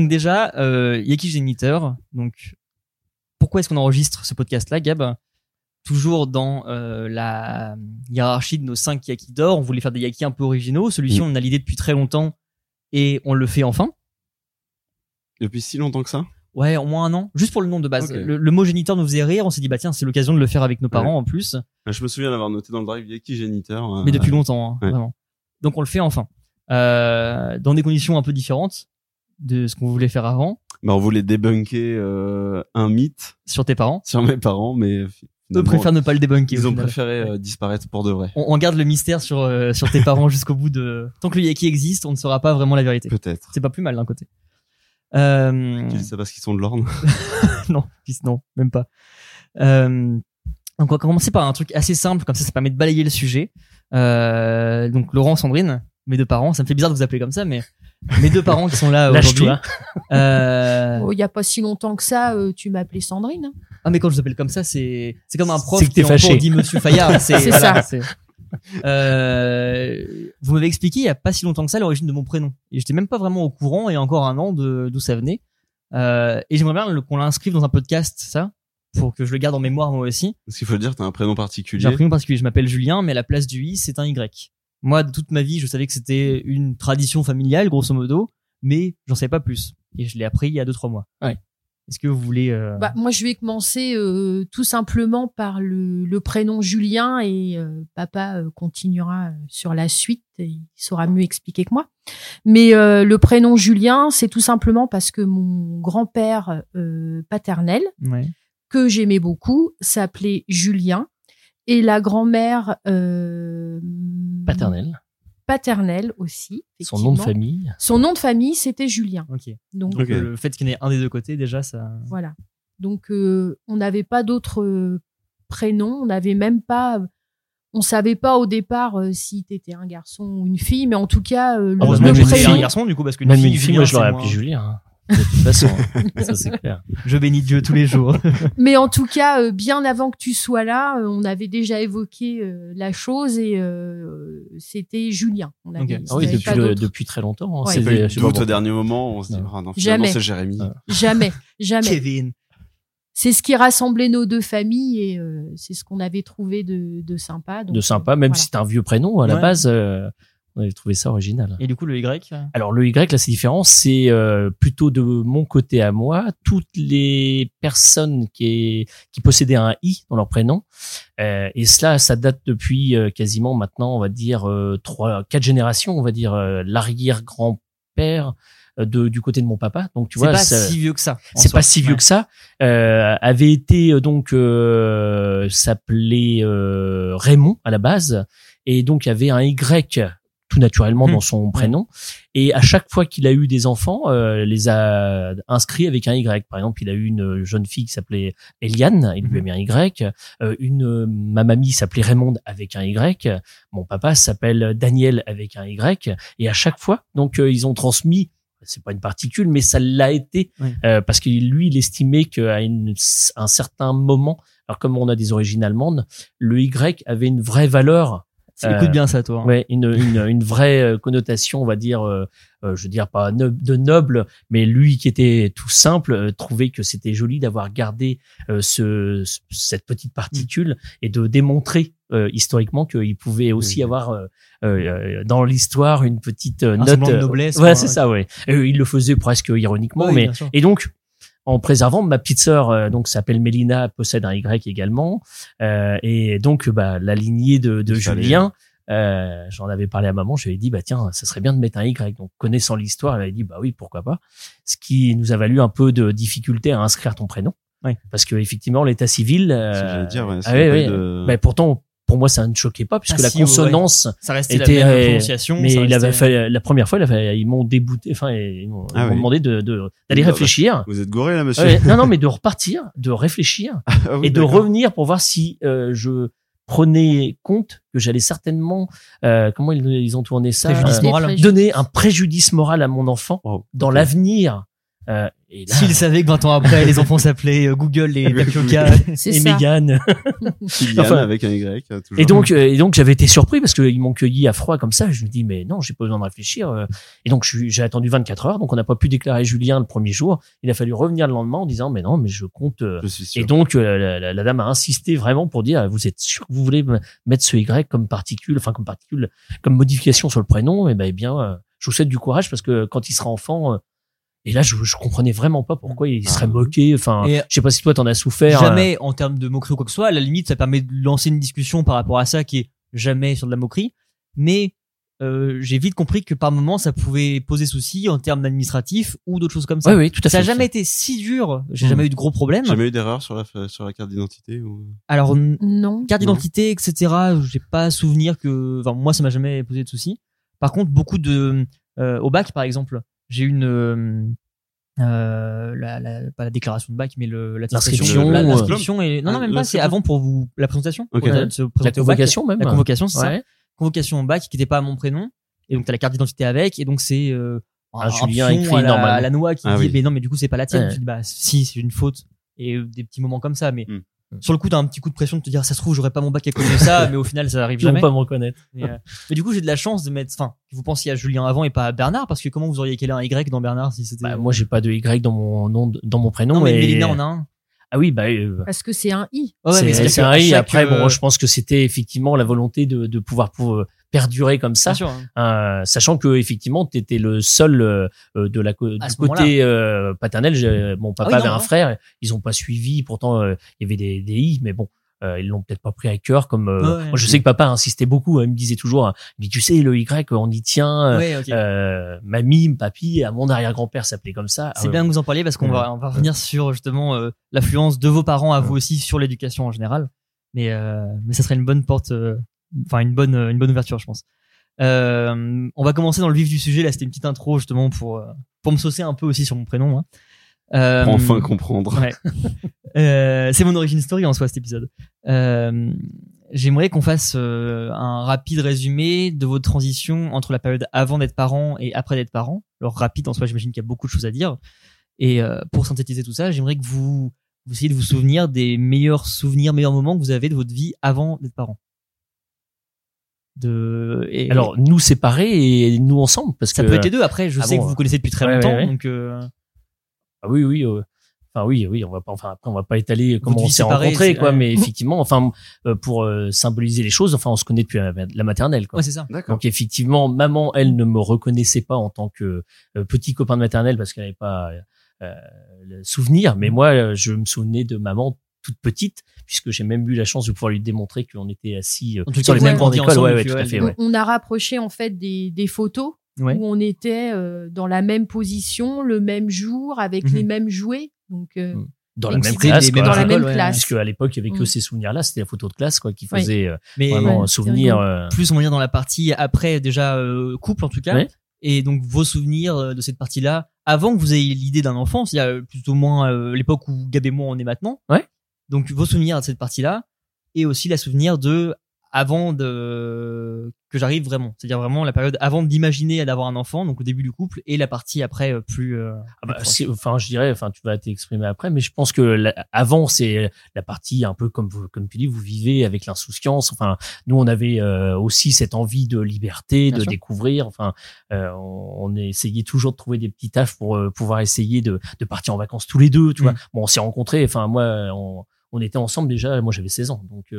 déjà, Yaki Géniteur. Donc, pourquoi est-ce qu'on enregistre ce podcast-là, Gab? Toujours dans la hiérarchie de nos 5 Yaki d'or. On voulait faire des Yaki un peu originaux. Celui-ci, on a l'idée depuis très longtemps et on le fait enfin. Depuis si longtemps que ça? Ouais, au moins un an. Juste pour le nom de base. Okay. Le mot géniteur nous faisait rire. On s'est dit, bah tiens, c'est l'occasion de le faire avec nos parents en plus. Je me souviens d'avoir noté dans le drive Yaki Géniteur. Mais depuis longtemps, hein, vraiment. Donc on le fait enfin. Dans des conditions un peu différentes de ce qu'on voulait faire avant. Bah, on voulait débunker un mythe. Sur tes parents. Sur mes parents, mais eux préfèrent ne pas le débunker. Ils ont préféré disparaître pour de vrai. On garde le mystère sur tes parents jusqu'au bout de... Tant que le Yaki existe, on ne saura pas vraiment la vérité. Peut-être. C'est pas plus mal d'un côté. Tu dis ça parce qu'ils sont de l'Orne? Non, même pas. Donc on va commencer par un truc assez simple, comme ça permet de balayer le sujet. Donc Laurent, Sandrine, mes 2 parents, ça me fait bizarre de vous appeler comme ça, mais mes 2 parents qui sont là aujourd'hui. Il y a pas si longtemps que ça, tu m'appelais Sandrine. Hein. Ah mais quand je vous appelle comme ça, c'est comme un prof qui encore dit Monsieur Fayard. C'est ça. Vous m'avez expliqué il y a pas si longtemps que ça l'origine de mon prénom. Et j'étais même pas vraiment au courant il y a encore un an d'où ça venait. Et j'aimerais bien qu'on l'inscrive dans un podcast, ça, pour que je le garde en mémoire moi aussi. Parce qu'il faut le dire, t'as un prénom particulier. J'ai un prénom particulier. Je m'appelle Julien, mais à la place du i, c'est un Y. Moi, de toute ma vie, je savais que c'était une tradition familiale, grosso modo, mais j'en savais pas plus. Et je l'ai appris il y a 2-3 mois. Ouais. Est-ce que vous voulez moi, je vais commencer tout simplement par le prénom Julien et papa continuera sur la suite et il saura mieux expliquer que moi. Mais le prénom Julien, c'est tout simplement parce que mon grand-père paternel, que j'aimais beaucoup, s'appelait Julien et la grand-mère paternelle aussi. Son nom de famille. Son nom de famille, c'était Julien. Ok. Donc le fait qu'il y en ait un des 2 côtés, déjà, ça. Voilà. Donc on n'avait pas d'autres prénoms. On n'avait même pas. On savait pas au départ si t'étais un garçon ou une fille, mais en tout cas le prénom. Un garçon du coup parce que même une fille, moi je l'aurais appelé Julien. Hein. De toute façon, ça c'est clair. Je bénis Dieu tous les jours. Mais en tout cas, bien avant que tu sois là, on avait déjà évoqué la chose et c'était Julien. On avait, Ah oui, depuis très longtemps. Ouais. C'est tout au dernier moment, on se dit, non, finalement c'est Jérémy. Jamais. Kevin. C'est ce qui rassemblait nos 2 familles et c'est ce qu'on avait trouvé de sympa. Donc, même si c'était un vieux prénom à la base. On avait trouvé ça original. Et du coup, le Y? Alors, le Y, là, c'est différent. C'est plutôt de mon côté à moi. Toutes les personnes qui possédaient un I dans leur prénom. Et cela, ça date depuis quasiment maintenant, on va dire, 3-4 générations, on va dire, l'arrière-grand-père du côté de mon papa. Donc, tu vois. C'est pas si vieux que ça. C'est pas si vieux que ça. Avait été, s'appelait Raymond à la base. Et donc, il y avait un Y tout naturellement dans son prénom. Et à chaque fois qu'il a eu des enfants, les a inscrits avec un Y. Par exemple, il a eu une jeune fille qui s'appelait Eliane, il lui a mis un Y. Ma mamie s'appelait Raymond avec un Y. Mon papa s'appelle Daniel avec un Y. Et à chaque fois, donc ils ont transmis, c'est pas une particule, mais ça l'a été, parce que lui, il estimait qu'à un certain moment, alors comme on a des origines allemandes, le Y avait une vraie valeur. Écoute bien ça, toi. Hein. Ouais, une vraie connotation, on va dire, je veux dire pas de noble, mais lui qui était tout simple, trouvait que c'était joli d'avoir gardé cette petite particule et de démontrer historiquement qu'il pouvait aussi avoir dans l'histoire une petite note de noblesse. Ouais, c'est ça, ouais. Il le faisait presque ironiquement, mais et donc en préservant, ma petite sœur donc s'appelle Mélina, possède un Y également, et donc la lignée de Julien, j'en avais parlé à maman, je lui ai dit tiens, ça serait bien de mettre un Y. Donc connaissant l'histoire, elle avait dit oui, pourquoi pas, ce qui nous a valu un peu de difficulté à inscrire ton prénom, parce que effectivement l'état civil pourtant pour moi ça ne choquait pas puisque la consonance ça restait était la même prononciation, mais il avait fait la première fois ils m'ont débouté, ils m'ont demandé d'aller réfléchir. Vous êtes gouré là, monsieur. Non mais de repartir, de réfléchir et de revenir pour voir si je prenais compte que j'allais certainement comment ils ont tourné ça, préjudice moral, donner un préjudice moral à mon enfant dans l'avenir Et là, s'ils savaient que 20 ans après, les enfants s'appelaient Google et Tapioca et Mégane. Enfin, avec un Y. Toujours. Et donc, j'avais été surpris parce qu'ils m'ont cueilli à froid comme ça. Je me dis, mais non, j'ai pas besoin de réfléchir. Et donc, j'ai attendu 24 heures. Donc, on n'a pas pu déclarer Julien le premier jour. Il a fallu revenir le lendemain en disant, mais non, mais je compte. Je suis sûr. Et donc, la dame a insisté vraiment pour dire, vous êtes sûr que vous voulez mettre ce Y comme comme modification sur le prénom? Et ben, bien, je vous souhaite du courage parce que quand il sera enfant, et là, je comprenais vraiment pas pourquoi il serait moqué. Enfin, je sais pas si toi t'en as souffert. Jamais en termes de moquerie ou quoi que ce soit. À la limite, ça permet de lancer une discussion par rapport à ça qui est jamais sur de la moquerie. Mais j'ai vite compris que par moment, ça pouvait poser souci en termes administratifs ou d'autres choses comme ça. Oui, tout à fait. Ça a jamais été si dur. J'ai jamais eu de gros problèmes. Jamais eu d'erreur sur la carte d'identité ou... Alors non. Carte d'identité, etc. J'ai pas souvenir que. Enfin, moi, ça m'a jamais posé de souci. Par contre, beaucoup de au bac, par exemple. J'ai une pas la déclaration de bac, mais l'inscription et non même pas, c'est avant pour vous la présentation, la convocation même. La convocation, c'est ça. Convocation au bac qui n'était pas à mon prénom et donc t'as la carte d'identité avec et donc c'est un Julien pion écrit à la noix qui dit mais non mais du coup c'est pas la tienne. Ouais. Je dis bah si c'est une faute et des petits moments comme ça mais sur le coup t'as un petit coup de pression de te dire ça se trouve j'aurais pas mon bac à cause de ça mais au final ça arrive jamais. Ils vont pas me reconnaître. Mais du coup j'ai de la chance de mettre que vous pensiez à Julien avant et pas à Bernard parce que comment vous auriez calé un Y dans Bernard si c'était moi j'ai pas de Y dans mon nom dans mon prénom. Non mais Mélina en a un. Ah oui parce que c'est un I. C'est un I. Après bon je pense que c'était effectivement la volonté de pouvoir perdurer comme ça, sachant que effectivement t'étais le seul du côté paternel. Mon papa avait un frère, ils ont pas suivi. Pourtant il y avait des I, mais bon. Ils l'ont peut-être pas pris à cœur comme moi je sais que papa insistait beaucoup, il me disait toujours il dit tu sais le Y on y tient mamie, papy, à mon arrière-grand-père s'appelait comme ça. C'est bien que vous en parliez parce qu'on va revenir sur justement l'affluence de vos parents à vous aussi sur l'éducation en général. Mais ça serait une bonne porte une bonne ouverture je pense. On va commencer dans le vif du sujet là, c'était une petite intro justement pour me saucer un peu aussi sur mon prénom hein. Pour enfin comprendre. Ouais. C'est mon origin story en soi cet épisode. J'aimerais qu'on fasse un rapide résumé de votre transition entre la période avant d'être parent et après d'être parent. Alors rapide en soi, j'imagine qu'il y a beaucoup de choses à dire. Et pour synthétiser tout ça, j'aimerais que vous essayiez de vous souvenir des meilleurs moments que vous avez de votre vie avant d'être parent. Alors nous séparés et nous ensemble parce ça que peut être les deux. Après, je sais que vous vous connaissez depuis très longtemps, donc. Ah oui. Enfin oui, on va pas étaler comment on s'est rencontrés quoi, mais effectivement, pour symboliser les choses, on se connaît depuis la maternelle quoi. Ouais, c'est ça. D'accord. Donc effectivement, maman, elle ne me reconnaissait pas en tant que petit copain de maternelle parce qu'elle n'avait pas le souvenir, mais moi, je me souvenais de maman toute petite puisque j'ai même eu la chance de pouvoir lui démontrer qu'on était assis sur les mêmes bancs d'école. Ouais, tout à fait. Ouais. On a rapproché en fait des photos. Ouais. Où on était dans la même position, le même jour, avec les mêmes jouets. Donc, dans la même classe, dans la même classe. Puisque à l'époque, il y avait que ces souvenirs-là, c'était la photo de classe, quoi, qui faisait vraiment souvenir. Plus, on va dire dans la partie après, déjà, couple, en tout cas. Ouais. Et donc, vos souvenirs de cette partie-là, avant que vous ayez l'idée d'un enfant, c'est-à-dire plus ou moins l'époque où Gab et moi on est maintenant. Ouais. Donc, vos souvenirs de cette partie-là, et aussi la souvenir de avant que j'arrive vraiment, c'est-à-dire vraiment la période avant d'imaginer d'avoir un enfant, donc au début du couple, et la partie après plus je dirais tu vas t'exprimer après, mais je pense que avant c'est la partie un peu comme tu dis, vous vivez avec l'insouciance. Nous on avait aussi cette envie de liberté, de découvrir. On essayait toujours de trouver des petits tafs pour pouvoir essayer de partir en vacances tous les deux, tu vois. Bon, on s'est rencontrés, on était ensemble déjà, moi j'avais 16 ans, donc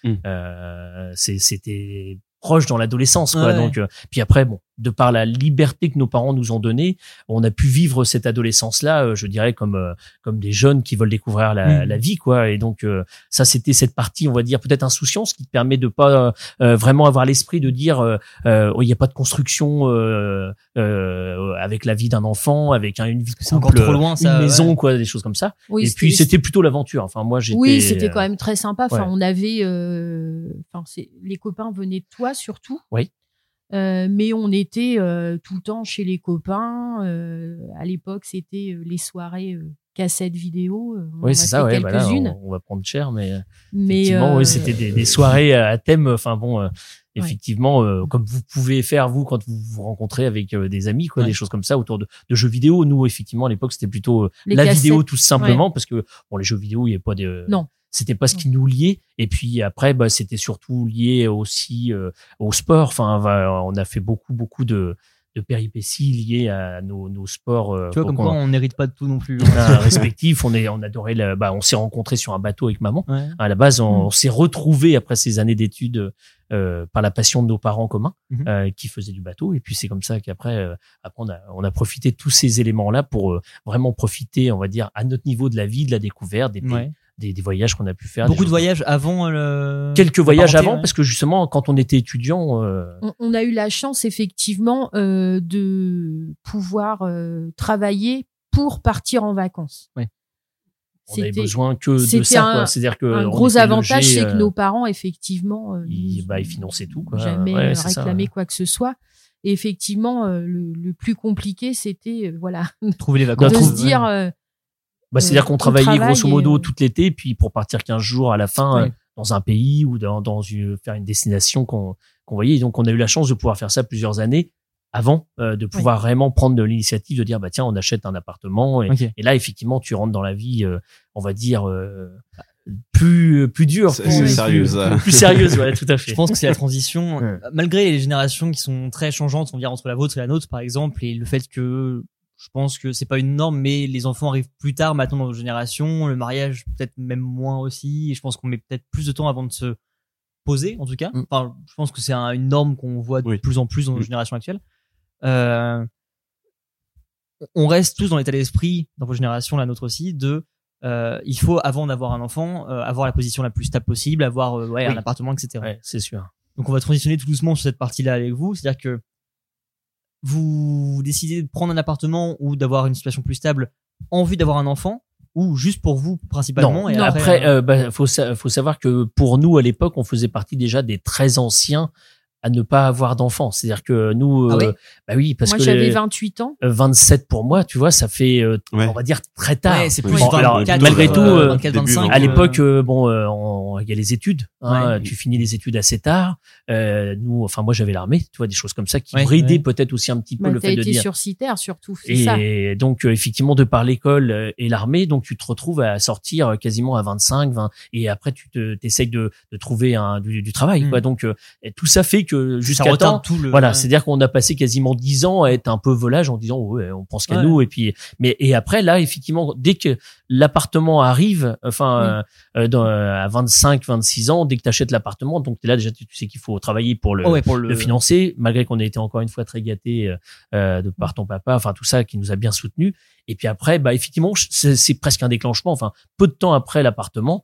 c'était proche dans l'adolescence quoi. Donc puis après de par la liberté que nos parents nous ont donnée, on a pu vivre cette adolescence là, je dirais comme des jeunes qui veulent découvrir la vie quoi. Et donc ça c'était cette partie on va dire peut-être insouciance qui te permet de pas vraiment avoir l'esprit de dire il y a pas de construction avec la vie d'un enfant, avec une vie de couple, encore trop loin, ça, une maison quoi, des choses comme ça. Oui, et puis c'était plutôt l'aventure. Moi j'étais oui, c'était quand même très sympa. On avait les copains venaient de toi surtout. Oui. Mais on était tout le temps chez les copains. À l'époque, c'était les soirées cassettes vidéo. Oui, c'est ça. Ouais, on va prendre cher, mais effectivement, c'était des soirées à thème. effectivement, comme vous pouvez faire vous quand vous vous rencontrez avec des amis, quoi, Ouais. des choses comme ça autour de jeux vidéo. Nous, effectivement, à l'époque, c'était plutôt Les la cassettes. vidéo tout simplement, parce que bon, les jeux vidéo, il y avait pas de Non. C'était pas ce qui nous liait. Et puis après, bah, c'était surtout lié aussi au sport. Enfin, on a fait beaucoup de péripéties liées à nos sports. Tu vois, comme quoi on n'hérite pas de tout non plus. respectifs. On adorait on s'est rencontrés sur un bateau avec maman. Ouais. À la base, on s'est retrouvés après ces années d'études par la passion de nos parents communs qui faisaient du bateau. Et puis c'est comme ça qu'après, on a profité de tous ces éléments-là pour vraiment profiter, on va dire, à notre niveau de la vie, de la découverte, des voyages qu'on a pu faire. Beaucoup de voyages avant quelques voyages parenté, avant, parce que justement, quand on était étudiant, on a eu la chance effectivement de pouvoir travailler pour partir en vacances. Ouais. On avait besoin que de ça, quoi. C'est-à-dire que un on gros était avantage, logés, c'est que nos parents effectivement ils finançaient tout, quoi. Jamais Ouais, c'est réclamé ça. quoi que ce soit. Et effectivement, le plus compliqué, c'était trouver les de vacances. se dire. C'est-à-dire qu'on on travaillait travaille grosso modo et, tout l'été, puis pour partir 15 jours à la fin Ouais. dans un pays ou faire une destination qu'on voyait. Donc on a eu la chance de pouvoir faire ça plusieurs années avant de pouvoir vraiment prendre de l'initiative de dire bah tiens on achète un appartement et là effectivement tu rentres dans la vie on va dire plus dure, C'est sérieuse. plus sérieuse, ouais, tout à fait. Je pense que c'est la transition, Ouais. malgré les générations qui sont très changeantes, on va dire entre la vôtre et la nôtre par exemple, et le fait que je pense que c'est pas une norme, mais les enfants arrivent plus tard maintenant dans nos générations, le mariage peut-être même moins aussi, et je pense qu'on met peut-être plus de temps avant de se poser, en tout cas. Enfin, je pense que c'est une norme qu'on voit de plus en plus dans nos générations actuelles. On reste tous dans l'état d'esprit, dans vos générations, la nôtre aussi, il faut, avant d'avoir un enfant, avoir la position la plus stable possible, avoir un appartement, etc. Ouais, c'est sûr. Donc on va transitionner tout doucement sur cette partie-là avec vous, c'est-à-dire que vous décidez de prendre un appartement ou d'avoir une situation plus stable en vue d'avoir un enfant, ou juste pour vous principalement. Non. Et Non. Après, faut savoir que pour nous à l'époque, on faisait partie déjà des très anciens à ne pas avoir d'enfants. C'est-à-dire que nous, parce moi, que j'avais 28 ans. 27 pour moi, tu vois, ça fait, on va dire très tard. Ouais, c'est plus malgré tout, 24, 25, à l'époque, il y a les études. Tu finis les études assez tard. Moi, j'avais l'armée, tu vois, des choses comme ça qui bridaient peut-être aussi un petit peu le fait de dire. T'as été sursitaire surtout. Et donc, effectivement, de par l'école et l'armée, donc tu te retrouves à sortir quasiment à 25, 20, et après tu t'essayes de trouver du travail, quoi. Donc, tout ça fait que jusqu'à temps, c'est-à-dire qu'on a passé quasiment 10 ans à être un peu volage en disant on pense qu'à nous, et puis et après là effectivement dès que l'appartement arrive à 25 26 ans, dès que tu achètes l'appartement, donc t'es là déjà tu sais qu'il faut travailler pour le financer, malgré qu'on a été encore une fois très gâtés de par ton papa, enfin tout ça qui nous a bien soutenus. Et puis après effectivement c'est presque un déclenchement, peu de temps après l'appartement,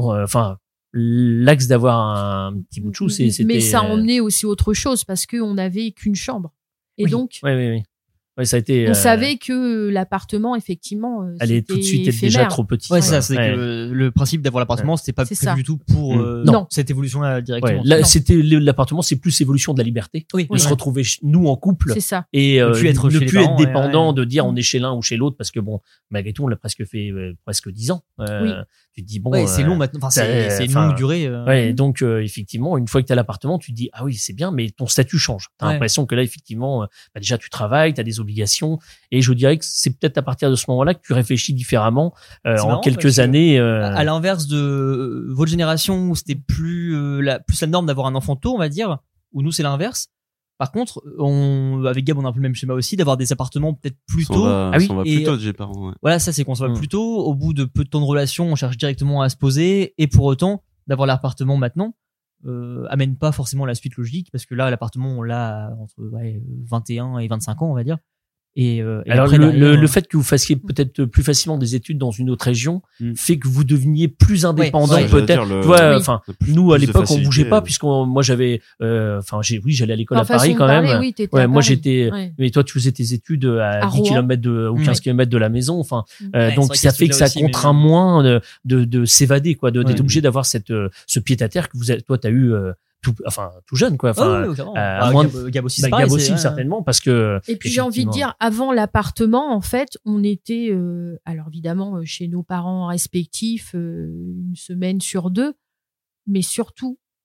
l'axe d'avoir un petit bout de chou, c'était. Mais ça emmenait aussi autre chose parce qu'on n'avait qu'une chambre. Et donc. Oui. Ouais, ça a été. On savait que l'appartement, effectivement, allait tout de suite être déjà trop petit. Ouais, ça, c'est que le principe d'avoir l'appartement, c'était pas prévu du tout pour cette évolution-là directement. Là, c'était l'appartement, c'est plus évolution de la liberté. De se retrouver nous en couple. C'est ça. Et ne plus être dépendant de dire on est chez l'un ou chez l'autre parce que malgré tout, on l'a presque fait presque 10 ans. Tu te dis c'est long maintenant. Enfin, c'est une longue durée. Donc effectivement, une fois que t'as l'appartement, tu te dis ah oui, c'est bien, mais ton statut change. T'as l'impression que là, effectivement, déjà tu travailles, t'as des obligations, et je dirais que c'est peut-être à partir de ce moment-là que tu réfléchis différemment en quelques années. À l'inverse de votre génération où c'était plus la norme d'avoir un enfant tôt, on va dire, où nous c'est l'inverse. Par contre, avec Gab, on a un peu le même schéma aussi, d'avoir des appartements peut-être plus tôt. On va plus tôt, j'ai parents. Ouais. Voilà, ça c'est qu'on s'en va plus tôt. Au bout de peu de temps de relation, on cherche directement à se poser, et pour autant, d'avoir l'appartement maintenant amène pas forcément la suite logique, parce que là, l'appartement, on l'a entre 21 et 25 ans, on va dire. Et alors après, le fait que vous fassiez peut-être plus facilement des études dans une autre région fait que vous deveniez plus indépendant, peut-être. Nous à l'époque on bougeait pas, moi j'avais j'allais à l'école à Paris quand même. Moi j'étais mais toi tu faisais tes études à 10 km ou 15 km de la maison, donc ça fait que ça contraint moins de s'évader, quoi, d'être obligé d'avoir ce pied à terre que toi t'as eu tout jeune, quoi. Gab aussi, Gab aussi, certainement, parce que. Et puis j'ai envie de dire, avant l'appartement, en fait, on était, alors évidemment, chez nos parents respectifs, une semaine sur 2, mais surtout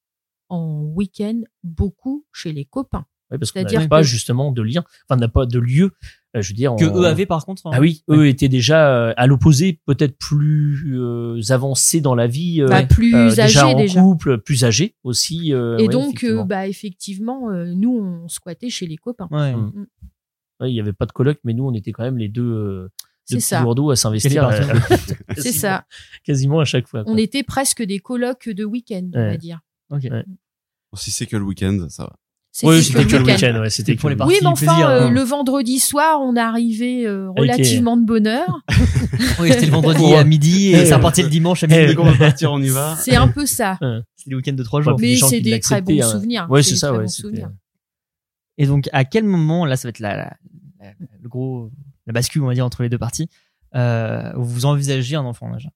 en week-end beaucoup chez les copains. Oui, parce qu'on C'est-à-dire n'avait pas que- justement de lien, enfin, on n'a pas de lieu. Je veux dire, Que eux avaient par contre. Ah oui, eux étaient déjà à l'opposé, peut-être plus avancés dans la vie, Plus déjà âgés en déjà. couple, plus âgés aussi. Et ouais, donc, effectivement. effectivement, nous, on squattait chez les copains. Ouais. Ouais, il y avait pas de coloc, mais nous, on était quand même les deux C'est petits ça. lourdeaux à s'investir. Quel C'est ça. Quasiment à chaque fois. quoi. On était presque des colocs de week-end, on Ouais. va dire. Ok. Ouais. Bon, si c'est que le week-end, ça va. Oui, c'était que le week-end. Ouais, c'était pour les que- parties Oui, mais enfin, plaisir, hein. le vendredi soir, on arrivait relativement de bonne heure. Oui, c'était le vendredi Ouais. à midi et ça repartait le dimanche à Eh, midi. Dès qu'on va partir, on y va. C'est un peu ça. C'est les week-ends de 3 jours. Ouais, puis les Mais gens c'est qui des très bons l'acceptaient, souvenirs. Ouais, C'est c'est des ça. très Ouais, bons c'était- souvenirs. Et donc, à quel moment, là, ça va être le gros, la bascule, on va dire, entre les deux parties, où vous envisagez un enfant déjà?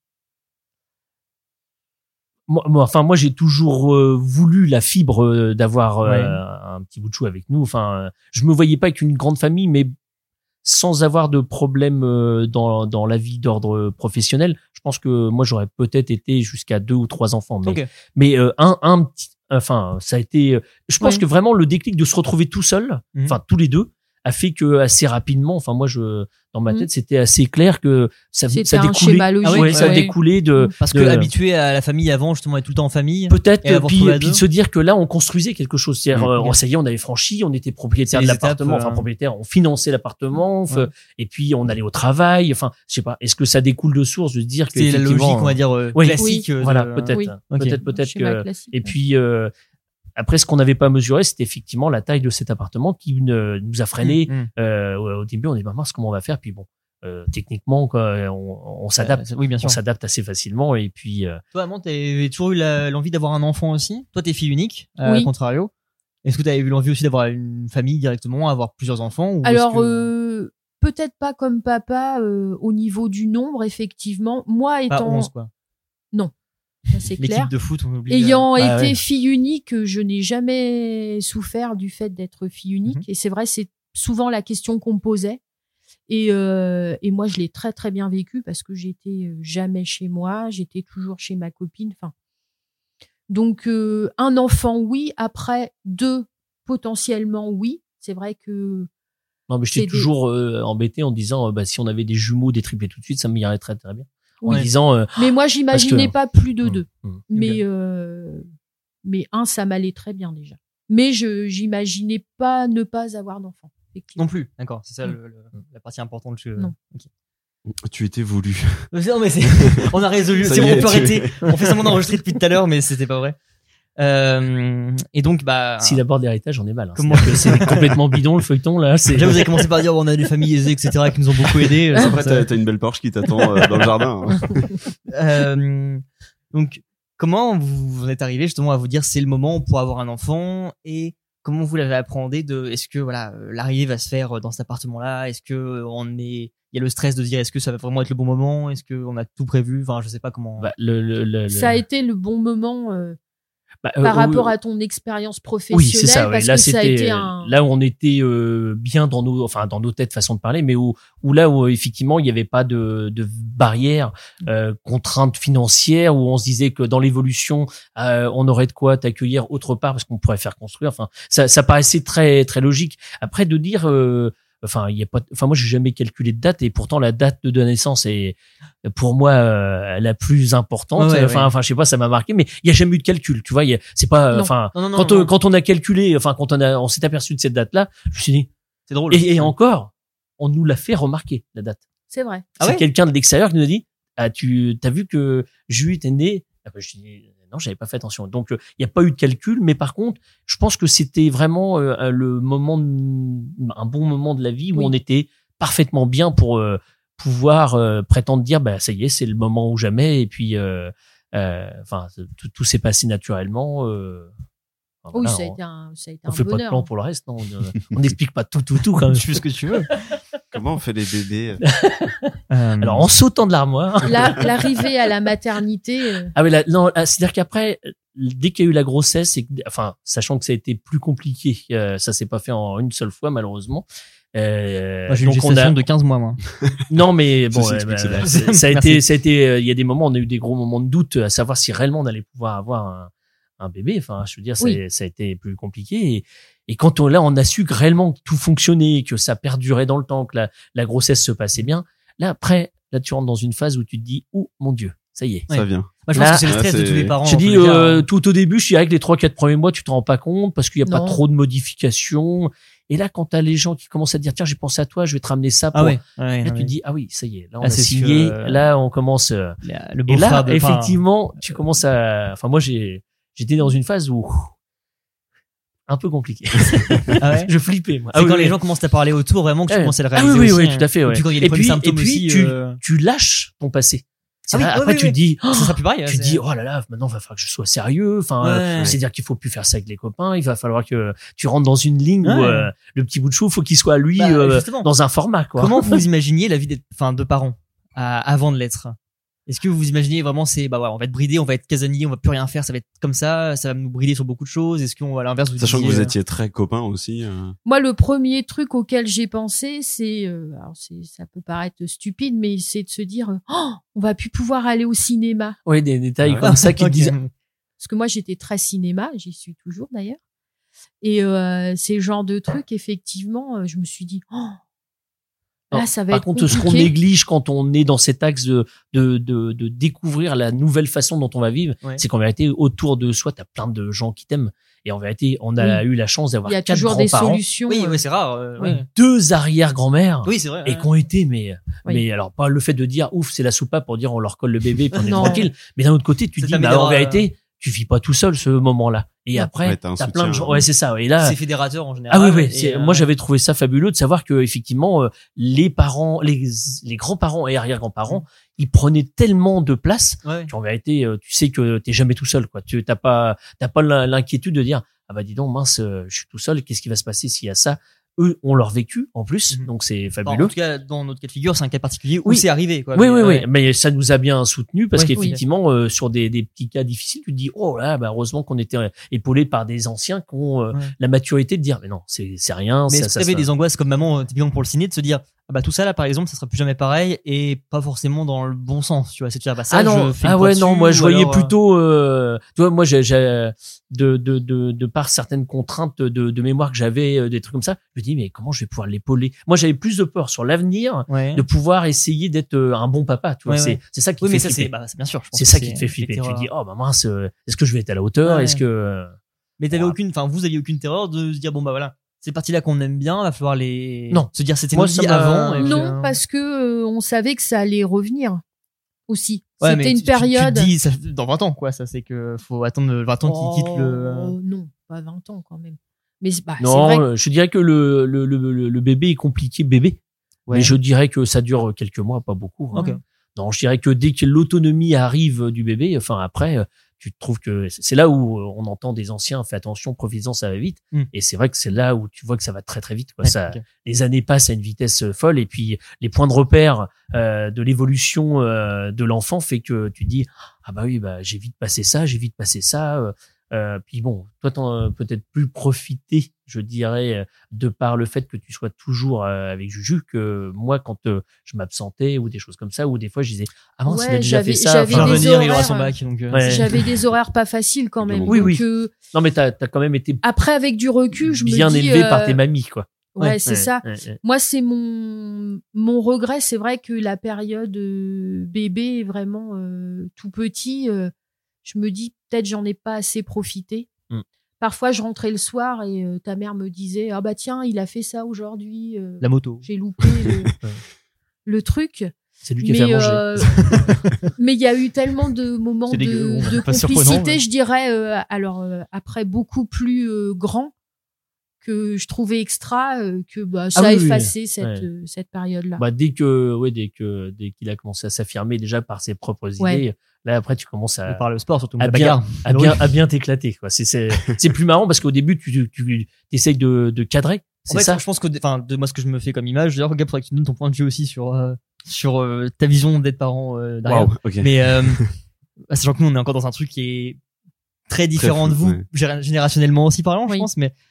Moi, j'ai toujours voulu la fibre d'avoir Ouais. un petit bout de chou avec nous. Enfin, je me voyais pas avec une grande famille, mais sans avoir de problème dans la vie d'ordre professionnel. Je pense que moi, j'aurais peut-être été jusqu'à 2 ou 3 enfants. Mais, Ok. mais un petit, enfin, ça a été. Je pense Ouais. que vraiment le déclic de se retrouver tout seul, Mhm. enfin tous les deux, a fait que assez rapidement. Enfin, moi, dans ma Mhm. tête, c'était assez clair que ça C'était un découlait. schéma logique. Ah oui, ça ouais. découlait de. Parce que de- habitué à la famille avant, justement, être tout le temps en famille. Peut-être, Et avoir puis, trouvé à puis deux. de se dire que là, on construisait quelque chose. C'est-à-dire, Ok. ça y est, on avait franchi, on était propriétaire C'est de les étapes, l'appartement, enfin propriétaire, on finançait l'appartement, Ouais. et puis on allait au travail. Enfin, je sais pas, est-ce que ça découle de source de se dire que C'est la logique, effectivement, on va dire, oui. classique. Oui. voilà, de- peut-être, Oui. Ok. peut-être Schéma que. classique, Et ouais. puis après, ce qu'on n'avait pas mesuré, c'était effectivement la taille de cet appartement qui nous a freiné. Mmh. Au début, on est pas mince, comment on va faire. Puis bon, techniquement, quoi, on s'adapte. Oui, bien On sûr. s'adapte assez facilement. Et puis, Toi, Amand, t'avais toujours eu l'envie d'avoir un enfant aussi. Toi, t'es fille unique, Oui. contrario. Est-ce que t'avais eu l'envie aussi d'avoir une famille directement, avoir plusieurs enfants, ou est-ce Alors, que- peut-être pas comme papa au niveau du nombre, effectivement. Moi, pas étant... 11, quoi. Ça, c'est clair. L'équipe de foot, on oublie. Ayant Ah été ouais. fille unique, je n'ai jamais souffert du fait d'être fille unique. Mhm. Et c'est vrai, c'est souvent la question qu'on me posait. Et moi, je l'ai très très bien vécu parce que j'étais jamais chez moi, j'étais toujours chez ma copine. Enfin, donc un enfant, oui. Après 2, potentiellement, oui. C'est vrai que non, mais j'étais c'est des- toujours embêté en disant, si on avait des jumeaux, des triplés tout de suite, ça m'irait très très bien. En oui. disant, Mais moi, j'imaginais pas plus de 2. hum. Mais 1, ça m'allait très bien déjà. Mais j'imaginais pas ne pas avoir d'enfant. effectivement. Non plus, d'accord. C'est ça la partie importante. Non. Ok. Tu étais voulu. Non, mais on a résolu. Ça C'est y bon, est, on peut tu- arrêter. On fait semblant d'enregistrer depuis tout à l'heure, mais c'était pas vrai. Et donc, Si d'abord l'héritage, j'en ai mal. Hein. Comment- C'est-à-dire que c'est complètement bidon le feuilleton là. C'est déjà, vous avez commencé par dire, on a des familles aisées, etc., qui nous ont beaucoup aidés. Après, Ça- t'as une belle Porsche qui t'attend dans le jardin. Hein. Donc, comment vous en êtes arrivé justement à vous dire c'est le moment pour avoir un enfant, et comment vous l'avez appréhendé de, est-ce que voilà, l'arrivée va se faire dans cet appartement-là, est-ce que il y a le stress de se dire est-ce que ça va vraiment être le bon moment, est-ce que on a tout prévu, enfin je sais pas comment. Bah, Ça a été le bon moment bah, par rapport oui, à ton expérience professionnelle. oui, c'est ça. Ouais. Parce Là, que ça a c'était été un... là où on était bien dans nos têtes façon de parler, mais où là où effectivement il n'y avait pas de barrière, contraintes financières, où on se disait que dans l'évolution on aurait de quoi t'accueillir autre part parce qu'on pourrait faire construire. Enfin, ça paraissait très très logique. Après de dire il y a pas, moi j'ai jamais calculé de date, et pourtant la date de naissance est pour moi la plus importante. Ouais, enfin je sais pas, ça m'a marqué, mais il y a jamais eu de calcul, tu vois, c'est pas Non. enfin Non, quand on a calculé, quand on s'est aperçu de cette date là, je me suis dit c'est drôle. et encore on nous l'a fait remarquer la date. C'est vrai. Ah C'est ouais quelqu'un de l'extérieur qui nous a dit t'as vu que Jules était né. Je dis non, j'avais pas fait attention. Donc il y a pas eu de calcul, mais par contre, je pense que c'était vraiment le moment, un bon moment de la vie où Oui. on était parfaitement bien pour pouvoir prétendre dire ça y est, c'est le moment ou jamais. Et puis tout s'est passé naturellement. Oui, Voilà, ça a on été un on fait pas de bonheur. plan pour le reste, non. On n'explique pas tout quand même. Tu fais ce que tu veux. Comment on fait les bébés Alors en sautant de l'armoire. L'arrivée à la maternité, Ah oui, c'est-à-dire qu'après, dès qu'il y a eu la grossesse, sachant que ça a été plus compliqué, ça s'est pas fait en une seule fois malheureusement. Moi, j'ai une donc gestation de 15 mois, moi. non mais bon, Ceci explique cela. ça a Merci. été, il y a des moments, on a eu des gros moments de doute à savoir si réellement on allait pouvoir avoir un bébé. Enfin, je veux dire, Oui. ça a été plus compliqué. Et quand on a su que réellement tout fonctionnait, que ça perdurait dans le temps, que la grossesse se passait bien, là, après, tu rentres dans une phase où tu te dis, oh, mon Dieu, ça y est. Ça vient. Moi, je Là, pense que c'est le stress de tous les parents. Je en dis, tous les cas. tout au début, je dirais que les 3-4 premiers mois, tu te rends pas compte parce qu'il y a pas Non. trop de modifications. Et là, quand t'as les gens qui commencent à te dire, tiens, j'ai pensé à toi, je vais te ramener ça pour... Ah ouais. Là, non, tu mais dis, ah oui, ça y est, là, on Là, a c'est signé, sûr, là, on commence... le Et beau-frère là, de. enfin, effectivement, tu commences à... Enfin, moi, j'étais dans une phase où... un peu compliqué. Ah ouais. Je flippais, moi. C'est oui, quand oui. les gens commencent à parler autour vraiment que tu Ouais. commences à le Ah réaliser. oui, aussi, oui, tout à fait, ouais. Et puis quand il y a Et les premiers puis- symptômes et puis, aussi. tu lâches ton passé. Ah oui, Après, oui, tu oui. te dis, Ça sera plus pareil. tu te dis, oh là là, maintenant, il va falloir que je sois sérieux. Enfin, Ouais. c'est-à-dire qu'il faut plus faire ça avec les copains. Il va falloir que tu rentres dans une ligne où Ouais. le petit bout de chou, faut qu'il soit lui Bah, justement. dans un format, quoi. Comment vous imaginiez la vie de parents avant de l'être? Est-ce que vous imaginez vraiment on va être bridé, on va être casanier, on va plus rien faire, ça va être comme ça va nous brider sur beaucoup de choses. Est-ce qu'on va à l'inverse Sachant que disiez, vous étiez très copains aussi. Moi, le premier truc auquel j'ai pensé, ça peut paraître stupide, mais c'est de se dire, on va plus pouvoir aller au cinéma. Oui, des détails Ouais. comme ça qui te Ok. disent, Parce que moi, j'étais très cinéma, j'y suis toujours d'ailleurs. Et ces genres de trucs, effectivement, je me suis dit, là, ça va par être contre, ce qu'on compliqué. néglige quand on est dans cet axe de découvrir la nouvelle façon dont on va vivre, Ouais. c'est qu'en vérité, autour de soi, t'as plein de gens qui t'aiment. Et en vérité, on a eu la chance d'avoir Il y a 4 toujours des grands-parents, solutions. Oui, ouais, c'est rare. oui. 2 arrière-grand-mères, Oui, c'est vrai. et qui ont été, mais Oui. alors pas le fait de dire, ouf, c'est la soupape pour dire on leur colle le bébé puis on est Non. tranquille. Mais d'un autre côté, tu Ça dis, t'améliore, en vérité, tu vis pas tout seul ce moment-là. Et Non. après, Ouais, t'as un t'as plein soutien, de gens. hein. Ouais, c'est ça. Et là, C'est fédérateur en général. ah oui, oui. Et, Moi, j'avais trouvé ça fabuleux de savoir que effectivement, les parents, les grands-parents et arrière-grands-parents, ils prenaient tellement de place ouais. qu'en vérité, tu sais que t'es jamais tout seul, quoi. Tu t'as pas l'inquiétude de dire, ah bah dis donc, mince, je suis tout seul. Qu'est-ce qui va se passer s'il y a ça? Eux ont leur vécu en plus, Mhm. donc c'est Enfin, fabuleux. en tout cas, dans notre cas de figure, c'est un cas particulier où Oui. c'est arrivé. Quoi. Oui, Mais, oui, ouais. oui, mais ça nous a bien soutenu parce Oui, qu'effectivement, sur des petits cas difficiles, tu te dis, oh là, bah heureusement qu'on était épaulés par des anciens qui ont Ouais. la maturité de dire, mais non, c'est rien. Mais ça, est-ce que t'avais des angoisses comme maman, typiquement pour le ciné, de se dire, ah bah tout ça là, par exemple, ça sera plus jamais pareil et pas forcément dans le bon sens, tu vois. C'est de dire, bah ça, ah non, je fais une ah croix ouais, non, dessus, moi je ou voyais alors, plutôt, tu vois, moi j'ai de par certaines contraintes de mémoire que j'avais, des trucs comme ça, je me dis mais comment je vais pouvoir l'épauler? Moi j'avais plus de peur sur l'avenir Ouais. de pouvoir essayer d'être un bon papa, tu vois. Ouais, ouais. C'est ça qui Oui, te mais fait ça flipper. c'est bien sûr. Je pense C'est que ça qui te fait flipper. des Tu dis terreurs. oh bah mince, est-ce que je vais être à la hauteur? Ouais. Est-ce que Mais t'avais Voilà. vous aviez aucune terreur de se dire bon bah voilà, ces parties-là qu'on aime bien, va falloir Non. se dire c'était Moi, notre ça vie m'a- avant. Et puis, Non, parce que on savait que ça allait revenir aussi. ouais, mais C'était une tu période. te dis ça, dans 20 ans quoi, ça c'est que faut attendre 20 ans qu'il quitte le. Non, pas 20 ans quand même. Mais c'est vrai que non, je dirais que le bébé est compliqué bébé. Ouais. Mais je dirais que ça dure quelques mois, pas beaucoup. hein. Ok. Non, je dirais que dès que l'autonomie arrive du bébé, enfin après, tu te trouves que c'est là où on entend des anciens, fais attention, profites-en, ça va vite. Mm. Et c'est vrai que c'est là où tu vois que ça va très très vite. Quoi. Ouais, Ça, ok. les années passent à une vitesse folle et puis les points de repère de l'évolution de l'enfant fait que tu te dis ah bah oui bah j'ai vite passé ça, puis bon, toi t'en as peut-être plus profité, je dirais, de par le fait que tu sois toujours avec Juju que moi quand je m'absentais ou des choses comme ça ou des fois je disais ah mince Ouais, il a déjà fait ça. j'avais Il va des revenir, il aura horaires, son bac donc. Ouais. J'avais des horaires pas faciles quand même. Oui, Donc, oui. Non mais t'as quand même été après, avec du recul, je me dis. bien élevé par tes mamies quoi. Ouais, c'est Ouais, ça. ouais. Moi, c'est mon regret. C'est vrai que la période bébé, vraiment tout petit, je me dis peut-être j'en ai pas assez profité. Mm. Parfois, je rentrais le soir et ta mère me disait ah bah tiens, il a fait ça aujourd'hui. La moto. J'ai loupé le truc. C'est lui qui a fait à manger. Mais il y a eu tellement de moments C'est dégueu, bon, de pas surprenant, complicité, mais- je dirais. Après beaucoup plus grand que je trouvais extra, que bah, ça Ah a oui, oui. effacé Ouais. cette période-là. Bah dès qu'il a commencé à s'affirmer déjà par ses propres Ouais. idées, là après tu commences On à parle sport surtout. à la bien, bagarre. à bien t'éclater quoi. C'est plus marrant parce qu'au début tu essayes de cadrer. En C'est fait, ça. je pense que, de moi, ce que je me fais comme image, d'ailleurs, Gab, faudrait que tu donnes ton point de vue aussi sur ta vision d'être parent derrière. Waouh, ok. Mais sachant que nous, on est encore dans un truc qui est très différent de fou, vous, ouais. générationnellement aussi parlant, je Oui. pense. Mais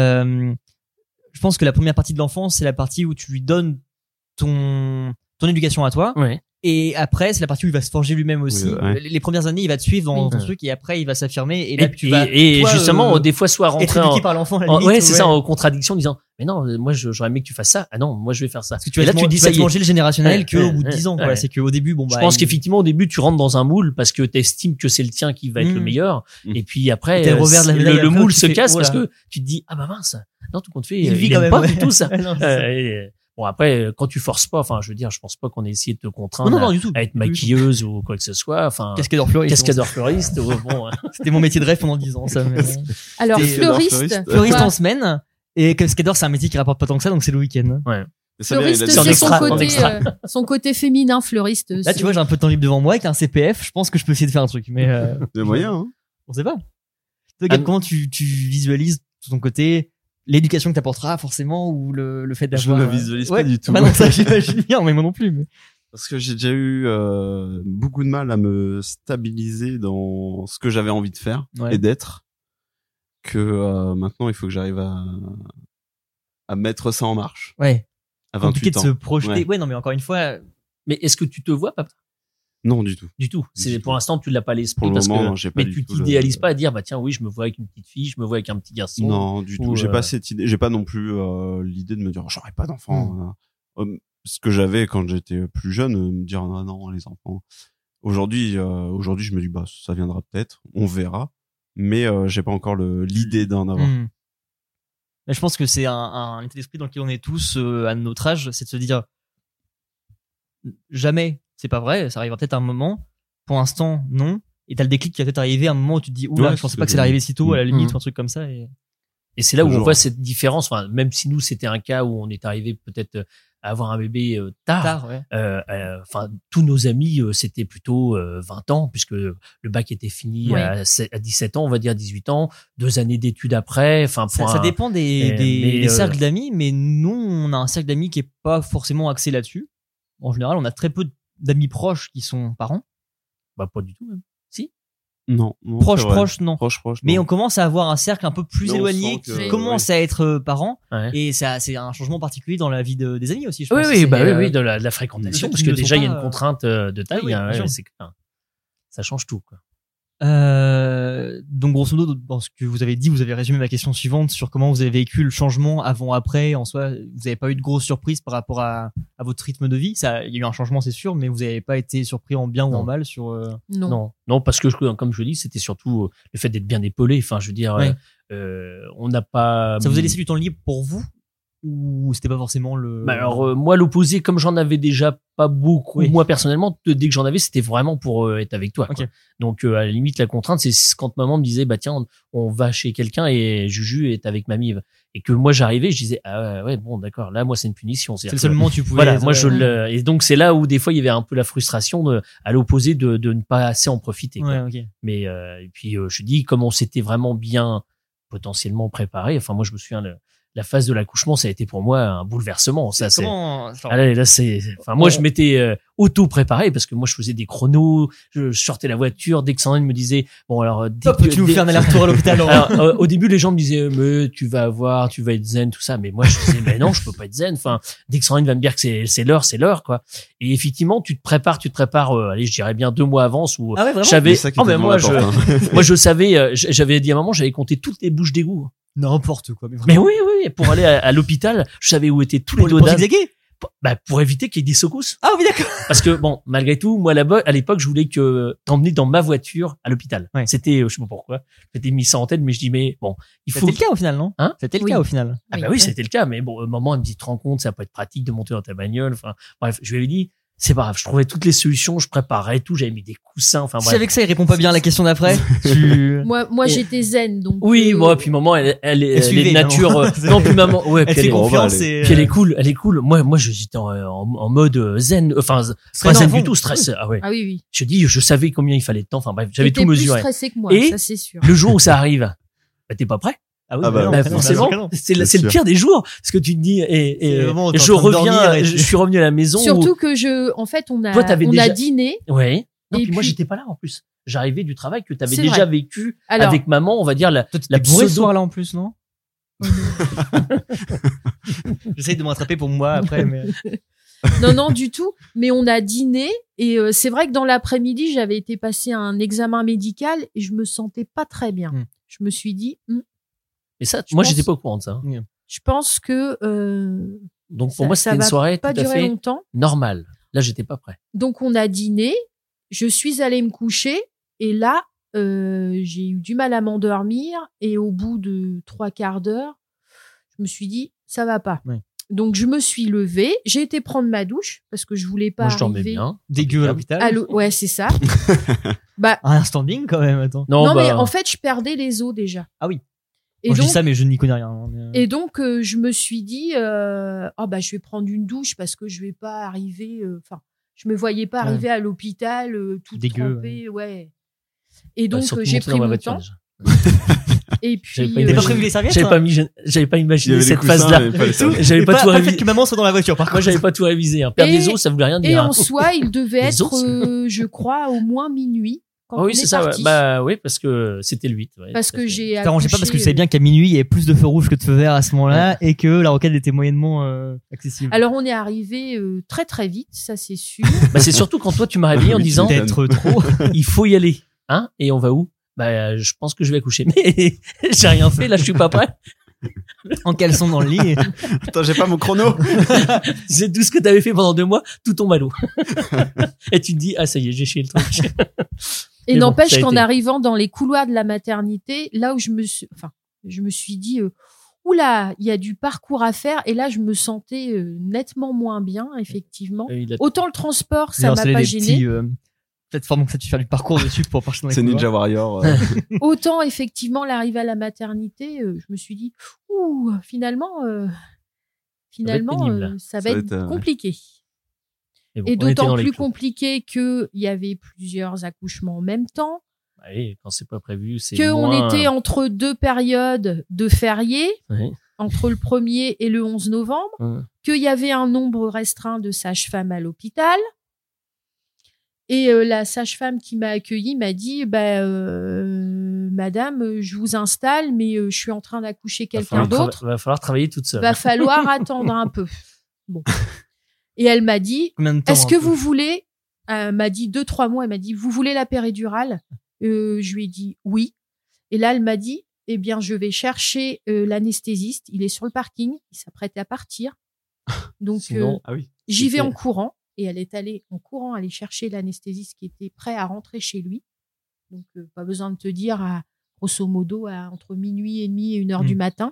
je pense que la première partie de l'enfance, c'est la partie où tu lui donnes ton éducation à toi, Ouais. Et après, c'est la partie où il va se forger lui-même aussi. Oui, ouais. Les premières années, il va te suivre dans ton truc et après, il va s'affirmer. Et là, tu vas. Et toi, justement, des fois, soit être rentrer éduqué par l'enfant. À la limite, ouais, c'est ça, en contradiction, en disant, mais non, moi, j'aurais aimé que tu fasses ça. Ah non, moi, je vais faire ça. Parce que tu et vas là, te, tu dis, tu ça vas te y est. manger le générationnel Ouais, que au bout de 10 ans, quoi. ouais. C'est qu'au début, bon, bah. Je pense qu'effectivement, au début, tu rentres dans un moule parce que t'estimes que c'est le tien qui va être le meilleur. Et puis après, t'as le revers de la médaille le après, moule tu se fais, casse oh parce là. que tu te dis, ah bah mince, non, tout compte fait, Il vit il quand aime même, pas ouais. du tout ça. Non, c'est ça. Bon, après, quand tu forces pas, enfin, je veux dire, je pense pas qu'on ait essayé de te contraindre Non, du tout. à être maquilleuse ou quoi que ce soit. Enfin, Cascadeur fleuriste. cascadeur fleuriste. Bon, C'était mon métier de rêve pendant 10 ans, ça. Mais... Alors, T'es- fleuriste. Fleuriste quoi. en semaine. Et cascadeur, c'est un métier qui rapporte pas tant que ça, donc c'est le week-end. Mais ça vient, il Fleuriste, a dit- C'est en c'est extra, en son côté, extra. son côté féminin, fleuriste. Là, c'est- tu vois, j'ai un peu de temps libre devant moi avec un CPF. Je pense que je peux essayer de faire un truc, mais Il y a moyen, hein. on sait pas. Toi, Gab, Ah, comment tu visualises de ton côté l'éducation que t'apporteras forcément ou le fait Je d'avoir. ne le visualise Ouais. pas du tout. Bah non, ça j'imagine bien, mais moi non plus. Mais... Parce que j'ai déjà eu beaucoup de mal à me stabiliser dans ce que j'avais envie de faire Ouais. et d'être. Que maintenant, il faut que j'arrive à mettre ça en marche. Ouais. À Compliqué 28 de ans. se projeter. Ouais. Ouais, non, mais encore une fois, mais est-ce que tu te vois, papa? Non, du tout. Du tout. C'est Du pour tout. l'instant, tu l'as pas à l'esprit Pour le parce moment, que, non, j'ai pas mais du tu tout le- t'idéalises pas à dire, bah tiens, oui, je me vois avec une petite fille, je me vois avec un petit garçon. Non, du tout. Ou, J'ai pas cette idée. J'ai pas non plus l'idée de me dire, oh, j'aurais pas d'enfants. Ce que j'avais quand j'étais plus jeune, me dire, ah, non, les enfants. Aujourd'hui, je me dis, bah, ça viendra peut-être. On verra. Mais j'ai pas encore l'idée d'en avoir. Mais je pense que c'est un état d'esprit dans lequel on est tous à notre âge, c'est de se dire jamais, c'est pas vrai, ça arrivera peut-être à un moment. Pour l'instant, non. Et t'as le déclic qui va peut-être arriver à un moment où tu te dis, oula, Ouais, je pensais c'est- pas que ça allait arriver si tôt, à la limite, Mhm. ou un truc comme ça. Et... Et c'est là où on Toujours. voit cette différence. Enfin, même si nous, c'était un cas où on est arrivé peut-être à avoir un bébé tard. ouais. Enfin, tous nos amis, c'était plutôt 20 ans, puisque le bac était fini Ouais. à 17 ans, on va dire 18 ans, 2 années d'études après. Enfin, Ça dépend des mais, cercles d'amis, mais nous, on a un cercle d'amis qui est pas forcément axé là-dessus. En général, on a très peu d'amis proches qui sont parents. Bah, pas du tout, même. Si. Non. non, Proches, c'est vrai. proches, non. Proche. Mais non. on commence à avoir un cercle un peu plus Mais on éloigné sent que, qui commence à être parents. Ouais. Et ça, c'est un changement particulier dans la vie des amis aussi, je Oui, pense. oui, C'est, bah oui, de la fréquentation, ceux parce qui que ne sont déjà, il y a pas, une contrainte de taille. oui, hein, bien sûr. c'est clair. Ça change tout, quoi. Donc grosso modo, dans ce que vous avez dit, vous avez résumé ma question suivante sur comment vous avez vécu le changement avant-après. En soi, vous n'avez pas eu de grosses surprises par rapport à votre rythme de vie. Ça, il y a eu un changement, c'est sûr, mais vous n'avez pas été surpris en bien ou en Non. mal sur. Non. Non, parce que comme je le dis, c'était surtout le fait d'être bien épaulé. Enfin, je veux dire, Ouais. on n'a pas. Ça vous a laissé du temps libre pour vous ou c'était pas forcément le. Bah alors moi l'opposé, comme j'en avais déjà pas beaucoup, Oui. moi personnellement, dès que j'en avais, c'était vraiment pour être avec toi. Quoi. Ok. Donc à la limite la contrainte, c'est quand maman me disait bah tiens on va chez quelqu'un et Juju est avec mamie et que moi j'arrivais, je disais ah ouais bon d'accord, là moi c'est une punition. c'est le seul moment où tu pouvais. Voilà, être- moi et donc c'est là où des fois il y avait un peu la frustration à l'opposé de ne pas assez en profiter. Quoi. Ouais, ok. Mais et puis je dis comme on s'était vraiment bien potentiellement préparé. Enfin moi je me souviens la phase de l'accouchement, ça a été pour moi un bouleversement. Ça c'est Comment. Enfin, ah là c'est enfin moi je m'étais auto préparé parce que moi je faisais des chronos, je sortais la voiture dès que Sandrine me disait bon alors dès Top, tu nous fais un aller-retour à l'hôpital. alors, au début les gens me disaient mais tu vas être zen tout ça mais moi je disais mais non je peux pas être zen enfin dès que Sandrine va me dire que c'est l'heure quoi et effectivement tu te prépares allez je dirais bien 2 mois avance où Ah ouais, vraiment. j'avais C'est ça qui oh te mais devant moi la porte, hein. moi je savais j'avais dit à maman j'avais compté toutes les bouches d'égout N'importe quoi. mais oui pour aller à l'hôpital je savais où étaient tous les Pour dos d'âne zigzaguer. pour éviter qu'il y ait des secousses Ah oui, d'accord. parce que bon malgré tout moi là-bas à l'époque je voulais que t'emmener dans ma voiture à l'hôpital Ouais. c'était je sais pas pourquoi je m'étais mis ça en tête mais je dis mais bon il faut C'était le cas au final, non? Hein C'était le Oui. cas au final. ah bah oui c'était le cas mais bon maman elle me dit tu te rends compte ça peut être pratique de monter dans ta bagnole enfin bref je lui avais dit c'est pas grave je trouvais toutes les solutions je préparais tout j'avais mis des coussins enfin Si bref avec ça il répond pas bien à la question d'après, tu. Moi, Et- j'étais zen, donc. oui moi puis maman elle est suivait, de nature maman. non puis maman ouais Elle puis fait elle est- confiance elle et. puis elle est cool moi j'étais en mode zen enfin pas Stress zen à fond. du tout stress ah ouais Ah oui, oui. je dis je savais combien il fallait de temps enfin bref j'avais T'étais tout plus mesuré stressé que moi, Et- ça c'est sûr. le jour où ça arrive bah t'es pas prêt Ah oui, Ah bah, non, bah, non, forcément non, non. c'est C'est c'est le sûr. pire des jours parce que tu te dis et C'est le moment où t'es en je train de dormir reviens et je suis revenu à la maison Surtout que en fait, on Toi, t'avais a déjà- dîné. ouais non, Et puis moi puis- j'étais pas là en plus j'arrivais du travail que t'avais C'est déjà vrai. vécu Alors- avec maman on va dire la Toi, t'étais bourré ce pseudo soir-là en plus, non? J'essaye de me rattraper pour moi après, mais. Non, du tout. Mais on a dîné et c'est vrai que dans l'après-midi, j'avais été passer un examen médical et je me sentais pas très bien. Je me suis dit, Mais ça, moi, j'étais pas au courant de ça. je pense que Donc pour moi, c'était une va soirée tout pas à durer fait longtemps. normale. Là, j'étais pas prêt. Donc on a dîné, je suis allée me coucher et là j'ai eu du mal à m'endormir et au bout de 3/4 d'heure, je me suis dit ça va pas. Ouais. Donc je me suis levée, j'ai été prendre ma douche parce que je voulais pas Moi, je dormais arriver bien. Dégueu à l'hôpital. Ouais, c'est ça. Bah Un standing quand même, attends. non mais en fait, je perdais les os déjà. Ah oui. Et Moi, je donc dis ça, mais je n'y connais rien. Et donc, je me suis dit, je vais prendre une douche parce que je vais pas arriver. Enfin, je me voyais pas Ouais. arriver à l'hôpital tout Dégueu, trempé, ouais. Et donc, surtout j'ai monter pris dans ma mon voiture, temps. déjà. Et J'avais puis, pas T'as pas imaginé. prévu les serviettes J'avais pas Il y imaginé avait les cette coussins, phase-là. mais pas les serviettes. J'avais pas tout le fait révisé. que maman soit dans la voiture, par Moi, contre. j'avais pas tout révisé. Hein. Perdre Et- des os, ça voulait rien et dire. en soi, il devait Les être, os. je crois, au moins minuit quand Ah on oui, est c'est ça. Ouais. parti. Bah oui, parce que c'était le 8. Ouais, Parce tout à que fait. j'ai T'arrangeais pas parce que je accouché, savais bien qu'à minuit, il y avait plus de feux rouges que de feux verts à ce moment-là et que la rocade était moyennement accessible. Alors, on est arrivé très très vite, ça c'est sûr. Bah, c'est surtout quand toi, tu m'as réveillé en Oui, disant, Peut-être trop. il faut y aller. Hein? Et on va où? Bah, je pense que je vais accoucher. Mais j'ai rien fait. Là, je suis pas prêt. En caleçon dans le lit. Attends, j'ai pas mon chrono. C'est tout ce que t'avais fait pendant 2 mois. Tout tombe à l'eau. Et tu te dis, ah, ça y est, j'ai chié le truc. Et Mais bon, n'empêche ça a qu'en été. arrivant dans les couloirs de la maternité, là où je me suis dit, oula, il y a du parcours à faire. Et là, je me sentais nettement moins bien, effectivement. Et il a- Autant le transport, ça J'ai m'a installé pas des gêné. petits plateformes que ça tu faire du parcours dessus pour marcher dans les C'est couloirs. Ninja Warrior. Autant, effectivement, l'arrivée à la maternité, je me suis dit, finalement, pénible. ça va être ouais. compliqué. Mais bon, Et on était d'autant dans les plus clous. compliqué qu'il y avait plusieurs accouchements en même temps, Bah oui, quand c'est pas prévu, c'est qu'on moins... était entre 2 périodes de fériés, Ouais. entre le 1er et le 11 novembre, Ouais. qu'il y avait un nombre restreint de sages-femmes à l'hôpital. Et la sage-femme qui m'a accueillie m'a dit, Madame, je vous installe, mais je suis en train d'accoucher quelqu'un d'autre. Va falloir travailler toute seule. Va falloir attendre un peu. Bon. Et elle m'a dit, Combien de temps est-ce un que peu vous voulez, elle m'a dit 2-3 mois, elle m'a dit, vous voulez la péridurale? Je lui ai dit oui. Et là, elle m'a dit, eh bien, je vais chercher l'anesthésiste. Il est sur le parking. Il s'apprête à partir. Donc, Sinon, Ah oui. j'y vais c'était- en courant. Et elle est allée en courant aller chercher l'anesthésiste qui était prêt à rentrer chez lui. Donc, pas besoin de te dire, grosso modo, entre minuit et demi et 1h du matin.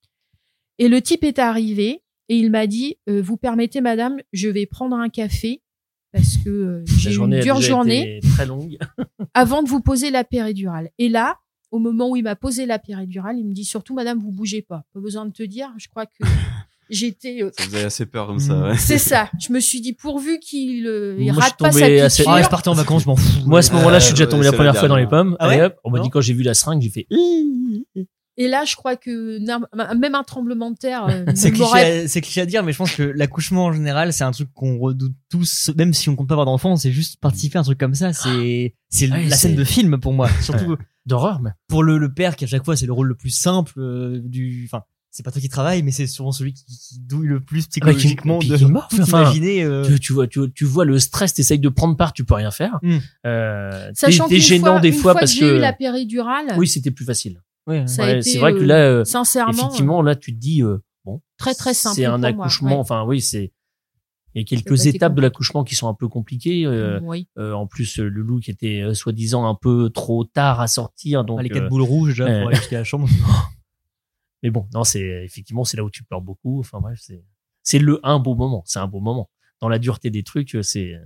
Et le type est arrivé et il m'a dit, vous permettez, madame, je vais prendre un café parce que la j'ai eu journée une a dure déjà journée été très longue. avant de vous poser la péridurale. Et là, au moment où il m'a posé la péridurale, il me dit surtout, madame, vous bougez pas. Pas besoin de te dire, je crois que j'étais... Ça faisait assez peur comme ça, ouais. C'est ça. Je me suis dit, pourvu qu'il il Moi, je rate pas suis sa tombé assez- piqûre. Ah, je partais en vacances, je m'en fous. Moi, à ce moment-là, je suis déjà tombé la c'est première la fois dans les dernière. pommes. Ah ouais Et hop, on m'a Non dit quand j'ai vu la seringue, j'ai fait... Et là, je crois que même un tremblement de terre C'est m'aurait... cliché à dire, mais je pense que l'accouchement en général, c'est un truc qu'on redoute tous, même si on compte pas avoir d'enfants, c'est juste participer à un truc comme ça, c'est Ouais, la c'est- scène de film pour moi. Surtout D'horreur, mais... pour le père qui à chaque fois c'est le rôle le plus simple enfin, c'est pas toi qui travaille, mais c'est souvent celui qui douille le plus psychologiquement puis de qui morfle, tout enfin, imaginer. Tu vois le stress, t'essayes de prendre part, tu peux rien faire. Mm. Sachant T'es qu'une gênant fois, des une fois fois parce que j'ai eu que... la péridurale, Oui, c'était plus facile. Ouais, ça a Ouais, été, c'est vrai que là, sincèrement, effectivement, là, tu te dis, bon, très très simple. c'est un pour moi, accouchement. ouais. Enfin, oui, c'est. Il y a Ça a quelques pas été étapes de compliqué. l'accouchement qui sont un peu compliquées. Oui. En plus, le loup qui était soi-disant un peu trop tard à sortir. Donc, les 4 boules rouges déjà ouais. pour aller jusqu'à la chambre. mais bon, non, c'est effectivement c'est là où tu pleures beaucoup. Enfin bref, c'est un beau moment. C'est un beau moment. Dans la dureté des trucs, c'est.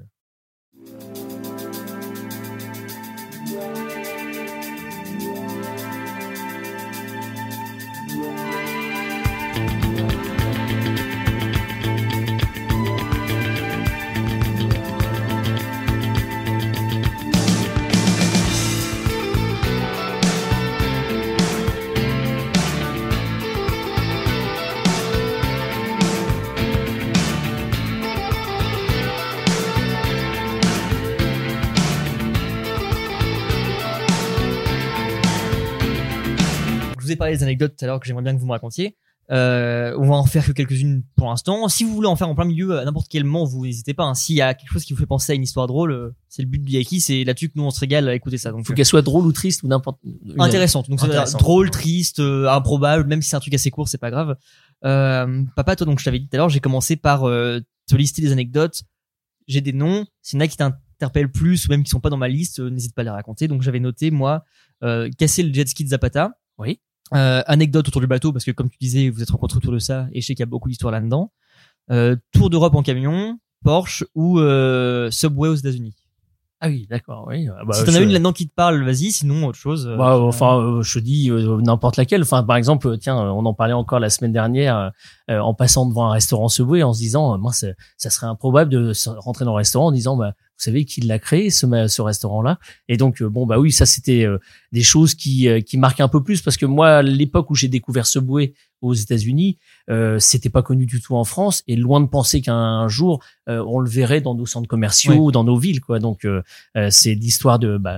Je vous ai parlé des anecdotes tout à l'heure que j'aimerais bien que vous me racontiez. On va en faire que quelques-unes pour l'instant. Si vous voulez en faire en plein milieu à n'importe quel moment, vous n'hésitez pas. Hein. S'il y a quelque chose qui vous fait penser à une histoire drôle, c'est le but du Yaki. C'est là-dessus que nous on se régale à écouter ça. Donc Faut qu'elle soit drôle ou triste ou n'importe. intéressante. Donc c'est Intéressant. drôle, triste, improbable. Même si c'est un truc assez court, c'est pas grave. Papa, toi, donc je t'avais dit tout à l'heure, j'ai commencé par te lister des anecdotes. J'ai des noms. S'il y en a qui t'interpellent plus ou même qui sont pas dans ma liste, n'hésite pas à les raconter. Donc j'avais noté moi casser le jet ski de Zapata. Oui. Anecdote autour du bateau parce que comme tu disais, vous êtes rencontrés autour de ça et je sais qu'il y a beaucoup d'histoires là-dedans. Tour d'Europe en camion, Porsche ou Subway aux États-Unis. Ah oui, d'accord, oui. Bah, Si t'en as une là-dedans qui te parle, vas-y. Sinon autre chose. Je te dis n'importe laquelle. Enfin, par exemple, tiens, on en parlait encore la semaine dernière en passant devant un restaurant Subway, en se disant, mince, ça serait improbable de rentrer dans le restaurant en disant, bah, vous savez qui l'a créé ce restaurant-là. Et donc, bon, bah oui, ça c'était des choses qui marquent un peu plus parce que moi, à l'époque où j'ai découvert Subway aux États-Unis, c'était pas connu du tout en France et loin de penser qu'un jour on le verrait dans nos centres commerciaux ou dans nos villes, quoi. Donc c'est l'histoire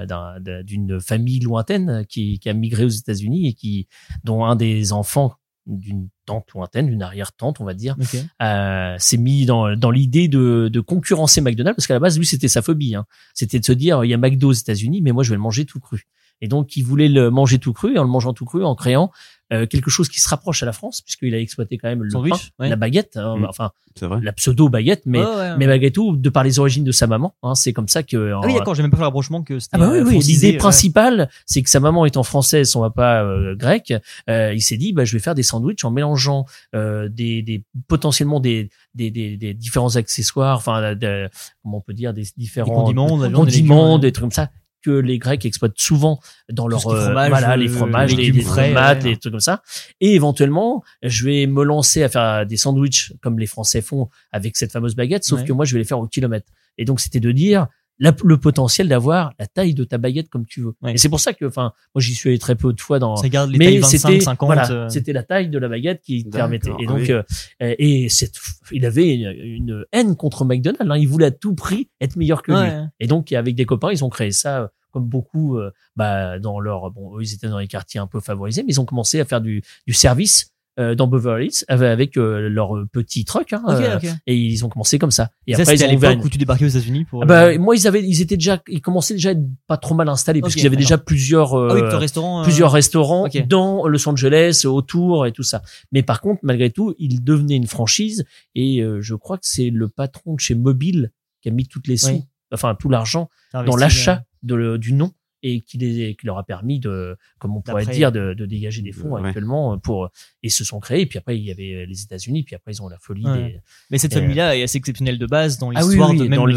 d'une famille lointaine qui a migré aux États-Unis et dont un des enfants d'une tante lointaine, d'une arrière-tante, on va dire, s'est mis dans l'idée de concurrencer McDonald's parce qu'à la base, lui, c'était sa phobie. Hein. C'était de se dire, il y a McDo aux États-Unis, mais moi, je vais le manger tout cru. Et donc, il voulait le manger tout cru et en le mangeant tout cru, en créant quelque chose qui se rapproche à la France, puisqu'il a exploité quand même le Sandwich, pain, la baguette, C'est vrai. la pseudo baguette, mais malgré tout, de par les origines de sa maman, hein, c'est comme ça que. Ah oui, d'accord, j'ai même pas fait le rapprochement que c'était. Ah bah oui, francisé, l'idée principale, c'est que sa maman étant française, son papa grec, il s'est dit, bah je vais faire des sandwichs en mélangeant potentiellement des différents accessoires, enfin comment on peut dire, des différents condiments, des trucs comme ça que les Grecs exploitent souvent dans leur les fromages, les tomates, les trucs comme ça. Et éventuellement, je vais me lancer à faire des sandwichs comme les Français font avec cette fameuse baguette, sauf que moi, je vais les faire au kilomètre. Et donc, c'était de dire le potentiel d'avoir la taille de ta baguette comme tu veux. Et c'est pour ça que, moi, j'y suis allé très peu de fois ça garde les tailles 25, 50. C'était la taille de la baguette qui permettait. Et donc, il avait une haine contre McDonald's. Hein. Il voulait à tout prix être meilleur que lui. Et donc, avec des copains, ils ont créé ça, comme beaucoup, dans eux, ils étaient dans les quartiers un peu favorisés, mais ils ont commencé à faire du service dans Beverly Hills avec leur petit truck et ils ont commencé comme ça. Et ça, après ils ont à l'époque où tu débarquais aux États-Unis pour moi ils commençaient déjà à être pas trop mal installés parce qu'ils avaient déjà plusieurs restaurants dans Los Angeles autour et tout ça. Mais par contre, malgré tout, ils devenaient une franchise et je crois que c'est le patron de chez Mobile qui a mis toutes les sous, tout l'argent dans l'achat du nom et qui leur a permis comme on pourrait dire, de dégager des fonds actuellement et se sont créés. Et puis après, il y avait les États-Unis, puis après, ils ont la folie Mais cette famille-là est assez exceptionnelle de base dans l'histoire de même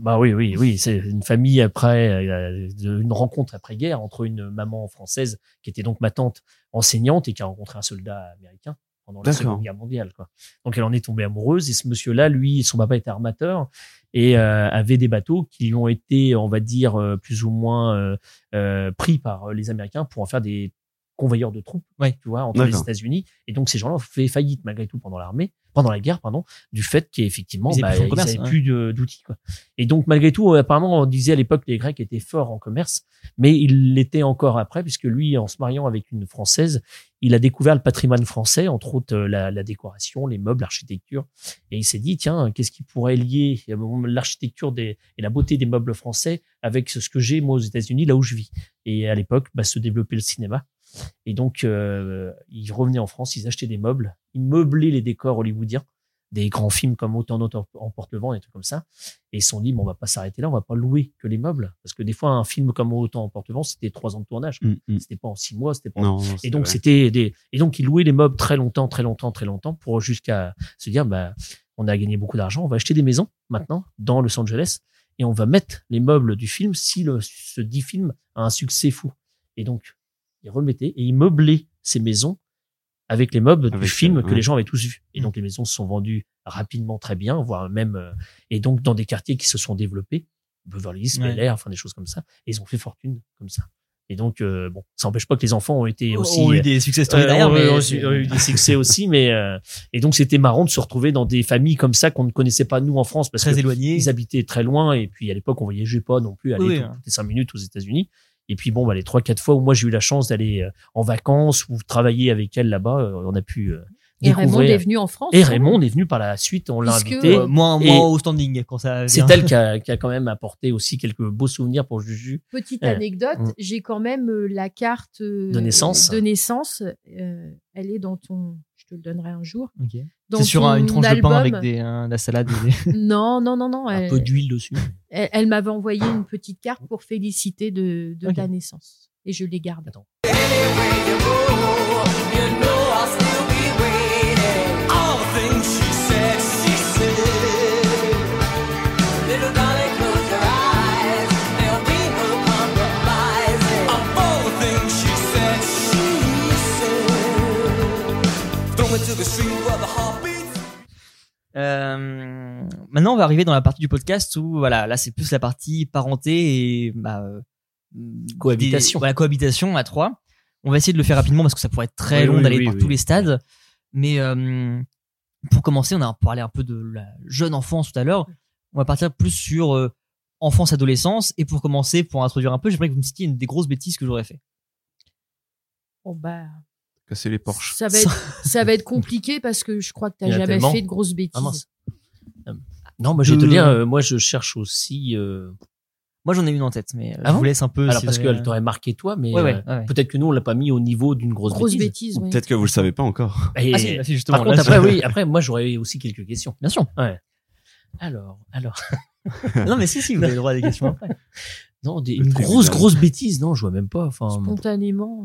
oui. C'est une famille après, une rencontre après-guerre entre une maman française qui était donc ma tante enseignante et qui a rencontré un soldat américain pendant la Seconde Guerre mondiale, quoi. Donc elle en est tombée amoureuse et ce monsieur-là, lui, son papa était armateur et avait des bateaux qui ont été, on va dire, plus ou moins pris par les Américains pour en faire des convoyeurs de troupes, tu vois, entre les États-Unis. Et donc ces gens-là ont fait faillite malgré tout pendant la guerre, du fait qu'effectivement ils n'avaient plus d'outils, quoi. Et donc malgré tout, apparemment, on disait à l'époque les Grecs étaient forts en commerce, mais ils l'étaient encore après, puisque lui, en se mariant avec une Française, il a découvert le patrimoine français, entre autres la décoration, les meubles, l'architecture, et il s'est dit tiens, qu'est-ce qui pourrait lier l'architecture et la beauté des meubles français avec ce que j'ai moi aux États-Unis, là où je vis. Et à l'époque, se développait le cinéma. Et donc, ils revenaient en France, ils achetaient des meubles, ils meublaient les décors hollywoodiens, des grands films comme Autant emporte le vent, des trucs comme ça. Et ils se sont dit, on va pas s'arrêter là, on va pas louer que les meubles. Parce que des fois, un film comme Autant emporte le vent, c'était 3 ans de tournage. C'était pas en 6 mois, c'était pas et donc, et donc, ils louaient les meubles très longtemps pour jusqu'à se dire, on a gagné beaucoup d'argent, on va acheter des maisons maintenant dans Los Angeles et on va mettre les meubles du film si ce dit film a un succès fou. Et donc, ils remettaient et ils meublaient ces maisons avec les meubles du film que les gens avaient tous vus. Et donc, les maisons se sont vendues rapidement très bien, voire même, et donc dans des quartiers qui se sont développés, Beverly Hills, Bel Air, des choses comme ça. Et ils ont fait fortune comme ça. Et donc, ça n'empêche pas que les enfants ont été aussi... ont eu des succès stories derrière, mais... ont eu des succès aussi, mais... et donc, c'était marrant de se retrouver dans des familles comme ça qu'on ne connaissait pas, nous, en France, parce très éloignés. Ils habitaient très loin, et puis à l'époque, on voyageait pas non plus, aller toutes les 5 minutes aux États-Unis. Et puis bon, les 3-4 fois où moi j'ai eu la chance d'aller en vacances ou travailler avec elle là-bas, on a pu Et Raymond découvrir. est venu en France. Et Raymond est venu par la suite, on l'a Puisque, invité. moins Et au standing quand ça C'est vient. elle qui a quand même apporté aussi quelques beaux souvenirs pour Juju. Petite Ouais. anecdote, Mm. j'ai quand même la carte De naissance. Elle est dans ton. Je te le donnerai un jour. Ok. Dans C'est sur ton une tranche de album. pain avec de la salade. Non. Un peu d'huile dessus. Elle m'avait envoyé une petite carte pour féliciter de Ok. ta naissance. Et je les garde. Attends. Maintenant, on va arriver dans la partie du podcast où, voilà, là, c'est plus la partie parenté et Cohabitation. Voilà, cohabitation à trois. On va essayer de le faire rapidement parce que ça pourrait être très long d'aller par tous les stades. Mais pour commencer, on a parlé un peu de la jeune enfance tout à l'heure. On va partir plus sur enfance, adolescence. Et pour commencer, pour introduire un peu, j'aimerais que vous me citiez une des grosses bêtises que j'aurais fait. Bon, bah, Casser les Porsche. ça va être compliqué parce que je crois que tu Il y n'as en a jamais tellement. fait de grosses bêtises. Ah, mince. Non, moi je vais te dire, moi je cherche aussi. Moi, j'en ai une en tête, mais Ah je bon vous laisse un peu. Alors si parce vous avez- qu'elle t'aurait marqué toi, mais Ouais. peut-être que nous on l'a pas mis au niveau d'une grosse Grosse bêtise. bêtise, Ou oui. peut-être que vous le savez pas encore. Et, Ah si, bah si, justement. par contre, là, après, je- oui, après moi j'aurais aussi quelques questions. Bien sûr. Alors. Non, mais si, vous avez le droit à des questions après. Non, Le une tribunal. grosse bêtise, non, je vois même pas. Enfin, Spontanément.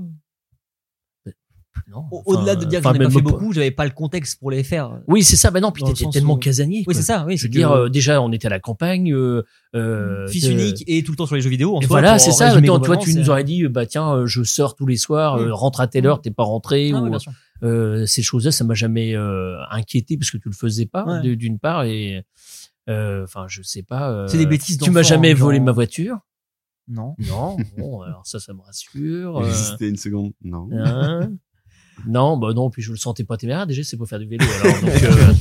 non. Au-delà de dire que j'en ai pas fait beaucoup, j'avais pas le contexte pour les faire. Oui, c'est ça. Bah non, puis Dans le t'étais sens tellement où- casanier. Oui, quoi. c'est ça, oui. Je veux dire, déjà, on était à la campagne. Fils unique et tout le temps sur les jeux vidéo. En Et soi, voilà, pour c'est ça. résumer Toi, tu globalement, nous aurais dit, bah tiens, je sors tous les soirs, rentre à telle heure, t'es pas rentré, Ah, ou oui, bien sûr. ces choses-là, ça m'a jamais inquiété parce que tu le faisais pas, Ouais. d'une part, et enfin, je sais pas. C'est des bêtises Tu m'as d'enfants, jamais volé genre- ma voiture. Non. Non, bon, alors ça me rassure. Exister une seconde. Non. Hein non, bah non, puis je le sentais pas téméraire. Déjà, c'est pour faire du vélo. Alors, donc,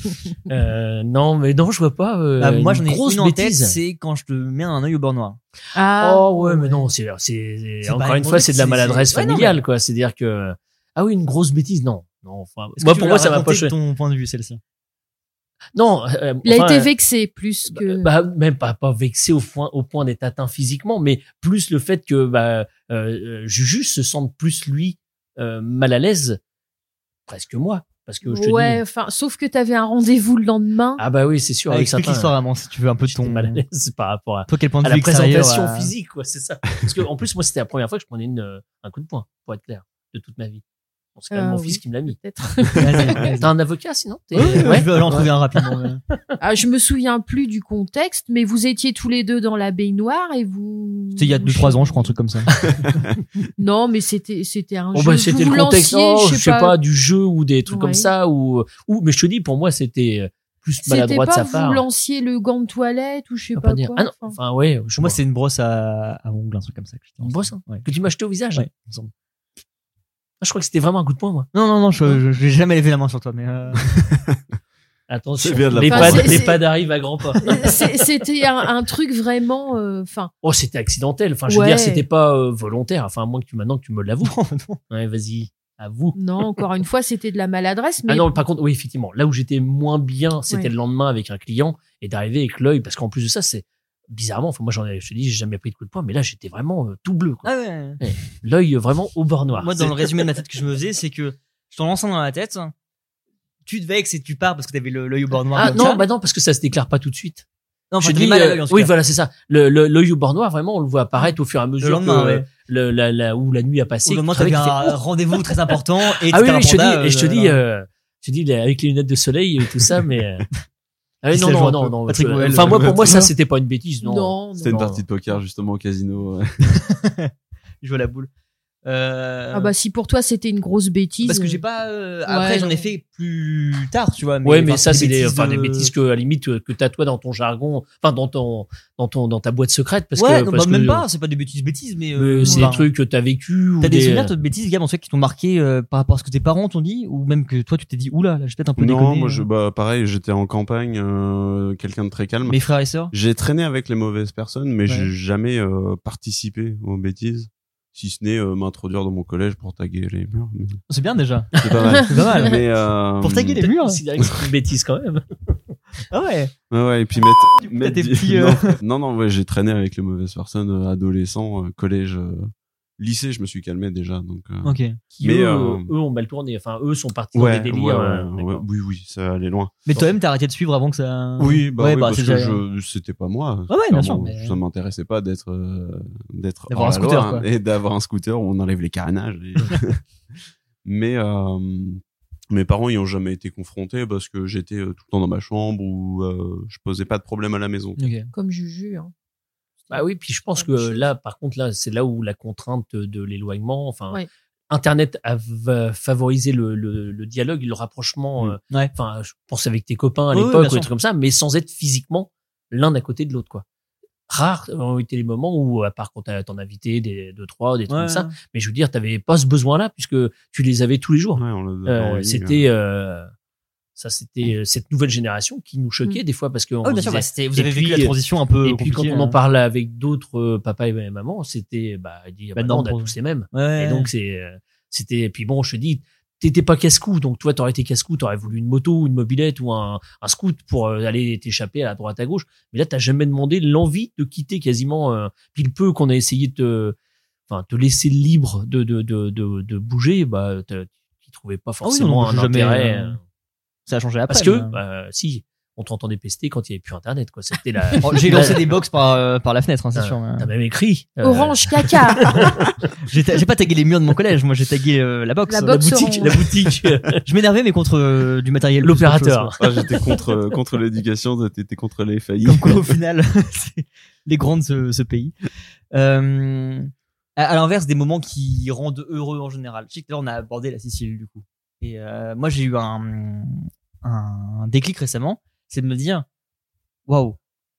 non, mais non, je vois pas. Moi, j'en une ai grosse une en tête, bêtise. c'est quand je te mets un œil au beurre noir. Ah. Oh ouais, mais non, c'est C'est encore pas une une fois, grosse c'est de la bêtise, maladresse c'est- ouais, non, familiale, mais- quoi. C'est-à-dire que ah oui, une grosse bêtise, non, enfin, Est-ce moi que tu pour veux moi la ça m'a pas raconter de choqué. ton point de vue, celle-ci. Non, Il a enfin, été vexé plus que. bah, même pas vexé au point d'être atteint physiquement, mais plus le fait que Juju se sente plus lui mal à l'aise, presque moi, parce que je te ouais, dis. enfin, sauf que t'avais un rendez-vous le lendemain. Ah bah oui, c'est sûr. Avec Explique certains, l'histoire vraiment, si tu veux un peu de j'étais ton. mal à l'aise par rapport à Toi, quel point de la vue extérieur, présentation physique, quoi, c'est ça. Parce que en plus, moi, c'était la première fois que je prenais un coup de poing, pour être clair, de toute ma vie. Bon, c'est quand même mon oui. fils qui me l'a mis. Peut-être. Vas-y. T'as un avocat, sinon Ouais, je vais en trouver un rapidement. mais- Ah, je me souviens plus du contexte, mais vous étiez tous les deux dans la baignoire et vous. C'était il y a 2-3 ans, je crois, un truc comme ça. Non, mais c'était un Bon, jeu. bah, c'était Vous le contexte, lanciez, non, je sais pas, du jeu ou des trucs Ouais. comme ça, ou, mais je te dis, pour moi, c'était plus C'était maladroit de pas sa part. vous lanciez le gant de toilette ou je sais On va pas dire. quoi. Ah non, enfin. enfin, ouais, Pour moi, c'est une brosse à ongles, un truc comme ça. que je une brosse, hein, Ouais. que tu m'as acheté au visage. Ouais, il me semble. Ah, je crois que c'était vraiment un coup de poing, moi. Non, je vais jamais lever la main sur toi, mais Attention, C'est bien de la les part. pads, Enfin, les c'est- pads arrivent à grands pas. C'était un truc vraiment. Enfin, Oh, c'était accidentel. Enfin, je veux Ouais. dire, c'était pas volontaire. Enfin, à moins que maintenant que tu me l'avoues. Ouais, vas-y, avoue. non, encore une fois, c'était de la maladresse. Mais Ah non, par contre, oui, effectivement, là où j'étais moins bien, c'était Ouais. le lendemain avec un client et d'arriver avec l'œil, parce qu'en plus de ça, c'est bizarrement, enfin, moi, je te dis, j'ai jamais pris de coup de poing, mais là, j'étais vraiment tout bleu, quoi. Ah ouais. L'œil vraiment au bord noir. Moi, dans le résumé de ma tête que je me faisais, c'est que je t'en lance un dans la tête, tu te vexes et tu pars parce que t'avais l'œil au bord noir. Ah comme non, ça. bah non, parce que ça se déclare pas tout de suite. Non, je enfin, dis, t'avais mal à l'œil, en tout oui, cas. voilà, c'est ça. L'œil au bord noir, vraiment, on le voit apparaître au fur et à mesure Le lendemain, que ouais. où la nuit a passé. Au moment, Tu savais t'avais qu'il fait, un rendez-vous très important et ah oui, t'étais oui, je te dis, un panda, et je te dis, avec les lunettes de soleil et tout ça, mais ah oui, Qui se non, la joue non, un non, peu. non. Patrick Bruel, Enfin, moi, pour moi, ça, toujours. c'était pas une bêtise, non. non, C'était une Non. partie de poker justement au casino. Ouais. Je joue à la boule. Ah bah si pour toi c'était une grosse bêtise. Parce que j'ai pas. Après, j'en ai non. fait plus tard, tu vois. Ouais, mais enfin, ça, c'est des de- bêtises que, à la limite, que t'as toi dans ton jargon, enfin, dans ta boîte secrète, parce Ouais, que, non, parce bah, même que, pas. C'est pas des bêtises, mais. c'est enfin, des trucs que t'as vécu ou T'as des souvenirs toi, de bêtises, Gab, en fait, qui t'ont marqué par rapport à ce que tes parents t'ont dit, ou même que toi tu t'es dit oula, là j'ai peut-être un peu Non, déconné. moi pareil, j'étais en campagne, quelqu'un de très calme. Mes frères et sœurs. J'ai traîné avec les mauvaises personnes, mais Ouais. j'ai jamais participé aux bêtises. si ce n'est m'introduire dans mon collège pour taguer les murs. Mais C'est bien déjà. c'est pas mal. C'est pas mal. Mais Pour taguer les murs. C'est une bêtise quand même. Ah ouais. ouais, et puis coup, mettre t'as tes du- petits, non, ouais, j'ai traîné avec les mauvaises personnes, adolescents, collège, lycée, je me suis calmé déjà, donc. Ok. Qui, Mais, eux, euh, eux ont mal tourné. Enfin, eux sont partis Ouais, dans des délires. ouais, oui, ça allait loin. Mais toi-même, t'as arrêté de suivre avant que ça. Oui, Ouais, parce c'est que déjà- c'était pas moi. Ouais, bien Clairement, sûr, mais- Ça m'intéressait pas d'être D'avoir un hors la scooter, loi, quoi. et d'avoir un scooter où on enlève les carénages. Mais mes parents y ont jamais été confrontés parce que j'étais tout le temps dans ma chambre ou je posais pas de problème à la maison. Ok. Comme Juju. Hein. Bah oui, puis je pense que là, par contre, là, c'est là où la contrainte de l'éloignement, enfin, Ouais. Internet va favoriser le dialogue et le rapprochement. Ouais. Enfin, je pense avec tes copains à Oui, oui, l'époque bien ou sûr. des trucs comme ça, mais sans être physiquement l'un à côté de l'autre, quoi. Rares ont été les moments où, à part quand t'en invitais deux, trois, des trucs comme ça, mais je veux dire, t'avais pas ce besoin-là puisque tu les avais tous les jours. Ouais, on l'a en ligne, C'était cette nouvelle génération qui nous choquait des fois parce que Oh, bien sûr, bah, vous et avez vécu puis, la transition un peu et puis quand compliquée, on en parlait avec d'autres papas et mamans, c'était il dit Bah, non, non, on a pour- tous les mêmes. Ouais. Et donc c'était et puis bon, je te dis, t'étais pas casse-cou, donc toi t'aurais été casse-cou, t'aurais voulu une moto, une mobilette ou un scoot pour aller t'échapper à droite à gauche. Mais là t'as jamais demandé l'envie de quitter quasiment puis le peu qu'on a essayé de te laisser libre de bouger, bah tu trouvais pas forcément non, un j'ai jamais, intérêt. Ça a changé après. Parce que mais- si on t'entendait pester quand il y avait plus internet, quoi. C'était la. Oh, j'ai lancé des box par la fenêtre, hein, c'est sûr. T'as même écrit. Orange caca. J'ai pas tagué les murs de mon collège, moi j'ai tagué la box. La la box boutique, orange. la boutique. Je m'énervais mais contre du matériel. plus L'opérateur. qu'autre chose, j'étais contre l'éducation, t'étais contre les quoi. faillis. Comme quoi au final, c'est les grands de ce pays. À l'inverse des moments qui rendent heureux en général. Je sais que là on a abordé la Sicile du coup. Et moi j'ai eu un déclic récemment, c'est de me dire waouh,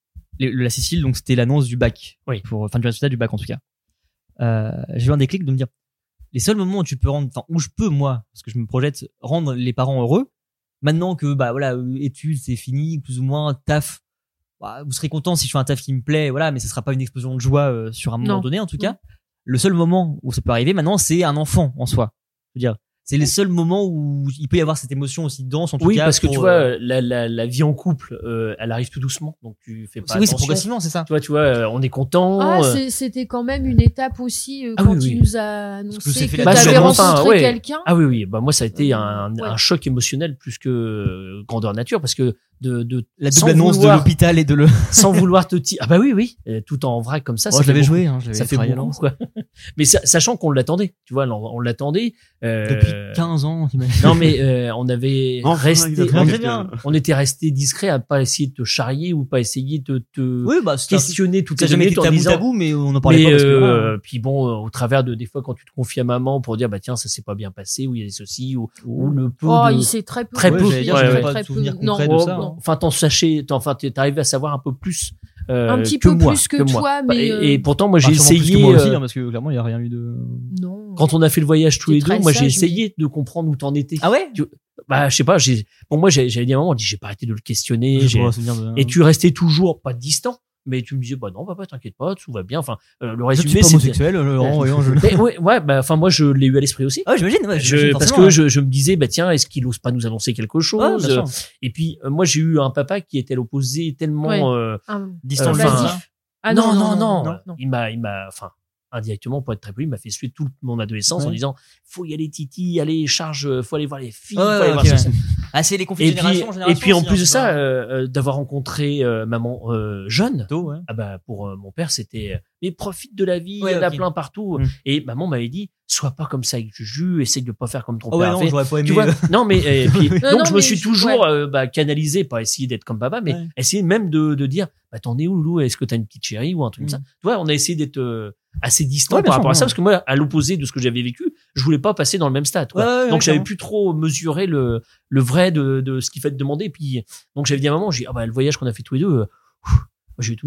la Sicile, donc c'était l'annonce du bac, Oui. pour du résultat du bac en tout cas. J'ai eu un déclic de me dire les seuls moments où tu peux rendre, où je peux moi, parce que je me projette, rendre les parents heureux. Maintenant que bah voilà, études c'est fini, plus ou moins taf. Bah, vous serez content si je fais un taf qui me plaît, voilà, mais ce sera pas une explosion de joie sur un moment Non. donné en tout cas. Le seul moment où ça peut arriver maintenant, c'est un enfant en soi. Je veux dire, c'est les seuls moments où il peut y avoir cette émotion aussi dense en tout Oui, cas. parce que pour, tu vois, la vie en couple, elle arrive tout doucement, donc tu fais pas oui, c'est attention. progressivement, c'est ça. Tu vois, on est content. Ah, c'était quand même une étape aussi Ah quand oui, tu oui. nous as Parce que annoncé c'est fait que la tu avais différence, rencontré ouais. quelqu'un. Ah oui, bah moi ça a été un Ouais. choc émotionnel plus que grandeur nature parce que La sans double annonce vouloir- de l'hôpital et de le. sans vouloir te tirer. Ah bah oui, tout en vrac comme ça. Oh, ça je l'avais fait joué, beaucoup. hein, j'avais Ça fait travaillé à beaucoup, Lens. quoi. Mais sachant qu'on l'attendait, tu vois, on l'attendait. Depuis 15 ans, t'imagines. Non mais on avait Enfin, il resté, a très trouvé bien. quelqu'un. on était resté discret à pas essayer de te charrier ou pas essayer de te Oui, bah, c'est questionner toutes ça a les jamais été minutes en disant. tabou, mais on en parlait Mais pas parce que voilà. puis bon, au travers de des fois quand tu te confies à maman pour dire bah tiens ça s'est pas bien passé ou il y a des soucis ou le peu Oh, de il sait très peu. Très Ouais, peu. j'allais dire, Ouais, j'ai ouais. pas Très de souvenir peu. concret Non, de ça. non. enfin t'arrives à savoir un peu plus Un petit que peu moi, plus que moi. toi, mais, et pourtant moi j'ai Enfin, sûrement plus essayé que moi aussi, hein, parce que clairement il y a rien eu de. non. quand on a fait le voyage tous T'es les deux très moi j'ai sage, essayé de comprendre où t'en étais. Ah ouais. Bah je sais pas, pour moi j'avais dit à un moment, j'ai pas arrêté de le questionner, J'ai pas souvenir de. et tu restais toujours pas distant. Mais tu me disais, bah non, papa, t'inquiète pas, tout va bien. Enfin, le Je résumé, suis pas c'est. homosexuel, Laurent, voyons, je. Mais ouais, bah, enfin, moi, je l'ai eu à l'esprit aussi. Ah ouais, j'imagine, ouais, Parce que je me disais, bah tiens, est-ce qu'il ose pas nous annoncer quelque chose? Et puis, moi, j'ai eu un papa qui était à l'opposé tellement. Ouais. Distant Enfin, Invasif. Ah non, non. Il m'a, enfin, indirectement, pour être très poli, il m'a fait suer toute mon adolescence en Ouais. disant, faut y aller, Titi, allez, charge, faut aller voir les filles, Ouais, faut ouais, aller ok, voir ça. ouais. Ah, c'est les conflits Et de génération, puis en aussi, plus hein, de c'est ça, pas- d'avoir rencontré maman jeune, Tôt, ouais. ah bah pour mon père c'était mais profite de la vie, Ouais, il y en a ok. plein partout. Mm. Et maman m'avait dit sois pas comme ça avec Juju, essaye de pas faire comme ton Ah ouais, père a non, fait. j'aurais pas aimé. Tu vois, non mais et puis Non, donc non, je me mais suis je- toujours canalisé, pas essayer d'être comme papa, mais Ouais. essayer même de dire bah t'en es où Loulou, est-ce que t'as une petite chérie ou un truc comme ça. Tu vois, on a essayé d'être assez distant Ouais, bien par rapport à sûr, ça ouais. parce que moi à l'opposé de ce que j'avais vécu, je voulais pas passer dans le même stade quoi. Ouais, ouais, Donc j'avais clairement. plus trop mesuré le vrai de ce qu'il fallait te demander. Puis donc j'avais dit à maman, j'ai dit, ah bah le voyage qu'on a fait tous les deux, j'ai tout demandé.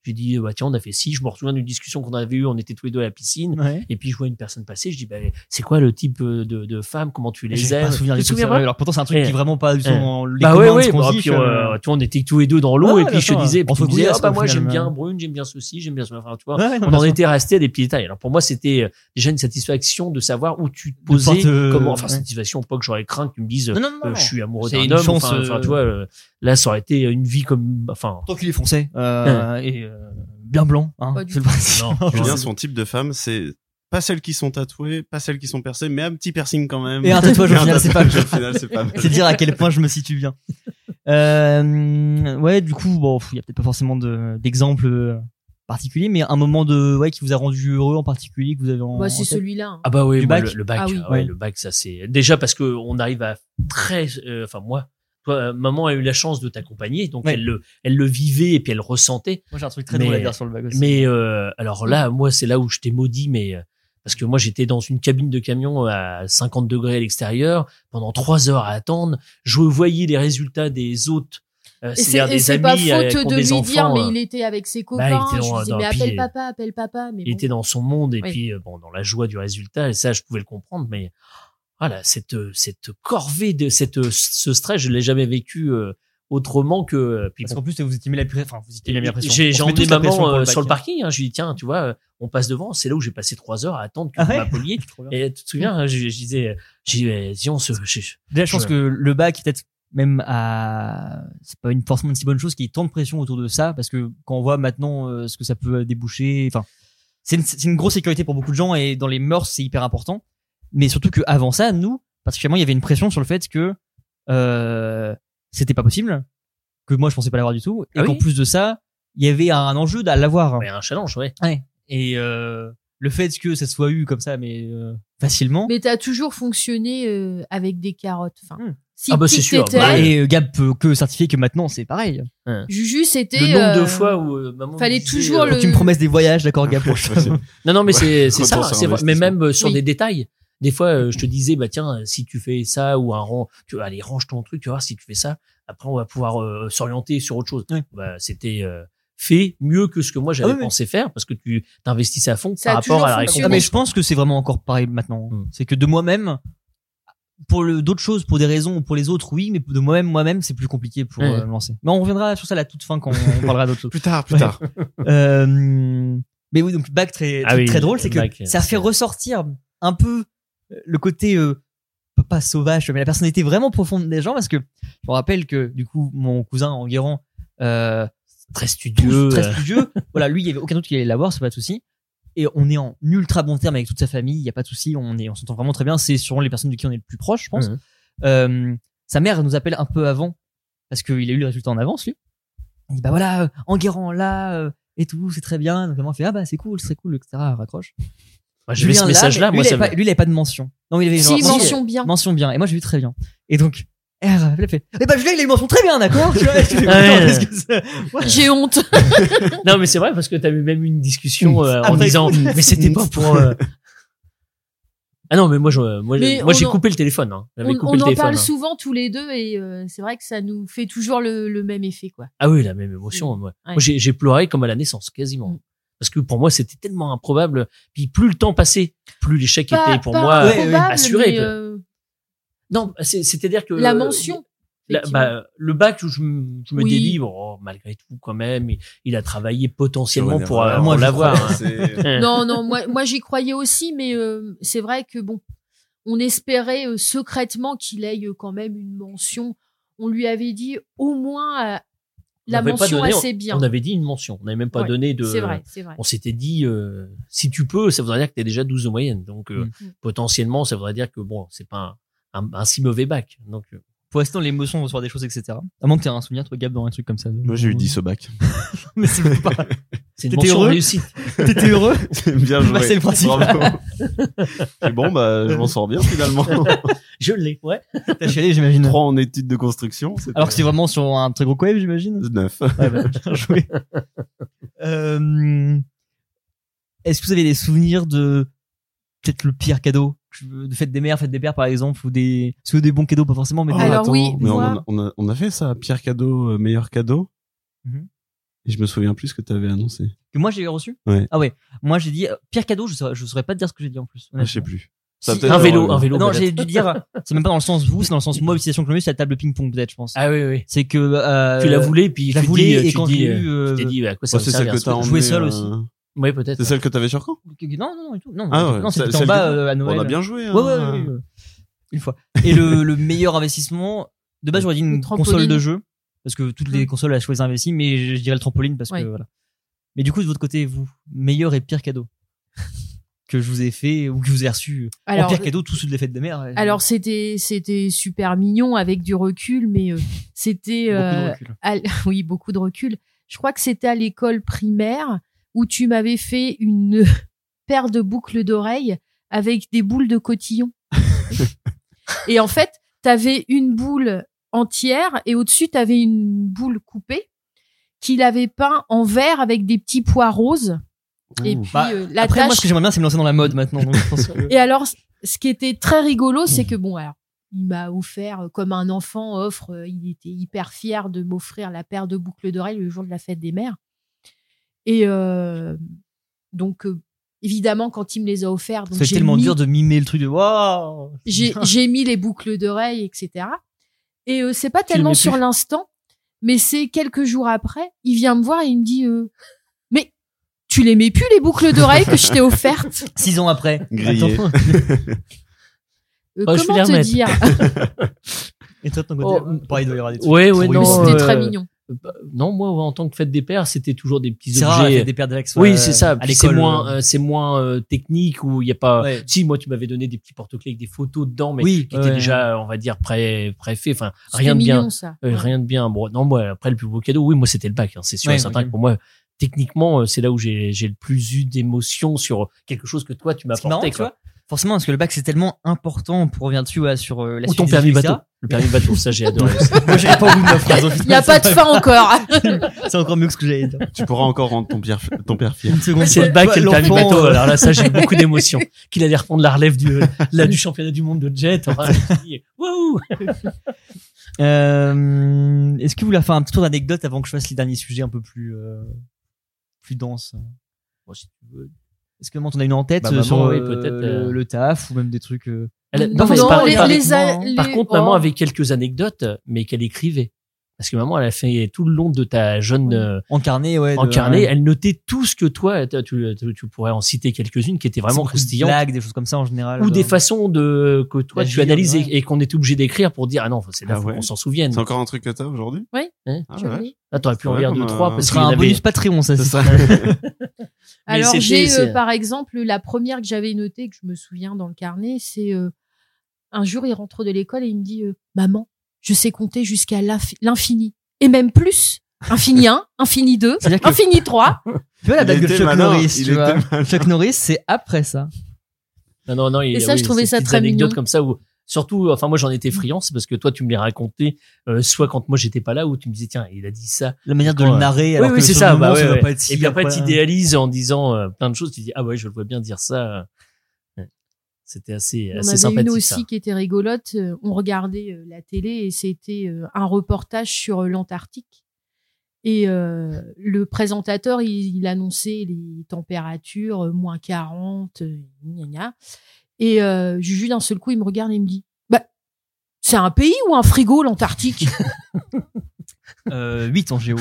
J'ai dit, bah, tiens, on a fait ci. Je me souviens d'une discussion qu'on avait eue. On était tous les deux à la piscine. Ouais. Et puis, je vois une personne passer. Je dis, bah, c'est quoi le type de femme? Comment tu les J'ai aimes? pas souvenir Tu du te tout souviens ça. pas? Alors pourtant c'est un truc Ouais. qui est vraiment pas du tout Ouais. dans les Bah ouais, communs de ce ouais. qu'on Bah, dit, puis, tu vois, on était tous les deux dans l'eau. Ouais, et puis, je te d'accord. disais, puis On tu se me disais, couillait, ah, bah, au moi, j'aime final, bien mais- brune, j'aime bien ceci, j'aime bien cela. Enfin, tu vois. Ouais, non, On bien en sûr. était resté à des petits détails. Alors, pour moi, c'était déjà une satisfaction de savoir où tu te De pouvoir posais, te- comment, enfin, ouais. satisfaction, pas que j'aurais craint que tu me dises, Non, non, non. je suis amoureux C'est d'un une homme. chance, Enfin, tu vois, là, ça aurait été une vie comme, enfin, Tant qu'il est foncé et bien blanc, hein. Pas du C'est le tout. principe. Non. Julien, son type de femme, c'est pas celles qui sont tatouées, pas celles qui sont percées, mais un petit piercing quand même. Et un tatouage, au final, c'est pas- Au final, c'est pas mal. C'est dire à quel point je me situe bien. Ouais, du coup, bon, il y a peut-être pas forcément d'exemples particuliers, mais un moment qui vous a rendu heureux en particulier que vous avez en Bah, c'est en tête. celui-là. hein. ah bah oui, Du moi, bac le bac, Ah oui. ouais, Ouais. le bac, ça c'est déjà parce que on arrive à très, enfin moi, toi, maman a eu la chance de t'accompagner, donc Ouais. elle le vivait et puis elle le ressentait. Moi, j'ai un truc très Mais- drôle à dire sur le bac aussi. Mais alors là, moi, c'est là où je t'ai maudit, mais parce que moi, j'étais dans une cabine de camion à 50 degrés à l'extérieur pendant 3 heures à attendre. Je voyais les résultats des autres, Et c'est-à-dire c'est, et des c'est amis pas qui ont faute de des lui enfants. dire, mais il était avec ses copains. il était je dans- lui disais, dans- mais puis, appelle papa. Mais il bon. était dans son monde et Oui. puis bon, dans la joie du résultat, et ça, je pouvais le comprendre, mais voilà, cette corvée de ce stress, je l'ai jamais vécu autrement que puis Parce bon, qu'en plus, vous étiez mis la pression. Vous étiez mis la pression. j'ai On se met emmené tous la pression maman pour le sur le bac. parking. Je lui dis tiens, tu vois, on passe devant. C'est là où j'ai passé 3 heures à attendre que Ah vous ouais m'appeliez. Trop bien. Et tu te souviens, hein, je disais, dis on se. Déjà, je pense Ouais. que le bac, peut-être même c'est pas forcément une si bonne chose qu'il y ait tant de pression autour de ça, parce que quand on voit maintenant ce que ça peut déboucher, enfin, c'est une grosse sécurité pour beaucoup de gens et dans les mœurs, c'est hyper important. Mais surtout que avant ça, nous, particulièrement, il y avait une pression sur le fait que c'était pas possible, que moi je pensais pas l'avoir du tout, et Ah qu'en oui plus de ça, il y avait un enjeu à l'avoir. Ouais, un challenge, ouais. Ouais. Et le fait que ça soit eu comme ça, mais facilement. Mais t'as toujours fonctionné avec des carottes. Enfin, si Ah bah, c'est tic sûr. t'étais, Bah, Et Gab peut que certifier que maintenant c'est pareil. Juju, c'était. Le nombre de fois où maman fallait me disait, toujours Faut que tu me promettes des voyages, d'accord Gab pour Non, non, mais c'est Retour ça, sur c'est vrai. Mais investissement. même sur Oui. des détails. Des fois, je te disais, bah tiens, si tu fais ça ou un rang, tu vas aller range ton truc, tu vas voir si tu fais ça. Après, on va pouvoir s'orienter sur autre chose. Oui. Bah, c'était fait mieux que ce que moi j'avais Ah oui, oui. pensé faire parce que tu t'investissais à fond Ça par a rapport toujours à la fonctionné. Ah, mais récompense. je pense que c'est vraiment encore pareil maintenant. Mm. C'est que de moi-même, pour d'autres choses, pour des raisons ou pour les autres, oui, mais de moi-même, c'est plus compliqué pour Ouais. me lancer. Mais on reviendra sur ça à la toute fin quand on parlera d'autres choses. Plus tard, plus Ouais. tard. Mais oui, donc bac très Ah oui, très drôle, c'est que bac, ça fait ressortir un peu le côté pas sauvage, mais la personnalité vraiment profonde des gens, parce que je me rappelle que du coup mon cousin Enguerrand Très studieux. très studieux. Voilà, lui, il y avait aucun doute qu'il allait l'avoir, c'est pas de souci. Et on est en ultra bon terme avec toute sa famille, il y a pas de souci, on s'entend vraiment très bien. C'est sûrement les personnes de qui on est le plus proche, je pense. Mhm. Sa mère elle nous appelle un peu avant parce qu'il a eu le résultat en avance, lui. Il dit bah voilà, Enguerrand là et tout, c'est très bien. Donc maman fait ah bah c'est cool, etc. Raccroche. Moi, j'ai vu ce Julien, message-là, mais moi, lui, ça il avait pas de mention. Non, il avait Si, genre, mention bien. mention bien. Et moi, j'ai vu très bien. Et donc, elle fait, eh ben, Julien, il a eu mention très bien, d'accord? Tu vois, je fais, Ah ouais. attends, qu'est-ce que c'est Ouais. J'ai honte. Non, mais c'est vrai parce que t'as eu même une discussion en Après, disant, mais c'était pas pour. Ah non, mais moi, Mais moi, j'ai on en- coupé le téléphone. Hein. J'avais coupé On le en téléphone. parle hein. souvent tous les deux et c'est vrai que ça nous fait toujours le même effet, quoi. Ah oui, la même émotion. Moi, Ouais. Moi, j'ai pleuré comme à la naissance, quasiment. Mm. Parce que pour moi, c'était tellement improbable. Puis plus le temps passait, plus l'échec était pour moi improbable, assuré. mais, Non, c'est-à-dire que la mention. bah, le bac, je me Oui. délivre. Oh, malgré tout, quand même, il a travaillé potentiellement Ouais, pour, voilà, pour moi, je l'avoir. crois. hein. C'est- Non, moi j'y croyais aussi, mais c'est vrai que bon, on espérait secrètement qu'il ait quand même une mention. On lui avait dit au moins On la n'avait pas mention donné, assez bien. On avait dit une mention. On n'avait même pas Ouais, donné de. C'est vrai, c'est vrai. On s'était dit, si tu peux, ça voudrait dire que t'es déjà 12 de moyenne. Donc, potentiellement, ça voudrait dire que bon, c'est pas un si mauvais bac. Donc, Pour rester dans l'émotion, on recevoir des choses, etc. À moins que tu aies un souvenir, toi, Gab, dans un truc comme ça. Moi, j'ai eu 10 au bac. Mais c'est pas, c'est une T'étais mention heureux réussite. t'étais heureux? Bien joué. Bah, c'est le principe. Bravo. Et bon, bah, je m'en sors bien, finalement. Je l'ai, ouais. T'as chialé, j'imagine. 3 en études de construction. c'était Alors que c'est vraiment sur un très gros wave, j'imagine. 9. Ouais, bah, bien joué. Est-ce que vous avez des souvenirs de peut-être le pire cadeau, de fête des mères, fête des pères par exemple, ou des bons cadeaux, pas forcément, mais Oh, des... Alors attends, oui, mais moi- on a fait ça. Pire cadeau, meilleur cadeau. Mhm. Et je me souviens plus ce que t'avais annoncé. Que moi j'ai reçu. Ouais. Ah ouais. Moi j'ai dit pire cadeau. Je saurais pas te dire ce que j'ai dit en plus. Ah, je sais plus. Ça Si, peut-être un vélo. Non, peut-être. j'ai dû dire. C'est même pas dans le sens vous, c'est dans le sens moi. Utilisation que je me c'est la table de ping-pong peut-être, je pense. Ah oui. C'est que Tu la voulais, puis je la tu te voulais dis, et tu quand te dis, j'ai eu, tu t'es dit, à quoi ça Ouais, va c'est celle servir que ce t'as truc? joué emmené. seul aussi. Oui, peut-être. C'est celle que t'avais sur quand? Non, du tout. Non, Ah ouais. non, c'était Celle en bas que- à Noël. On a bien joué. Hein. Ouais. Une fois. Et le meilleur investissement, de base, j'aurais dit une Trampoline. console de jeu. Parce que toutes les consoles, elles choisissent investi, mais je dirais le trampoline parce que Ouais. voilà. Mais du coup, de votre côté, vous, meilleur et pire cadeau que je vous ai fait ou que je vous ai reçu. En pire cadeau, tous ceux de les fêtes de mère. Alors c'était super mignon avec du recul, mais c'était beaucoup de recul. oui, beaucoup de recul. Je crois que c'était à l'école primaire où tu m'avais fait une paire de boucles d'oreilles avec des boules de cotillon. Et en fait, t'avais une boule entière et au-dessus t'avais une boule coupée qu'il avait peint en vert avec des petits pois roses. Et puis la Après, tâche. moi, ce que j'aimerais bien, c'est me lancer dans la mode maintenant. Donc, je pense que- Et alors, ce qui était très rigolo, c'est que bon, alors, il m'a offert, comme un enfant offre, il était hyper fier de m'offrir la paire de boucles d'oreilles le jour de la fête des mères. Et donc, évidemment, quand il me les a offerts, donc c'est tellement dur de mimer le truc de waouh. j'ai mis les boucles d'oreilles, etc. Et c'est pas tellement mets sur plus. l'instant, mais c'est quelques jours après, il vient me voir et il me dit mais tu les mets plus les boucles d'oreilles que je t'ai offertes. 6 ans après. Grillé. Attends. Oh, je vais Comment les te remettre. dire? Et toi, de ton côté, Oh, pareil, il doit y avoir des trucs. Ouais, pourris, non, mais C'était euh, très mignon. Non, moi, en tant que fête des pères, c'était toujours des petits c'est rare, objets. des paires d'Alex. Oui, c'est ça. À Puis c'est l'école. moins technique où il y a pas. Ouais. Si moi tu m'avais donné des petits porte-clés avec des photos dedans, mais Oui, qui étaient ouais. déjà, on va dire préfait. Enfin, C'était rien de bien. mignon, ça. Ouais. Rien de bien. Bon, non, moi après le plus beau cadeau, oui, moi c'était le bac. Hein, c'est sûr, Ouais, et certain ok. que pour moi, techniquement, c'est là où j'ai le plus eu d'émotion sur quelque chose que toi tu m'as C'est marrant, apporté. tu vois. Forcément, parce que le bac, c'est tellement important pour revenir dessus, ouais, sur la Ou suite ton des permis études, bateau. etc. Le permis bateau, ça j'ai adoré. Moi, j'avais pas voulu m'offrir. donc Il n'y a pas de fin encore. C'est encore mieux que ce que j'allais dire. Tu pourras encore rendre ton père fier. Une seconde. C'est le bac et le permis L'enfant, bateau. Alors là, ça, j'ai eu beaucoup d'émotions. Qu'il allait reprendre la relève du championnat du monde de jet. Enfin, je me suis dit, wouhou! Est-ce que vous voulez faire un petit tour d'anecdote avant que je fasse les derniers sujets un peu plus denses? Bon, si tu veux. Est-ce que t'en as une en tête Bah, maman, sur oui, peut-être, le taf ou même des trucs Non, mais c'est non, pas- les- par- les- Par les- contre, oh. maman avait quelques anecdotes, mais qu'elle écrivait. Parce que maman, elle a fait tout le long de ta jeune en carnet, ouais. en carnet, ouais. elle notait tout ce que toi, tu pourrais en citer quelques-unes qui étaient vraiment C'est beaucoup de croustillantes. blagues, des choses comme ça en général. Ou des façons que toi tu D'agir, analyses ouais. et qu'on était obligé d'écrire pour dire, ah non, c'est là, Ah faut ouais. qu'on s'en souvienne. C'est encore un truc que t'as aujourd'hui? Oui. Hein Ah Je ouais. l'ai. Là, t'aurais pu en Ouais, lire comme, 2-3 ce parce Ce qu'il y sera en un avait. bonus Patreon, ça. C'est ça. Alors c'était- j'ai par exemple la première que j'avais notée que je me souviens dans le carnet, c'est un jour il rentre de l'école et il me dit maman, je sais compter jusqu'à l'infini et même plus. Infini 1, infini 2, C'est-à-dire que- infini 3. Tu vois la Il blague de était Chuck malin, Norris, il tu vois. était malin. Chuck Norris, c'est après ça. Non, Et ça, je trouvais ces ça petites très anecdotes mignon. comme ça où, surtout, enfin, moi, j'en étais friand, c'est parce que toi, tu me les racontais, soit quand moi, j'étais pas là, où tu me disais, tiens, il a dit ça. La manière de Ouais. le narrer, Oui, alors oui, que c'est sur ça, le moment, bah, ouais, ça doit ouais. pas être si Et puis après, après, t'idéalises en disant plein de choses, tu dis, ah ouais, je le vois bien dire ça. Ouais. C'était assez On avait sympathique, une ça. aussi qui était rigolote. On regardait la télé et c'était un reportage sur l'Antarctique. Et le présentateur, il annonçait les températures, moins 40, gna gna. Et Juju, d'un seul coup, il me regarde et il me dit, bah, c'est un pays ou un frigo, l'Antarctique? 8 en géo.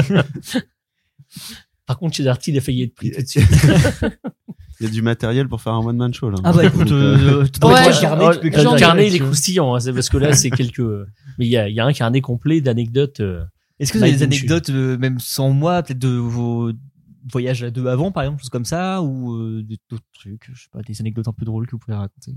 Par contre, chez Darty, il a failli être pris tout de suite. Il y a du matériel pour faire un one-man show, là. Ah bah écoute, tu Ouais, devrais le carnet, tu peux écrire j'en Le ai- carnet, il est croustillant, hein, c'est parce que là, c'est quelques, mais il y a un carnet complet d'anecdotes. Est-ce que vous avez des Mike Vinci. anecdotes, même sans moi, peut-être de vos voyages à deux avant, par exemple, choses comme ça, ou d'autres trucs, je sais pas, des anecdotes un peu drôles que vous pouvez raconter?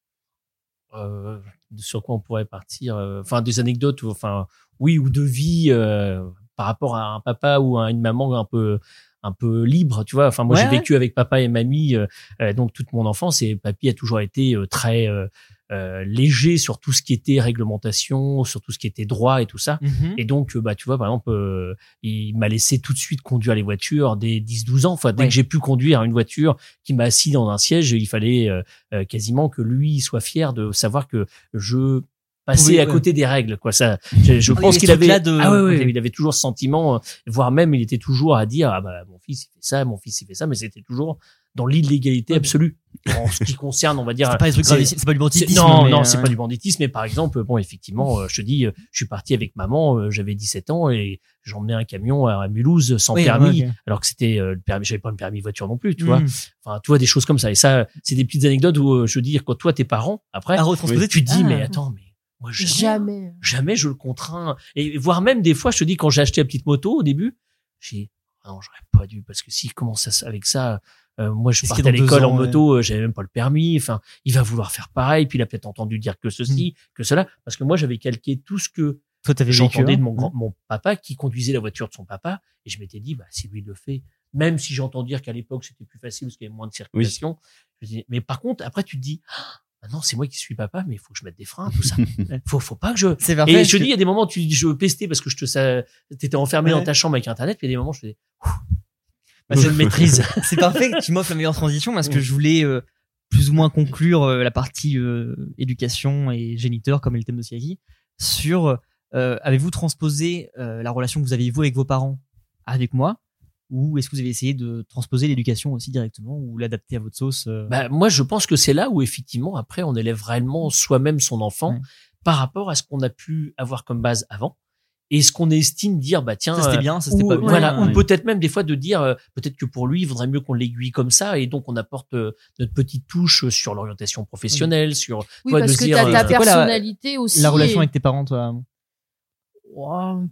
Sur quoi on pourrait partir, enfin des anecdotes, ou enfin oui, ou de vie par rapport à un papa ou à une maman un peu libre, tu vois. Enfin moi Ouais, j'ai ouais. vécu avec papa et mamie donc toute mon enfance, et papy a toujours été très léger sur tout ce qui était réglementation, sur tout ce qui était droit et tout ça. Et donc, bah, tu vois, par exemple, il m'a laissé tout de suite conduire les voitures dès 10-12 ans. Enfin, dès Ouais. que j'ai pu conduire une voiture qui m'a assis dans un siège, il fallait quasiment que lui soit fier de savoir que je passer à ouais. côté des règles, quoi. Ça, je pense qu'il avait, il avait toujours ce sentiment, voire même il était toujours à dire, ah bah, mon fils il fait ça, mais c'était toujours dans l'illégalité absolue. En ce qui concerne, on va dire. C'est pas des trucs gravissimes, c'est pas du banditisme. Non, c'est pas du banditisme, mais par exemple, bon, effectivement, je te dis, je suis parti avec maman, j'avais 17 ans et j'emmenais un camion à Mulhouse sans permis, alors que c'était le permis, j'avais pas le permis voiture non plus, tu vois. Enfin, tu vois, des choses comme ça. Et ça, c'est des petites anecdotes où je veux dire, quand toi, tes parents, après, tu te dis, mais attends, mais moi, jamais je le contrains. Et voire même des fois, je te dis, quand j'ai acheté la petite moto au début, j'ai dit, non, j'aurais pas dû, parce que s'il commence avec ça, moi, je partais à l'école en moto, j'avais même pas le permis. Enfin, il va vouloir faire pareil. Puis il a peut-être entendu dire que ceci, que cela, parce que moi, j'avais calqué tout ce que j'entendais de mon papa qui conduisait la voiture de son papa, et je m'étais dit, bah, si lui il le fait, même si j'entends dire qu'à l'époque c'était plus facile parce qu'il y avait moins de circulation. Je dis, mais par contre, après tu te dis, non, c'est moi qui suis papa, mais il faut que je mette des freins, tout ça. faut pas que je. C'est vrai. Et je dis, il y a des moments, je pestais parce que t'étais enfermé dans ta chambre avec Internet, puis il y a des moments, je faisais, je le maîtrise. C'est parfait que tu m'offres la meilleure transition parce que je voulais plus ou moins conclure la partie éducation et géniteur, comme est le thème de Siaki, sur avez-vous transposé la relation que vous aviez vous avec vos parents avec moi, ou est-ce que vous avez essayé de transposer l'éducation aussi directement ou l'adapter à votre sauce Bah, moi, je pense que c'est là où effectivement, après, on élève réellement soi-même son enfant par rapport à ce qu'on a pu avoir comme base avant. Et ce qu'on estime dire, bah tiens, ça c'était bien, ça c'était pas bien. Voilà, ou peut-être même des fois de dire, peut-être que pour lui, il vaudrait mieux qu'on l'aiguille comme ça, et donc on apporte notre petite touche sur l'orientation professionnelle, sur. Oui, parce que t'as ta personnalité aussi. La relation avec tes parents, toi. Wow.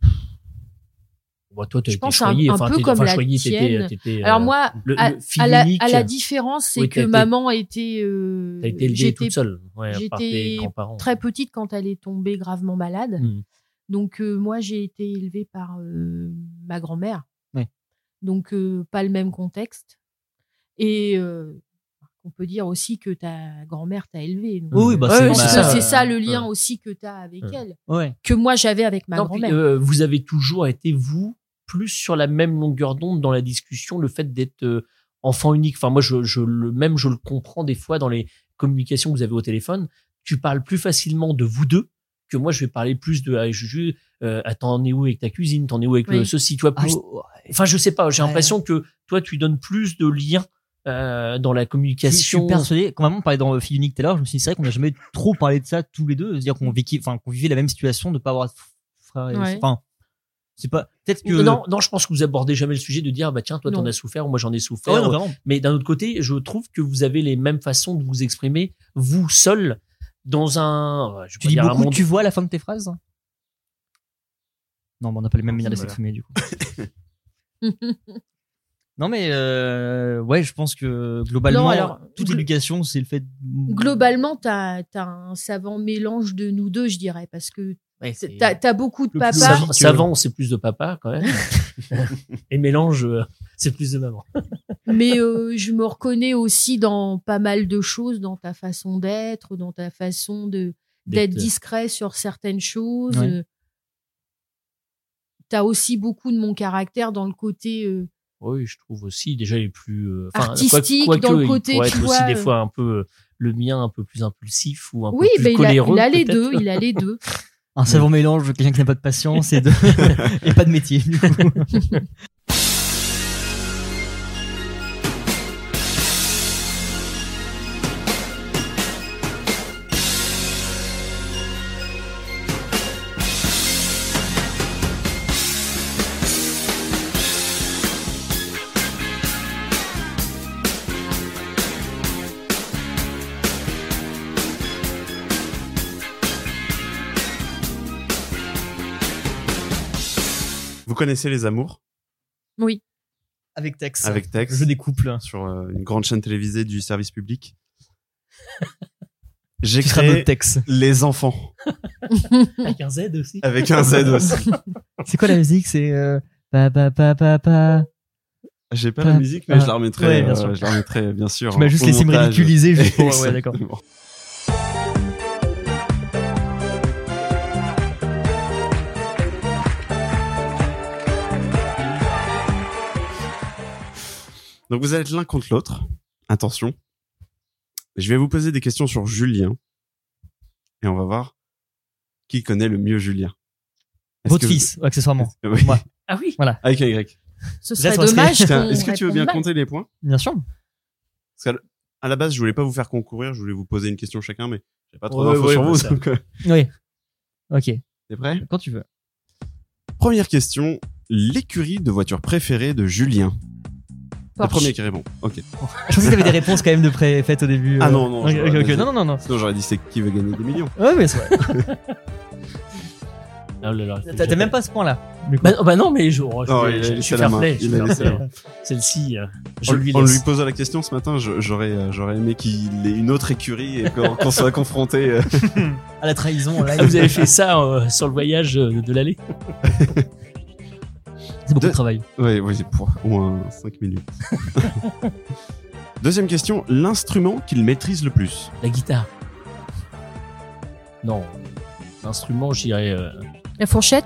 Bah, toi, je pense un peu comme la tienne. Alors moi, à la différence, c'est que maman était. T'as été élevée toute seule. J'étais très petite quand elle est tombée gravement malade. Donc moi j'ai été élevée par ma grand-mère, donc pas le même contexte, et on peut dire aussi que ta grand-mère t'a élevée. Oui, bah c'est ça le lien aussi que t'as avec elle, que moi j'avais avec ma grand-mère. Puis, vous avez toujours été vous plus sur la même longueur d'onde dans la discussion, le fait d'être enfant unique. Enfin moi je le comprends des fois dans les communications que vous avez au téléphone. Tu parles plus facilement de vous deux que moi je vais parler plus de Juju, t'en es où avec ta cuisine, t'en es où avec ceci, tu vois, plus. Enfin je sais pas, j'ai l'impression que toi tu donnes plus de liens dans la communication. Je suis persuadé, quand maman parlait dans Fille unique tout à l'heure, je me suis dit c'est vrai qu'on n'a jamais trop parlé de ça tous les deux, c'est-à-dire qu'on vivait la même situation de pas avoir de frères et enfin c'est pas peut-être que non, je pense que vous abordez jamais le sujet de dire bah tiens toi t'en as souffert ou moi j'en ai souffert. Mais d'un autre côté, je trouve que vous avez les mêmes façons de vous exprimer vous seul dans un tu dis beaucoup tu vois à la fin de tes phrases. Non, on n'a pas les mêmes manières de s'exprimer du coup. Non mais je pense que globalement toute l'éducation c'est le fait globalement t'as un savant mélange de nous deux, je dirais, parce que t'as beaucoup de papa. Savant, c'est plus de papa quand même. Et mélange, c'est plus de maman. Mais je me reconnais aussi dans pas mal de choses, dans ta façon d'être, dans ta façon d'être discret sur certaines choses. T'as aussi beaucoup de mon caractère dans le côté. Oui, je trouve aussi déjà les plus artistique dans le côté. Il pourrait être aussi des fois un peu le mien, un peu plus impulsif ou un peu plus coléreux. Il a les deux. Un savant mélange de quelqu'un qui n'a pas de patience et pas de métier, du coup. Vous connaissez Les Amours? Oui. Avec Tex. Le jeu des couples. Sur une grande chaîne télévisée du service public. J'ai créé Les Enfants. Avec un Z aussi. Avec un Z aussi. C'est quoi la musique? C'est pa. J'ai pas la musique, mais je la remettrai. Je la remettrai bien sûr. Tu m'as juste laissé me ridiculiser juste pour. Ouais, d'accord. Donc vous allez être l'un contre l'autre. Attention. Je vais vous poser des questions sur Julien. Et on va voir Qui connaît le mieux Julien? Est-ce Votre que- fils, accessoirement. Oui. Moi, Ah oui. voilà. Avec un Y. Ce serait ça serait- dommage. Tiens, qu'on est-ce que tu veux bien réponde mal. compter les points? Bien sûr. Parce qu'à la base, je voulais pas vous faire concourir, je voulais vous poser une question chacun, mais j'ai pas trop Ouais, d'infos ouais, sur bah vous. ça. Donc, Oui. Ok. t'es prêt? Quand tu veux. Première question. L'écurie de voiture préférée de Julien. Le Porsche. premier qui répond. Ok. Je pensais que t'avais des réponses quand même de faites au début. Ah non, non. Ok, j'aurais ok, dit- non, non, non. Sinon, j'aurais dit c'est qui veut gagner des millions. Ouais, mais c'est vrai. Ah là là, T'as même pas ce point-là. Bah non, mais je Non, il a suis laissé la fair main. play. Il a laissé la main. Celle-ci, je En lui en laisse. lui posant la question ce matin, j'aurais aimé qu'il ait une autre écurie et qu'on soit confronté. À la trahison, là. Ah, vous avez fait ça sur le voyage de l'aller? C'est beaucoup De- de travail. Ouais, ouais, pour au moins 5 minutes. Deuxième question, l'instrument qu'il maîtrise le plus. La guitare. Non. L'instrument, je dirais La fourchette.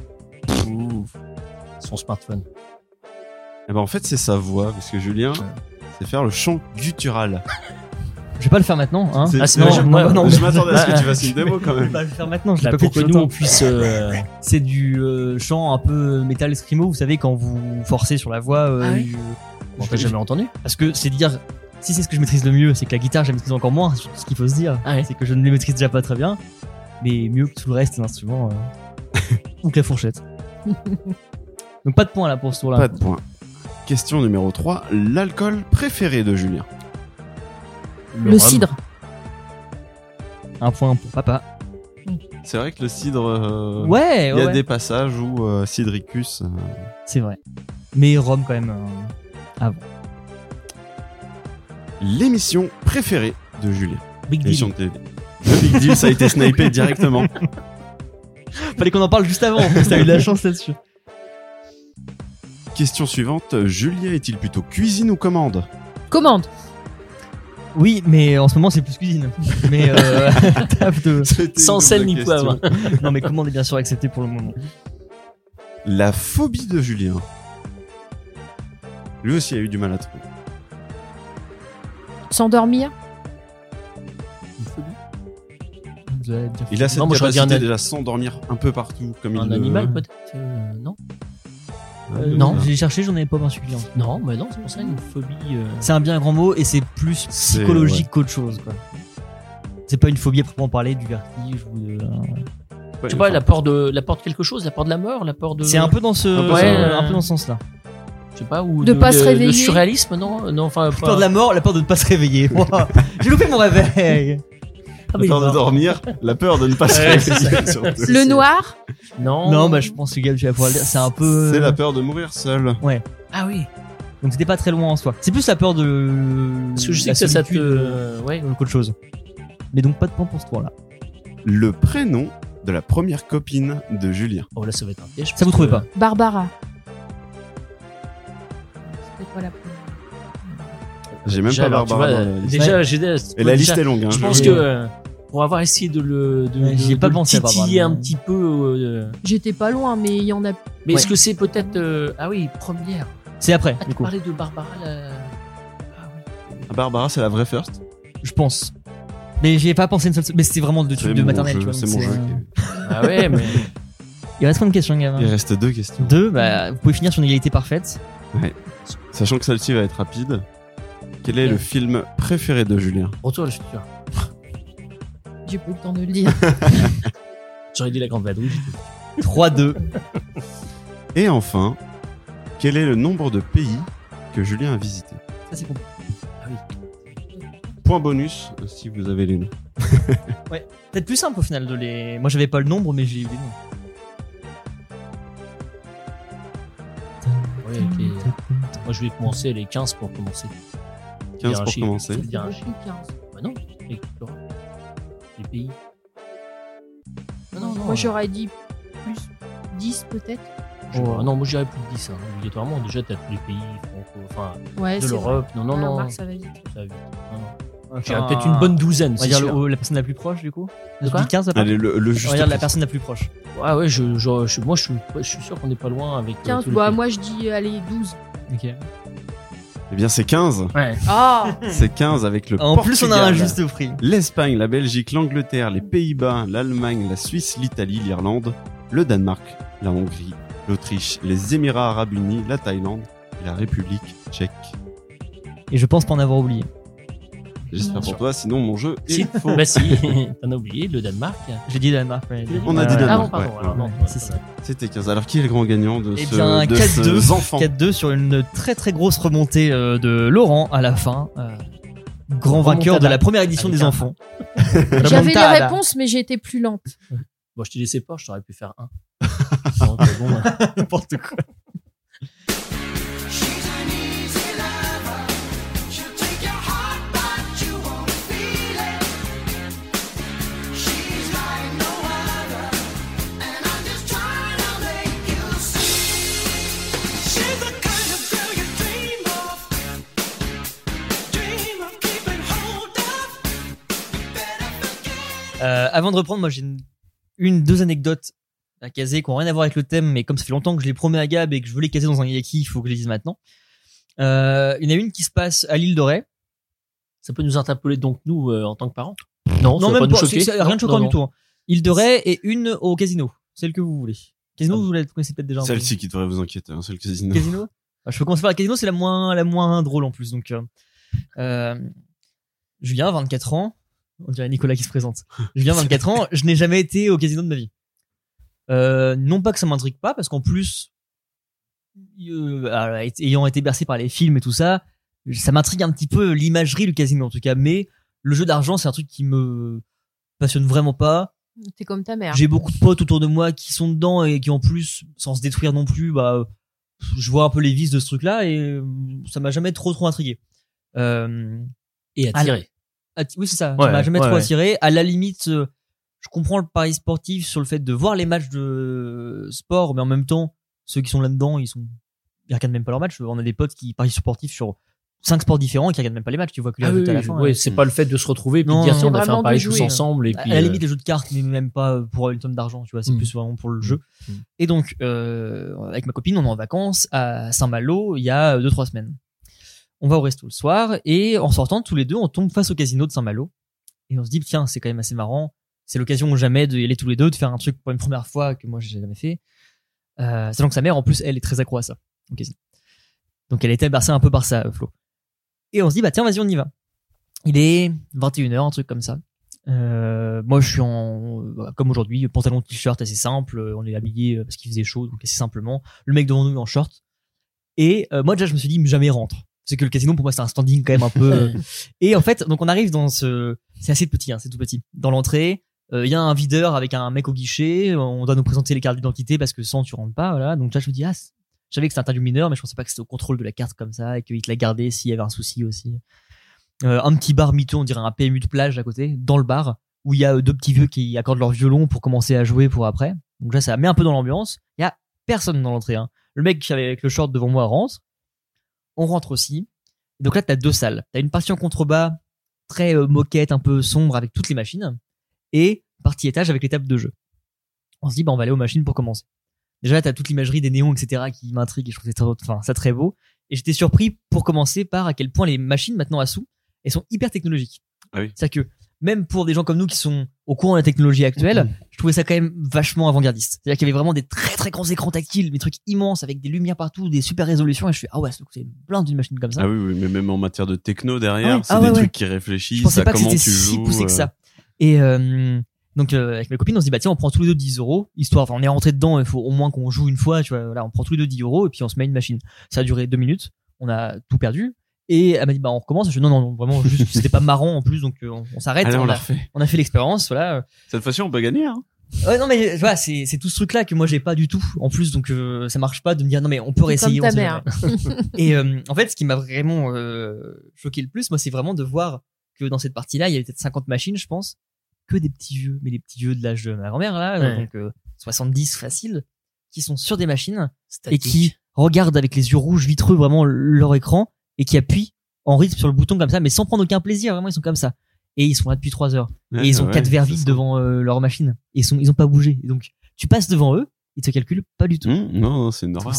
son smartphone. Eh ben, en fait, c'est sa voix, parce que Julien, c'est faire le chant guttural. Je vais pas le faire maintenant, hein. C'est- Ah, c'est Non, moi, non, non, je mais- m'attendais à ce que tu fasses une démo quand Je vais même. pas le faire maintenant, je l'ai Là, pas fait pour que depuis nous on longtemps. puisse. C'est du chant un peu métal escrimo, vous savez, quand vous forcez sur la voix. Ah oui. je- T'as jamais entendu? Parce que c'est dire, si c'est ce que je maîtrise le mieux, c'est que la guitare, je la maîtrise encore moins, c'est surtout ce qu'il faut se dire. Ah ouais. C'est que je ne les maîtrise déjà pas très bien, mais mieux que tout le reste, l'instrument. Donc la fourchette. Donc pas de point là pour ce tour-là. Pas de point. Question numéro 3, l'alcool préféré de Julien. Le rhum. cidre. Un point pour papa. C'est vrai que le cidre, Ouais, il y a ouais. des passages où Cidricus. C'est vrai. Mais Rome quand même. L'émission préférée de Julien. Big deal. L'émission de télé. Le Big Deal, ça a été snipé directement. Fallait qu'on en parle juste avant. En plus, t'as eu de la chance là-dessus. Question suivante, Julien est-il plutôt cuisine ou commande? Commande. Oui, mais en ce moment c'est plus cuisine. Mais taf de. C'était Sans une sel double hein. ni question. poivre. Non, mais comment on est bien sûr accepté pour le moment. La phobie de Julien. Lui aussi a eu du mal à trouver. S'endormir. Vous allez dire- Il a cette Non, moi, j'aurais dit capacité un- déjà à s'endormir un peu partout comme Un il animal le... peut-être? Non. Non, Ah. j'ai cherché, j'en avais pas particulièrement. Non, mais non, c'est pour ça une phobie. C'est un bien grand mot et c'est plus C'est- psychologique qu'autre chose, quoi. C'est pas une phobie à proprement parler du vertige ou de. Je sais pas, la peur de quelque chose, la peur de la mort, la peur de. C'est un peu dans ce, Un peu ouais, ça, un peu dans ce sens-là. Je sais pas, ou De pas se réveiller. Le surréalisme, non, non, enfin. La peur de la mort, la peur de ne pas se réveiller. Ouah, j'ai loupé mon réveil. Ah, La peur de dormir, la peur de ne pas se Ouais, réveiller. surtout. Le noir. Non. Non, bah je pense que Gab, tu vas pouvoir le dire. C'est un peu. C'est la peur de mourir seul. Ah oui. Donc c'était pas très loin en soi. C'est plus la peur de. Parce que je sais la que ça solitude, te. Ouais. qu'autre chose. Mais donc pas de point pour ce tour-là. Le prénom de la première copine de Julien. Oh là, ça va être un piège. Ça vous trouvez pas? Barbara. C'était quoi la première? J'ai même Déjà, pas alors, tu Barbara vois, dans la liste. déjà, j'ai. Et la liste est longue. Hein, Je pense veux dire. que pour avoir essayé de le, Ouais, j'y ai pas le pensé à titiller Barbara, un mais- petit peu. J'étais pas loin, mais il y en a. Mais est-ce Ouais. que c'est peut-être ah oui, première. C'est après, Ah, du tu coup. parlais de Barbara là. Ah oui. Barbara, c'est la vraie first. Je pense. Mais j'y ai pas pensé une seule. Mais c'était vraiment deux C'est trucs de mon maternelle, jeu, tu vois. c'est donc mon jeu. Ah ouais, mais Il reste combien de questions, gamin? Il reste 2 questions. Deux, bah, vous pouvez finir sur une égalité parfaite. Sachant que celle-ci va être rapide. Quel est le film préféré de Julien? retour à le futur. J'ai pas eu le temps de le dire. J'aurais dit la grande vadrouille. 3-2. Et enfin, quel est le nombre de pays que Julien a visité? Ça, c'est compliqué. Point bonus si vous avez les noms. Peut-être plus simple au final de les. Moi, j'avais pas le nombre, mais j'ai eu les noms. Ouais, avec les- Moi, je vais commencer les 15 pour commencer. 15 Dire un pour chiffre. commencer. Je vais dire un Beaucoup, chiffre. 15. Bah non, les pays. Non, non, non. Moi, j'aurais dit plus 10 peut-être. Non, moi, j'irais plus de 10. Hein. Obligatoirement, déjà, t'as tous les pays franco, enfin, Ouais, de c'est l'Europe. Non, non, vrai. Ouais, non. remarque, ça va vite. Ça va vite. Non, non. Enfin, J'irais peut-être une bonne douzaine, On va c'est dire sûr. la personne la plus proche, du coup. De quoi 15 après. Allez, le On juste. va dire la prix. personne la plus proche. Ouais, ouais, moi, je suis sûr qu'on n'est pas loin avec 15, tous les bah, pays. moi je dis, allez, 12. Ok. Eh bien, c'est 15. Ouais. Ah, C'est 15 avec le En Portugal, plus, on a un juste prix. l'Espagne, la Belgique, l'Angleterre, les Pays-Bas, l'Allemagne, la Suisse, l'Italie, l'Irlande, le Danemark, la Hongrie, l'Autriche, les Émirats Arabes Unis, la Thaïlande et la République Tchèque. Et je pense pas en avoir oublié. J'espère Bien pour toi, sinon mon jeu est Si, faux. bah si, t'en as oublié, le Danemark. J'ai dit Danemark. Ouais. On a dit Ah Danemark, bon, pardon, ouais, alors ouais. non, Si, si. C'était 15. Alors, qui est le grand gagnant de, Eh ce, bien, de 4-2. ces enfants 4-2 sur une très très grosse remontée de Laurent à la fin. Grand vainqueur de la première édition Avec des un- enfants. j'avais les Remontada. réponses, mais j'ai été plus lente. Bon, je t'ai laissé pas, je t'aurais pu faire un. Donc, bon, N'importe quoi. She's an easy lover. She'll take your heart, but you won't feel it. She's like no other, and I'm just trying to make you see. She's the kind of girl you dream of keeping hold of. Better forget. Avant de reprendre, moi j'ai deux anecdotes à caser qui n'ont rien à voir avec le thème, mais comme ça fait longtemps que je les promets à Gab et que je veux les caser dans un yaki, il faut que je les dise maintenant. Il y en a une qui se passe à l'île de Ré. ça peut nous interpeller donc nous en tant que parents. Non, ça va même pas nous pas, choquer. c'est rien de choquant Non, du tout. Hein. Île de Ré et une au casino, celle que vous voulez. Casino, vous la connaissez peut-être déjà un peu. Celle-ci qui devrait vous inquiéter, hein, celle casino. Casino. Je peux commencer par le casino, c'est la moins drôle en plus. Donc, Julien, 24 ans. On dirait Nicolas qui se présente. Julien, 24 ans. Je n'ai jamais été au casino de ma vie. Non pas que ça m'intrigue pas, parce qu'en plus, ayant été bercé par les films et tout ça, ça m'intrigue un petit peu l'imagerie du casino en tout cas. Mais le jeu d'argent, c'est un truc qui me passionne vraiment pas. T'es comme ta mère. J'ai beaucoup de potes autour de moi qui sont dedans et qui en plus, sans se détruire non plus, je vois un peu les vices de ce truc-là et ça m'a jamais trop intrigué. Et attiré. Oui, c'est ça. Ouais, Ça m'a jamais ouais, trop ouais. attiré. À la limite, je comprends le pari sportif sur le fait de voir les matchs de sport, mais en même temps, ceux qui sont là-dedans, ils regardent même pas leurs matchs. On a des potes qui parient sportifs sur 5 sports différents et qui regardent même pas les matchs. Tu vois que les Ah oui, résultats à la fin. ouais, c'est pas le fait de se retrouver et puis Non, de dire non, tiens, on c'est a fait vraiment un pari de tous jouer, ensemble et À puis la limite, les jeux de cartes, mais même pas pour une somme d'argent, tu vois. C'est plus vraiment pour le jeu. Et donc, avec ma copine, on est en vacances à Saint-Malo il y a 2-3 semaines. On va au resto le soir et en sortant tous les deux, on tombe face au casino de Saint-Malo et on se dit tiens, c'est quand même assez marrant. C'est l'occasion ou jamais d'y aller tous les deux, de faire un truc pour une première fois que moi j'ai jamais fait. Sachant que sa mère, en plus, elle est très accro à ça au casino. Donc elle était bercée un peu par ça, Flo. Et on se dit tiens, vas-y, on y va. Il est 21h, un truc comme ça. Moi je suis comme aujourd'hui, pantalon t-shirt assez simple, on est habillé parce qu'il faisait chaud, donc assez simplement. Le mec devant nous est en short. Et moi déjà je me suis dit jamais rentre. C'est que le casino pour moi c'est un standing quand même un peu. Et en fait donc on arrive dans c'est assez petit, hein, c'est tout petit. Dans l'entrée, il y a un videur avec un mec au guichet. On doit nous présenter les cartes d'identité parce que sans tu rentres pas. Voilà. Donc là je me dis je savais que c'était interdit mineur, mais je pensais pas que c'était au contrôle de la carte comme ça et qu'il te la gardait s'il y avait un souci aussi. Un petit bar miteux, on dirait un PMU de plage à côté, dans le bar, où il y a deux petits vieux qui accordent leur violon pour commencer à jouer pour après. Donc là, ça met un peu dans l'ambiance. Il y a personne dans l'entrée, hein. Le mec avec le short devant moi rentre. On rentre aussi. Et donc là, t'as deux salles. T'as une partie en contrebas, très moquette, un peu sombre avec toutes les machines. Et partie étage avec les tables de jeu. On se dit, on va aller aux machines pour commencer. Déjà, là, t'as toute l'imagerie des néons, etc., qui m'intrigue et je trouve ça très beau. Et j'étais surpris pour commencer par à quel point les machines maintenant à sous, elles sont hyper technologiques. Ah oui. C'est-à-dire que même pour des gens comme nous qui sont au courant de la technologie actuelle, je trouvais ça quand même vachement avant-gardiste. C'est-à-dire qu'il y avait vraiment des très très grands écrans tactiles, des trucs immenses avec des lumières partout, des super résolutions et je fais c'est une blinde d'une machine comme ça. Ah oui, mais même en matière de techno derrière, Ouais. c'est Ah des ouais, trucs qui Je réfléchissent pensais à pas que comment c'était tu si joues. poussé que ça. Et donc avec mes copines on se dit tiens on prend tous les deux 10 €, histoire on est rentré dedans, il faut au moins qu'on joue une fois, tu vois, voilà, on prend tous les deux 10 € et puis on se met une machine. Ça a duré 2 minutes, on a tout perdu. Et elle m'a dit on recommence. Je dis non vraiment juste c'était pas marrant en plus donc on s'arrête. Allez, on a fait l'expérience, voilà. Cette fois-ci, on peut gagner, hein. Ouais non mais voilà c'est tout ce truc là que moi j'ai pas du tout en plus donc ça marche pas de me dire non mais on peut réessayer. Comme ta on sait mère. jamais. Et en fait ce qui m'a vraiment choqué le plus moi c'est vraiment de voir que dans cette partie là il y avait peut-être 50 machines je pense, que des petits vieux, mais des petits vieux de l'âge de ma grand-mère là, Ouais. donc 70 facile, qui sont sur des machines Statique. et qui regardent avec les yeux rouges vitreux vraiment leur écran et qui appuient en rythme sur le bouton comme ça mais sans prendre aucun plaisir, vraiment ils sont comme ça et ils sont là depuis 3 heures et ils ont 4 verres vides devant leur machine et ils ont pas bougé et donc tu passes devant eux, ils te calculent pas du tout. Non, c'est une Je trouve horreur. ça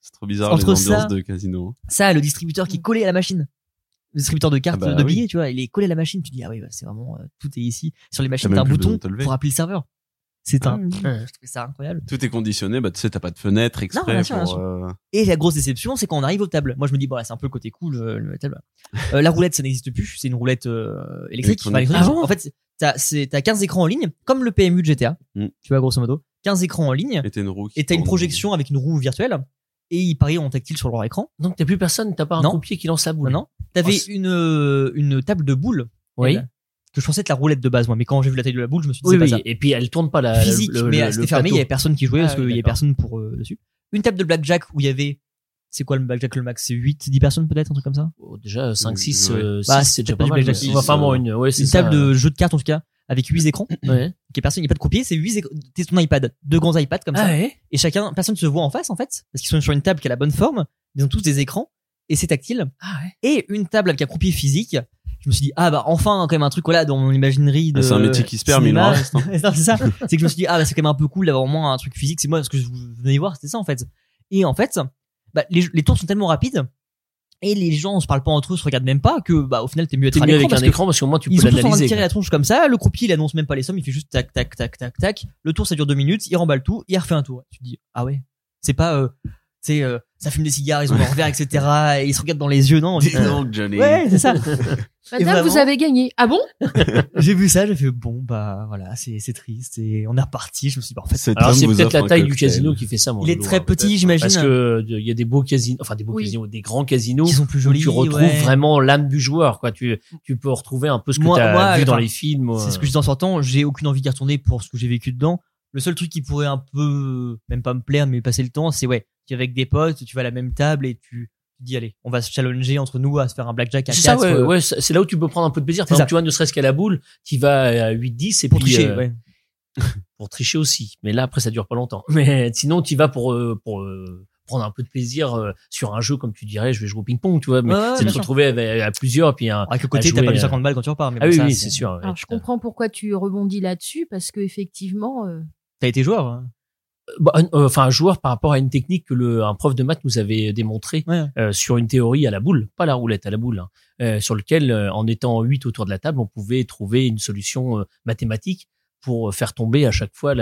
C'est trop bizarre Entre les ambiances ça- de casino. Ça, le distributeur qui est collé à la machine. Le distributeur de cartes, Ah bah de oui. billets, tu vois, il est collé à la machine. Tu dis, ah oui, bah, c'est vraiment, tout est ici. Sur les machines, T'as t'as un même plus bouton besoin de te lever. pour appeler le serveur. C'est un, Ouais. je trouve ça incroyable. Tout est conditionné, bah tu sais, t'as pas de fenêtre exprès bien sûr, bien pour. sûr. Et la grosse déception, c'est quand on arrive aux tables. Moi, je me dis, bon, là, c'est un peu le côté cool, le table. La roulette, ça n'existe plus. C'est une roulette, électrique. Enfin, Électronique. électronique. Ah bon En fait, t'as 15 écrans en ligne, comme le PMU de GTA. Mm. Tu vois, grosso modo. 15 écrans en ligne. Et t'as une roue qui Et t'as une tourne. projection avec une roue virtuelle. Et il parie en tactile sur leur écran. Donc t'as plus personne, t'as pas un Non. croupier qui lance la boule. Non. T'avais Oh, c'est- une table de boules. Oui. Elle, que je pensais être la roulette de base, moi. Mais quand j'ai vu la taille de la boule, je me suis dit, Oui, c'est pas oui. ça. Et puis elle tourne pas la Physique, mais c'était fermé, il y avait personne qui jouait Ah parce qu'il oui, y avait d'accord. personne pour dessus. Une table de blackjack où il y avait, c'est quoi le blackjack le max? C'est 8, 10 personnes peut-être, un truc comme ça? Déjà 5, 6, Ouais. Bah, c'est déjà c'est pas pas du mal. blackjack, mais- Enfin bon, ouais, c'est Une ça. table de jeu de cartes en tout cas, avec 8 écrans. Ouais. Qui est personne, il n'y a pas de croupier, c'est 8 écrans. T'es ton iPad, deux grands iPads comme ça. Ah ouais. Et personne se voit en face en fait, parce qu'ils sont sur une table qui a la bonne forme, ils ont tous des écrans, et c'est tactile. Ah ouais. Et une table avec un croupier physique. Je me suis dit, ah bah enfin, quand même un truc, voilà, dans mon imaginerie de. Ah, c'est un métier qui se perd, mais il en cinéma. reste, hein. Non, c'est ça. C'est que je me suis dit, ah bah c'est quand même un peu cool d'avoir au moins un truc physique. C'est moi, ce que je venais voir, c'était ça en fait. Et en fait, bah, les tours sont tellement rapides, et les gens se parlent pas entre eux, se regardent même pas, que bah au final t'es mieux T'es être à mieux l'écran avec parce un que écran parce qu'au moins tu ils peux sont tous en train de l'analyser. tirer la tronche comme ça. Le croupier, il annonce même pas les sommes, il fait juste tac, tac, tac, tac, tac. Le tour, ça dure 2 minutes, il remballe tout, il refait un tour. Tu te dis, ah ouais. C'est pas, tu sais, ça fume des cigares, ils ont leur verre, etc. Et ils se regardent dans les yeux, non? Dis donc, Johnny. Ouais, c'est ça. Madame, vraiment- vous avez gagné. Ah bon? J'ai vu ça, j'ai fait bon bah voilà, c'est triste et on est reparti. Je me suis dit bah en fait Cet Alors homme c'est vous peut-être offre la un taille du cocktail. casino qui fait ça. Mon il est Lolo, très hein, petit, peut-être. j'imagine, Parce que il y a des beaux casinos, enfin des beaux Oui. casinos, des grands casinos qui sont plus où jolis. tu retrouves ouais. vraiment l'âme du joueur. Quoi, tu peux retrouver un peu ce que Moi- tu as moi, vu dans enfin, les films. C'est ce que je dis en sortant. J'ai aucune envie d'y retourner pour ce que j'ai vécu dedans. Le seul truc qui pourrait un peu, même pas me plaire, mais passer le temps, c'est ouais, tu es avec des potes, tu vas à la même table et tu dis allez, on va se challenger entre nous à se faire un blackjack à C'est ça, 4 ouais, ouais, c'est là où tu peux prendre un peu de plaisir. C'est Par ça. exemple, tu vois, ne serait-ce qu'à la boule, tu vas à 8-10 et pour puis tricher. Ouais. pour tricher aussi. Mais là, après, ça dure pas longtemps. Mais sinon, tu vas pour prendre un peu de plaisir sur un jeu, comme tu dirais, je vais jouer au ping-pong, tu vois. Mais Ouais, ouais, c'est bien de se sûr. retrouver à plusieurs et puis Avec le côté, à t'as pas jouer, du 50 balles quand tu repars. Mais Ah bon, oui, ça, oui, c'est sûr. ouais. Alors, je comprends pourquoi tu rebondis là-dessus, parce que effectivement, T'as été joueur. Hein. Bah, enfin, un joueur par rapport à une technique que un prof de maths nous avait démontré Ouais. sur une théorie à la boule, pas la roulette, à la boule, hein, sur lequel, en étant 8 autour de la table, on pouvait trouver une solution mathématique pour faire tomber à chaque fois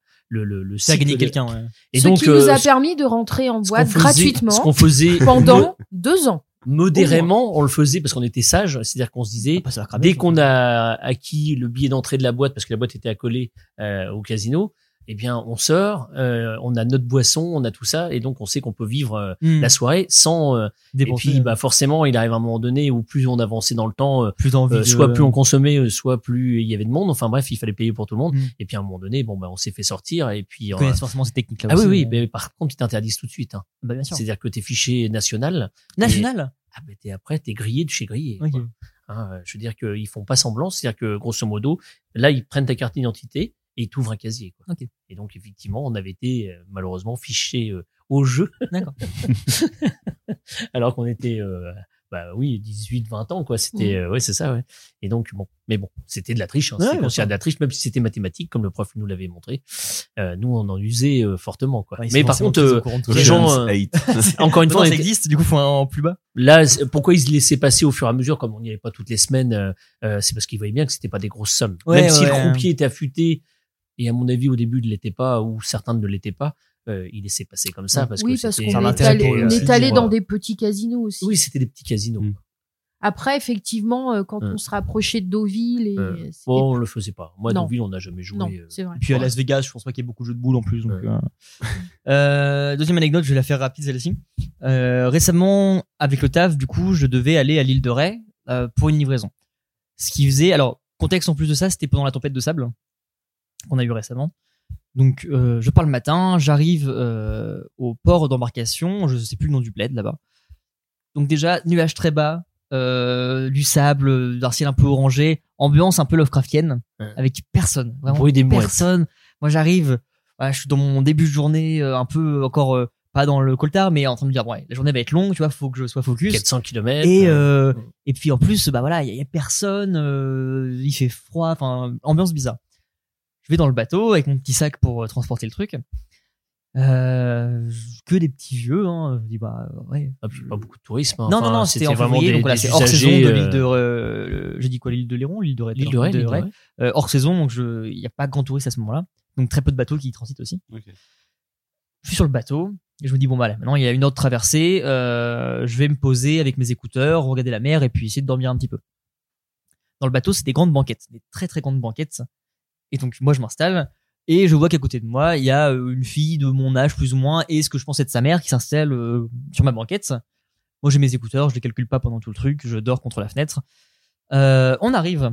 le Ça a cycle gagné de- quelqu'un. Ouais. Et ce donc, qui nous a ce permis de rentrer en qu'on boîte faisait- gratuitement ce qu'on faisait pendant 2 ans. modérément, on le faisait parce qu'on était sage, c'est-à-dire qu'on se disait, Ah, ça va cramer, dès ça. qu'on a acquis le billet d'entrée de la boîte, parce que la boîte était accolée au casino, eh bien, on sort, on a notre boisson, on a tout ça, et donc on sait qu'on peut vivre la soirée sans. Et Dépenser, puis, bah, forcément, il arrive un moment donné où plus on avançait dans le temps, plus d'envie. soit plus on consommait, soit plus il y avait de monde. Enfin bref, il fallait payer pour tout le monde. Mm. Et puis à un moment donné, bon, bah, on s'est fait sortir, et puis. Ils connaissent forcément ces techniques là. Ah oui, aussi, oui, mais- mais par contre, ils t'interdisent tout de suite. Hein. Bah bien sûr. C'est-à-dire que t'es fiché national. National. Ah ben t'es grillé de chez grillé. Ok. Quoi. Hein, je veux dire qu'ils font pas semblant, c'est-à-dire que grosso modo, là ils prennent ta carte d'identité et ils t'ouvrent un casier. Quoi. Ok. Et donc effectivement, on avait été malheureusement fichés au jeu, D'accord. alors qu'on était, bah oui, 18-20 ans quoi. C'était, ouais, c'est ça, ouais. Et donc bon, mais bon, c'était de la triche. Hein, Ouais, c'est bien considéré sûr. de la triche, même si c'était mathématique, comme le prof nous l'avait montré. Nous, on en usait fortement quoi. Ouais, ils mais sont par forcément contre, très au courant de tout les ça. gens, Hate. encore une fois, on ça était- existe. Du coup, faut un en plus bas. là, pourquoi ils se laissaient passer au fur et à mesure, comme on n'y allait pas toutes les semaines, c'est parce qu'ils voyaient bien que c'était pas des grosses sommes. Ouais, Même si ouais. le croupier était affûté, et à mon avis au début il l'était pas, ou certains ne l'étaient pas, il laissait passer comme ça parce Oui, que parce c'était un qu'on est intérêt allé, pour on eux. est allé Ouais. dans des petits casinos aussi. Oui, c'était des petits casinos. Mm. Après, effectivement, quand on se rapprochait de Deauville, c'était- Bon, on le faisait pas. Moi, Non. Deauville, on n'a jamais joué. non, c'est vrai. Et puis à Las Vegas, je pense pas qu'il y ait beaucoup de jeux de boules en plus. Donc, Ouais. deuxième anecdote, je vais la faire rapide celle-ci. Récemment, avec le taf, du coup, je devais aller à l'île de Ré pour une livraison. Ce qui faisait, alors contexte en plus de ça, c'était pendant la tempête de sable qu'on a eu récemment. Donc, je pars le matin, j'arrive au port d'embarcation, je sais plus le nom du bled là-bas. Donc déjà, nuage très bas, du sable, d'un ciel un peu orangé, ambiance un peu Lovecraftienne, Ouais. avec personne, vraiment Bruit des mouettes. personne. Moi, j'arrive, voilà, je suis dans mon début de journée, un peu encore pas dans le coltard, mais en train de me dire, ouais, la journée va être longue, tu vois, faut que je sois focus. 400 km. Et puis en plus, bah voilà, il y a personne, il fait froid, enfin ambiance bizarre. Je vais dans le bateau avec mon petit sac pour transporter le truc. Que des petits vieux, hein. Je dis, bah, ouais. Ah, puis pas beaucoup de tourisme. hein. Non, Enfin, non, c'était en vraiment février, donc là, des c'est hors saison usagers, de l'île de, j'ai dit quoi, l'île de Léron, l'île de Ré, l'île de Ré, l'île de Ré. hors saison, donc il y a pas grand touriste à ce moment-là. Donc très peu de bateaux qui y transitent aussi. Ok. Je suis sur le bateau, et je me dis, bon, bah, là, maintenant, il y a 1 heure de traversée, je vais me poser avec mes écouteurs, regarder la mer, et puis essayer de dormir un petit peu. Dans le bateau, c'est des grandes banquettes, des très très grandes banquettes. Et donc, moi, je m'installe, et je vois qu'à côté de moi, il y a une fille de mon âge, plus ou moins, et ce que je pense être sa mère, qui s'installe sur ma banquette. Moi, j'ai mes écouteurs, je les calcule pas pendant tout le truc, je dors contre la fenêtre. On arrive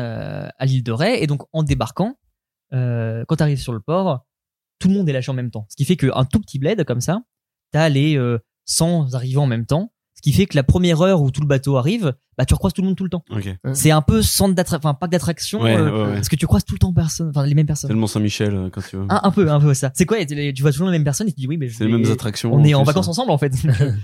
à l'île de Ré, et donc en débarquant, quand tu arrives sur le port, tout le monde est lâché en même temps. Ce qui fait qu'un tout petit bled comme ça, t'as les 100 arrivants en même temps. Ce qui fait que la première heure où tout le bateau arrive, bah tu recroises tout le monde tout le temps. Ok. C'est un peu centre d'attraction, enfin parc d'attraction, Ouais, ouais. parce que tu croises tout le temps personne, enfin les mêmes personnes. C'est le Mont-Saint-Michel quand tu veux. Un peu ça. C'est quoi tu vois toujours les mêmes personnes et tu dis oui mais C'est les mêmes attractions. on est en plus, vacances hein. ensemble en fait.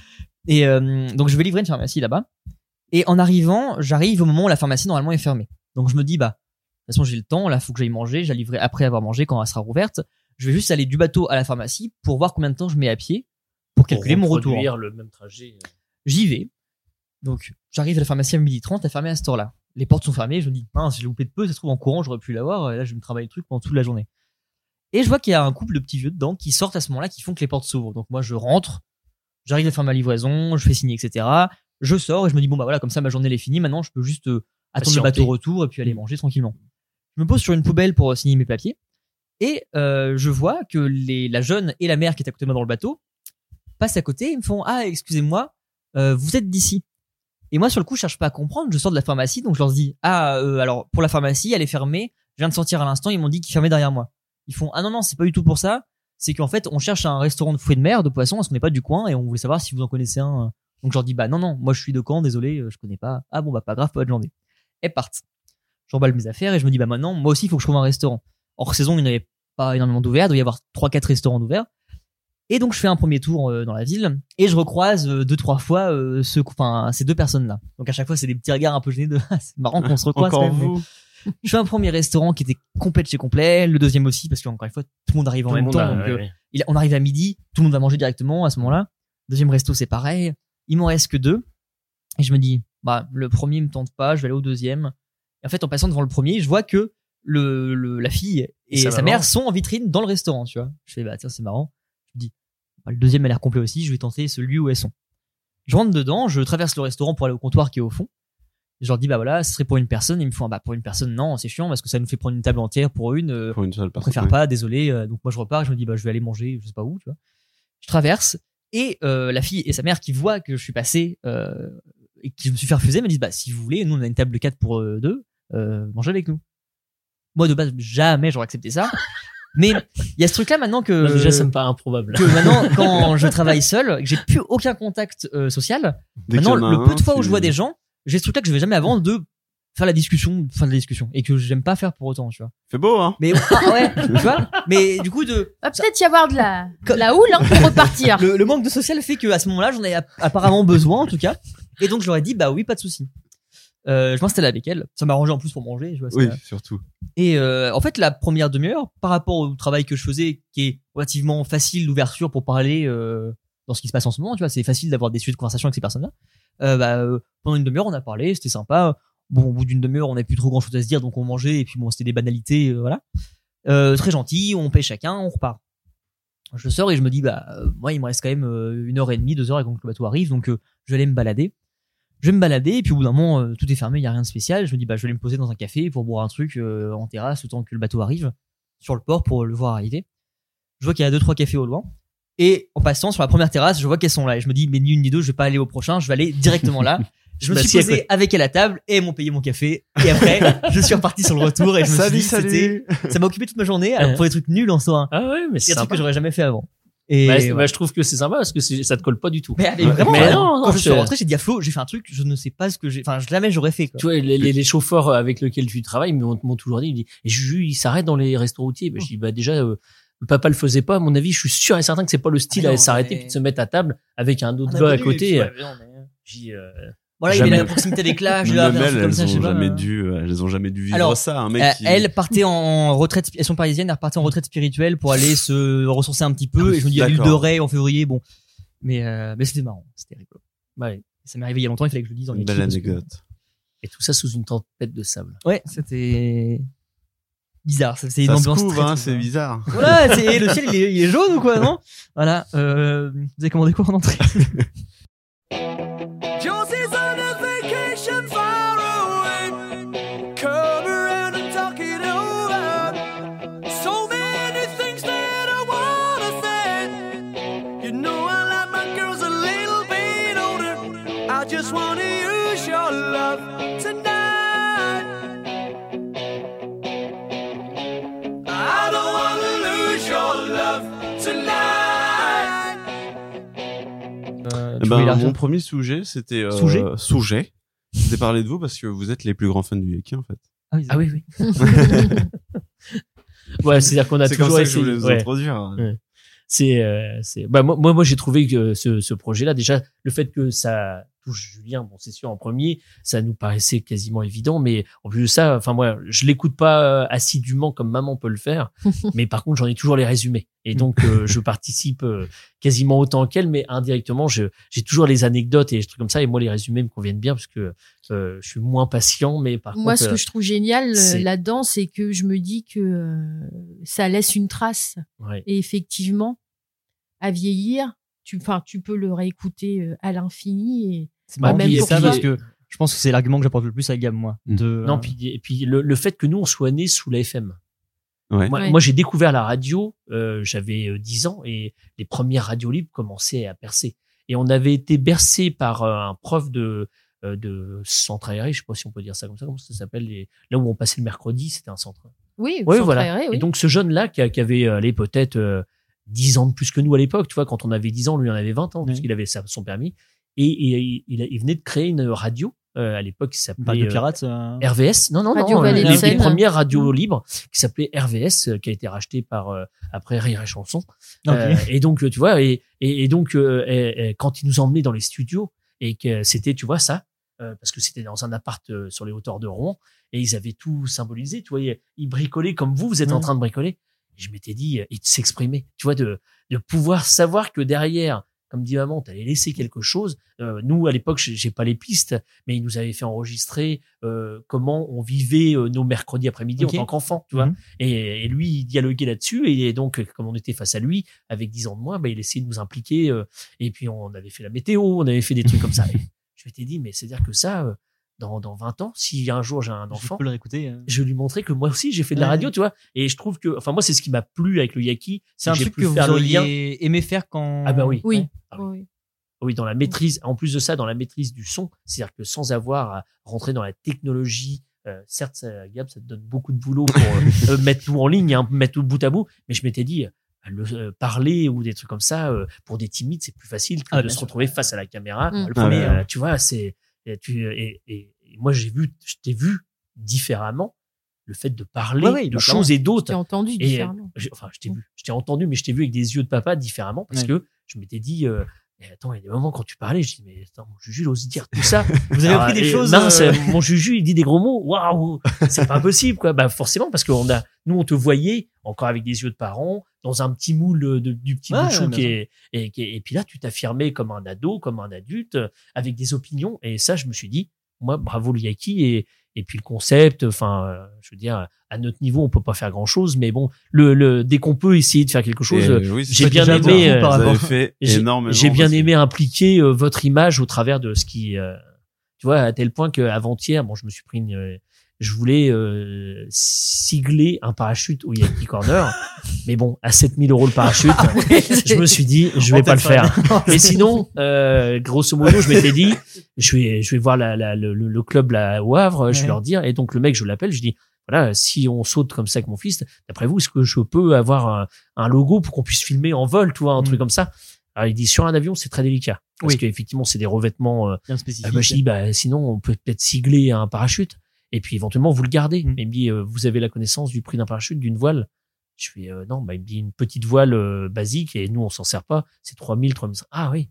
Et donc je vais livrer une pharmacie là-bas. Et en arrivant, j'arrive au moment où la pharmacie normalement est fermée. Donc je me dis bah de toute façon j'ai le temps, là faut que j'aille manger, je la livrerai après avoir mangé quand elle sera rouverte. Je vais juste aller du bateau à la pharmacie pour voir combien de temps je mets à pied pour calculer mon retour. Reproduire le même trajet. J'y vais. Donc j'arrive à la pharmacie à 12h30, elle est fermée à cette heure-là. Les portes sont fermées, je me dis mince, j'ai loupé de peu, ça se trouve en courant, j'aurais pu l'avoir, et là je vais me travailler le truc pendant toute la journée. Et je vois qu'il y a un couple de petits vieux dedans qui sortent à ce moment-là, qui font que les portes s'ouvrent. Donc moi je rentre, j'arrive à faire ma livraison, je fais signer, etc. Je sors et je me dis bon bah voilà, comme ça ma journée elle est finie, maintenant je peux juste attendre le bateau retour et puis aller manger tranquillement. Je me pose sur une poubelle pour signer mes papiers et je vois que la jeune et la mère qui est à côté de moi dans le bateau passent à côté et me font ah excusez-moi, vous êtes d'ici. Et moi sur le coup je cherche pas à comprendre, je sors de la pharmacie donc je leur dis alors pour la pharmacie elle est fermée, je viens de sortir à l'instant, ils m'ont dit qu'ils fermaient derrière moi. Ils font ah non c'est pas du tout pour ça, c'est qu'en fait on cherche un restaurant de fruits de mer, de poissons, parce qu'on n'est pas du coin et on voulait savoir si vous en connaissez un. Donc je leur dis bah non moi je suis de Caen, désolé, je connais pas. Ah bon bah pas grave, pas de journée. Elles partent. J'emballe mes affaires et je me dis bah maintenant moi aussi il faut que je trouve un restaurant. Hors saison il n'y avait pas énormément d'ouverts, il doit y avoir 3-4 restaurants d'ouverts. Et donc je fais un premier tour dans la ville et je recroise 2-3 fois ces deux personnes-là. Donc à chaque fois c'est des petits regards un peu gênés de c'est marrant qu'on se recroise. Encore quand même. vous. Je fais un premier restaurant qui était complet de chez complet, le deuxième aussi parce qu'encore une fois tout le monde arrive en même temps. Donc, on arrive à midi, tout le monde va manger directement à ce moment-là. Deuxième resto c'est pareil. Il m'en reste que 2 et je me dis bah le premier me tente pas, je vais aller au deuxième. Et en fait en passant devant le premier, je vois que la fille et sa mère sont en vitrine dans le restaurant, tu vois. Je fais bah tiens c'est marrant. Je me dis bah, le deuxième a l'air complet aussi, je vais tenter celui où elles sont. Je rentre dedans, je traverse le restaurant pour aller au comptoir qui est au fond. Je leur dis bah voilà, ce serait pour une personne, ils me font bah pour une personne non, c'est chiant parce que ça nous fait prendre une table entière pour une seule on personne. préfère pas, désolé. Donc moi je repars, je me dis bah je vais aller manger, je sais pas où, tu vois. Je traverse et la fille et sa mère qui voient que je suis passé et que je me suis fait refuser me disent bah si vous voulez, nous on a une table de 4 pour 2, mangez avec nous. Moi de base jamais j'aurais accepté ça. Mais il y a ce truc là maintenant que Non, déjà ça me paraît improbable. que maintenant quand je travaille seul, que j'ai plus aucun contact social, maintenant le peu de fois où je vois des gens, j'ai ce truc là que je vais jamais avant de faire la discussion, fin de la discussion et que j'aime pas faire pour autant, tu vois. Fait beau hein. Mais ouais, tu vois, mais du coup Va peut-être y avoir de la houle hein, pour repartir. le manque de social fait que à ce moment-là, j'en ai apparemment besoin en tout cas. Et donc je leur ai dit bah oui, pas de souci. Je m'installe avec elle, ça m'arrangeait en plus pour manger, tu vois. Oui, surtout. Et en fait la première demi-heure par rapport au travail que je faisais qui est relativement facile d'ouverture pour parler dans ce qui se passe en ce moment, tu vois, c'est facile d'avoir des sujets de conversation avec ces personnes-là. Pendant une demi-heure, on a parlé, c'était sympa. Bon, au bout d'une demi-heure, on n'a plus trop grand-chose à se dire, donc on mangeait et puis bon, c'était des banalités, voilà. Très gentil, on paye chacun, on repart. Je sors et je me dis moi il me reste quand même 1h30, 2 heures avant que le bateau arrive, donc je vais aller me balader. Je vais me balader et puis au bout d'un moment tout est fermé, il y a rien de spécial. Je me dis je vais aller me poser dans un café pour boire un truc en terrasse le temps que le bateau arrive sur le port pour le voir arriver. Je vois qu'il y a 2-3 cafés au loin et en passant sur la première terrasse, je vois qu'elles sont là et je me dis mais ni une ni deux, je vais pas aller au prochain, je vais aller directement là. Je me suis posé avec elle à table et elles m'ont payé mon café et après je suis reparti sur le retour et je me suis dit ça m'a occupé toute ma journée alors pour des trucs nuls en soi. Ah ouais, mais c'est un truc sympa. que j'aurais jamais fait avant. Et je trouve que c'est sympa parce que ça te colle pas du tout. mais vraiment, Mais non, quand je suis c'est- rentré, j'ai dit à Flo, j'ai fait un truc, je ne sais pas ce que jamais j'aurais fait, quoi. Tu vois, les chauffeurs avec lesquels tu travailles m'ont toujours dit, ils me disent, et Juju, il s'arrête dans les restos routiers. Je dis, déjà, le papa le faisait pas. À mon avis, je suis sûr et certain que c'est pas le style Ah non, à s'arrêter mais- puis de se mettre à table avec un autre Un gars à inconnu, côté. tu vois, non, mais- J'ai Voilà, il y Jamais. avait la proximité avec l'âge, là, Même un truc comme ça, je sais pas. elles ont jamais dû vivre Alors, ça. Un mec qui... Elle partait en retraite, elles sont parisiennes, elle repartait en retraite spirituelle pour aller se ressourcer un petit peu. Et je me dis, il y a l'île de D'accord. Ré en février, bon. Mais c'était marrant, c'était rigolo. Ouais. Ça m'est arrivé il y a longtemps, il fallait que je le dise en Une équipe, belle parce que- anecdote. Et tout ça sous une tempête de sable. Ouais, c'était bizarre. C'est une Ça se ambiance couvre, très, hein, très c'est bizarre. Voilà, c'est le ciel, il est jaune ou quoi, non? Voilà. Vous avez commandé quoi en entrée? Josie's on a vacation far away. Come around and talk it over. So many things that I wanna say. You know I like my girls a little bit older. I just wanna use your love tonight. I don't wanna lose your love tonight. Eh Tu ben, voulais la mon premier sujet, c'était Sujet C'était parler de vous parce que vous êtes les plus grands fans du Yaki en fait. Ah oui, oui. Ouais, c'est-à-dire qu'on a C'est comme toujours ça que je essayé. voulais vous Ouais. introduire. Ouais. Bah moi j'ai trouvé que ce projet-là, déjà, le fait que ça touche Julien, bon, c'est sûr, en premier, ça nous paraissait quasiment évident, mais en plus de ça, enfin, moi, je l'écoute pas assidûment comme maman peut le faire, mais par contre, j'en ai toujours les résumés. Et donc, je participe quasiment autant qu'elle, mais indirectement, j'ai toujours les anecdotes et des trucs comme ça, et moi, les résumés me conviennent bien parce que je suis moins patient, mais par Moi, contre, ce que je trouve génial c'est- là-dedans, c'est que je me dis que ça laisse une trace. ouais. Et effectivement, à vieillir, tu peux le réécouter à l'infini. Et C'est marrant même qu'il y ait pour ça toi. parce que je pense que c'est l'argument que j'apporte le plus à Gab, moi. Non, et puis le fait que nous, on soit nés sous la FM. Ouais. Ouais. Moi, j'ai découvert la radio, j'avais 10 ans et les premières radios libres commençaient à percer. Et on avait été bercé par un prof de centre aéré, je sais pas si on peut dire ça comme ça, comment ça s'appelle, là où on passait le mercredi, c'était un centre. oui, Ouais, centre voilà. aéré, oui. Et donc ce jeune-là qui avait allez, peut-être 10 ans de plus que nous à l'époque, tu vois, quand on avait 10 ans, lui en avait 20 ans, puisqu'il avait son permis. Et il venait de créer une radio à l'époque qui Pas s'appelait de pirates. RVS, non, Radio Vallée de les Seine. premières radios libres qui s'appelait RVS, qui a été racheté par après Rire et Chanson. Ok. Et donc tu vois, et donc quand ils nous emmenaient dans les studios et que c'était, tu vois ça, parce que c'était dans un appart sur les hauteurs de Rouen et ils avaient tout symbolisé, tu vois, ils bricolaient comme vous êtes en Ouais. train de bricoler. Et je m'étais dit, et de s'exprimer, tu vois, de pouvoir savoir que derrière, comme dit maman, t'allais laisser quelque chose. Nous, à l'époque, j'ai pas les pistes, mais ils nous avaient fait enregistrer comment on vivait nos mercredis après-midi Ok. en tant qu'enfant, tu vois. Mhm. Et lui, il dialoguait là-dessus. Et donc, comme on était face à lui, avec 10 ans de moins, bah, il essayait de nous impliquer. Et puis, on avait fait la météo, on avait fait des trucs comme ça. Et je m'étais dit, mais c'est-à-dire que ça, dans 20 ans, si un jour j'ai un Je enfant, peux le réécouter. je vais lui montrer que moi aussi j'ai fait de la Ouais. radio, tu vois. Et je trouve que, enfin moi c'est ce qui m'a plu avec le Yaki, C'est un j'ai truc pu que vous faire le lien. auriez aimé faire quand. Ah bah oui. Oui. Ouais. Ah oui. Oui. Oui, dans la maîtrise. En plus de ça, dans la maîtrise du son, c'est-à-dire que sans avoir à rentrer dans la technologie, certes, ça, Gab, ça te donne beaucoup de boulot pour mettre tout en ligne, hein, mettre tout bout à bout. Mais je m'étais dit, parler ou des trucs comme ça pour des timides, c'est plus facile que Ah, de bien se sûr. retrouver face à la caméra. Mm. Le premier. Ouais. Tu vois, c'est et moi je t'ai vu différemment le fait de parler Ouais, ouais, de bah, choses et Je t'ai d'autres. entendu Et différemment. je t'ai vu, je t'ai entendu, mais je t'ai vu avec des yeux de papa différemment parce Ouais. que je m'étais dit, mais attends, il y a des moments quand tu parlais, je dis, mais attends, mon Juju, il ose dire tout ça. Vous avez Alors, appris des et choses. mince, mon Juju, il dit des gros mots. Waouh, c'est pas possible, quoi. Bah, forcément, parce nous, on te voyait encore avec des yeux de parents, dans un petit moule du petit Ouais, bout de chou bien et puis là, tu t'affirmais comme un ado, comme un adulte, avec des opinions. Et ça, je me suis dit, moi, bravo le Yaki et puis le concept. Enfin, je veux dire, à notre niveau, on peut pas faire grand chose, mais bon, dès qu'on peut essayer de faire quelque chose, Et oui, c'est j'ai ça bien que déjà aimé. beaucoup par vous rapport- avez fait énormément. J'ai bien parce que- aimé impliquer votre image au travers de ce qui, tu vois, à tel point qu'avant-hier, bon, je me suis pris je voulais sigler un parachute au Yaki Corner, mais bon, à 7 000 € le parachute, je me suis dit, je vais pas le faire. Mais sinon, grosso modo, je m'étais dit, je vais voir le club là au Havre, je vais Ouais. leur dire, et donc le mec, je l'appelle, je dis, voilà, si on saute comme ça avec mon fils, d'après vous, est-ce que je peux avoir un logo pour qu'on puisse filmer en vol, tu vois, un truc comme ça? Alors il dit, sur un avion, c'est très délicat. Parce Oui. qu'effectivement, c'est des revêtements, Bien spécifique. bah, je dis, bah, sinon, on peut peut-être sigler un parachute. Et puis, éventuellement, vous le gardez. Mm. Mais il me dit, vous avez la connaissance du prix d'un parachute, d'une voile? Je fais, non, bah, il me dit une petite voile, basique et nous, on s'en sert pas. C'est 3 000, 3 500. Ah oui.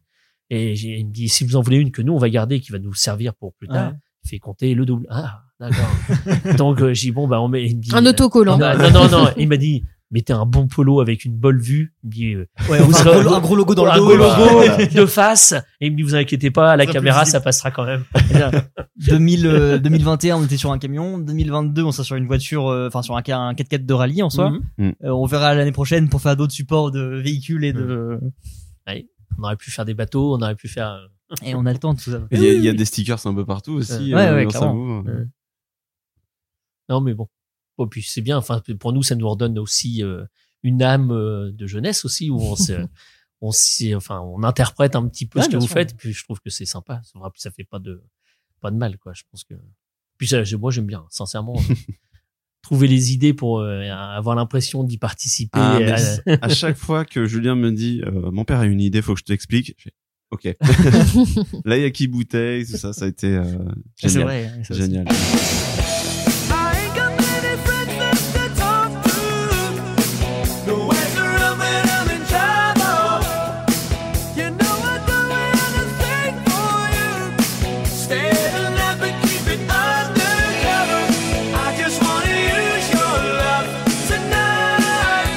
Et il me dit, si vous en voulez une que nous, on va garder, qui va nous servir pour plus tard, Ouais. il fait compter le double. Ah, d'accord. Donc, j'ai dit, bon, bah, on met, il me dit, Un autocollant. non. Il m'a dit, mettez un bon polo avec une bonne vue. Il me dit, Ouais, vous serez- un gros logo dans le un dos. gros logo de face. Et il me dit, vous inquiétez pas, à la Ça sera caméra, plus ça passera quand même. 2021, on était sur un camion. 2022, on sera sur une voiture, enfin sur un 4x4 de rallye en soi. Mhm. On verra l'année prochaine pour faire d'autres supports de véhicules et de. On aurait pu faire des bateaux, on aurait pu faire, Et on a le temps de tout ça. Il y a des stickers un peu partout aussi. Ouais, on clairement. s'avoue. non, mais bon. Bon, puis c'est bien. Enfin, pour nous, ça nous redonne aussi une âme de jeunesse aussi où on interprète un petit peu Ouais, ce que bien vous sûr. faites. Puis je trouve que c'est sympa. Ça fait pas de mal, quoi. Je pense que. Puis ça, moi, j'aime bien, sincèrement. Trouver les idées pour avoir l'impression d'y participer. Ah, mais à chaque fois que Julien me dit mon père a une idée, faut que je t'explique. Je fais OK. Là, il y a qui bouteille, tout ça, ça a été C'est génial. vrai. ça aussi. Génial. I ain't got many friends left to talk to. Nowhere to run when I'm in trouble. You know I'd do anything for you. Stay the night but keep it undercover. I just wanna use your love tonight.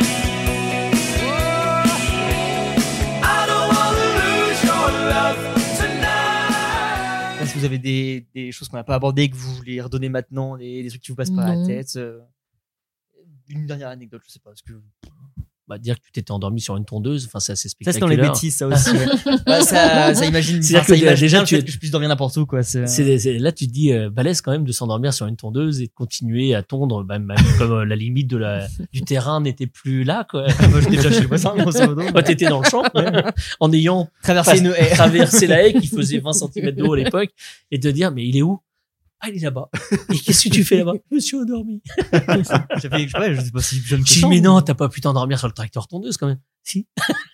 Oh, I don't wanna lose your love tonight. Est-ce que vous avez des choses qu'on n'a pas abordées et que vous voulez redonner maintenant, des trucs qui vous passent par la Non. tête Une dernière anecdote, je sais pas. Parce que dire que tu t'étais endormi sur une tondeuse, enfin, c'est assez ça, c'est dans les spectaculaire. bêtises, ça aussi. Ouais. Bah, ça imagine. C'est-à-dire enfin, ça que imagine déjà, bien le tu fait es- que je puisse dormir n'importe où, quoi. Là, tu te dis, balèze quand même de s'endormir sur une tondeuse et de continuer à tondre, même comme la limite du terrain n'était plus là, quoi. Moi, j'étais déjà chez le voisin, grosso modo. Quand t'étais dans le champ, en ayant Traverser une haie. traversé la haie qui faisait 20 cm d'eau à l'époque et te dire, mais il est où? Ah, il est là-bas. Et qu'est-ce que tu fais là-bas? Je me suis endormi. J'ai fait exprès, je sais pas si jeune que Je dis, ça, mais non, t'as pas pu t'endormir sur le tracteur tondeuse quand même. Si.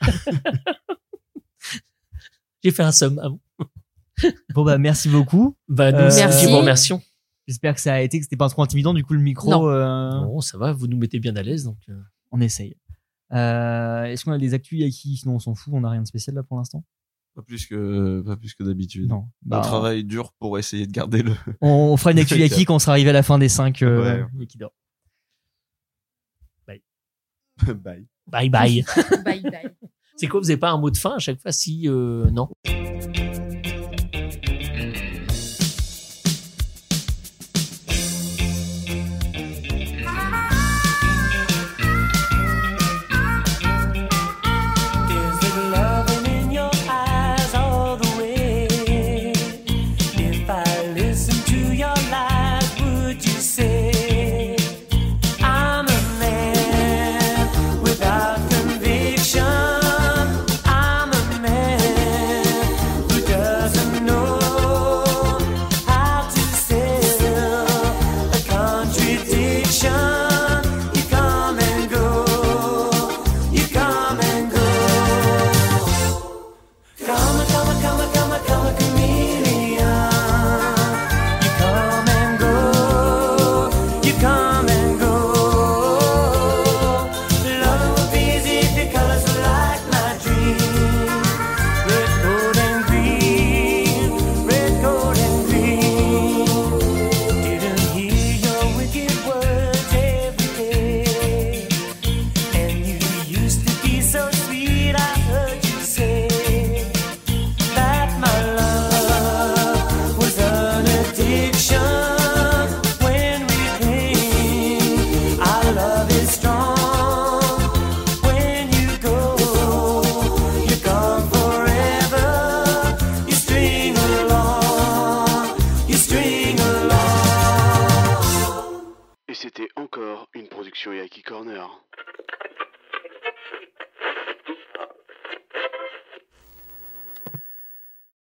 J'ai fait un somme. Ah bon. Bon, bah, merci beaucoup. Bah, nous, Merci. nous remercions. J'espère que ça a été, que c'était pas trop intimidant, du coup, le micro, Non. Bon, ça va, vous nous mettez bien à l'aise, donc, on essaye. Est-ce qu'on a des actus Yaki? Sinon, on s'en fout, on n'a rien de spécial là pour l'instant. Pas plus que d'habitude. Non. On travaille dur pour essayer de garder le. On fera une actu Yaki quand on sera arrivé à la fin des 5 Ouais. Yaki d'or. Bye. bye bye. Bye bye. C'est quoi, vous avez pas un mot de fin à chaque fois? Si, non. Is it loving in your eyes all the way? If I listen to your lies, would you say I'm a man without conviction? I'm a man who doesn't know how to sell a contradiction. You come and go. You come and go. Come a chameleon. You come and go. You come and go. Love would be easy if your colors were like my dream. Red, gold, and green. Red, gold, and green. Didn't hear your wicked words every day. And you used to be so sweet, I heard you say that my love was an addiction. When we cling, our love is strong. When you go, you're gone forever. You string along, you string along. Et c'était encore une production Yaki Corner.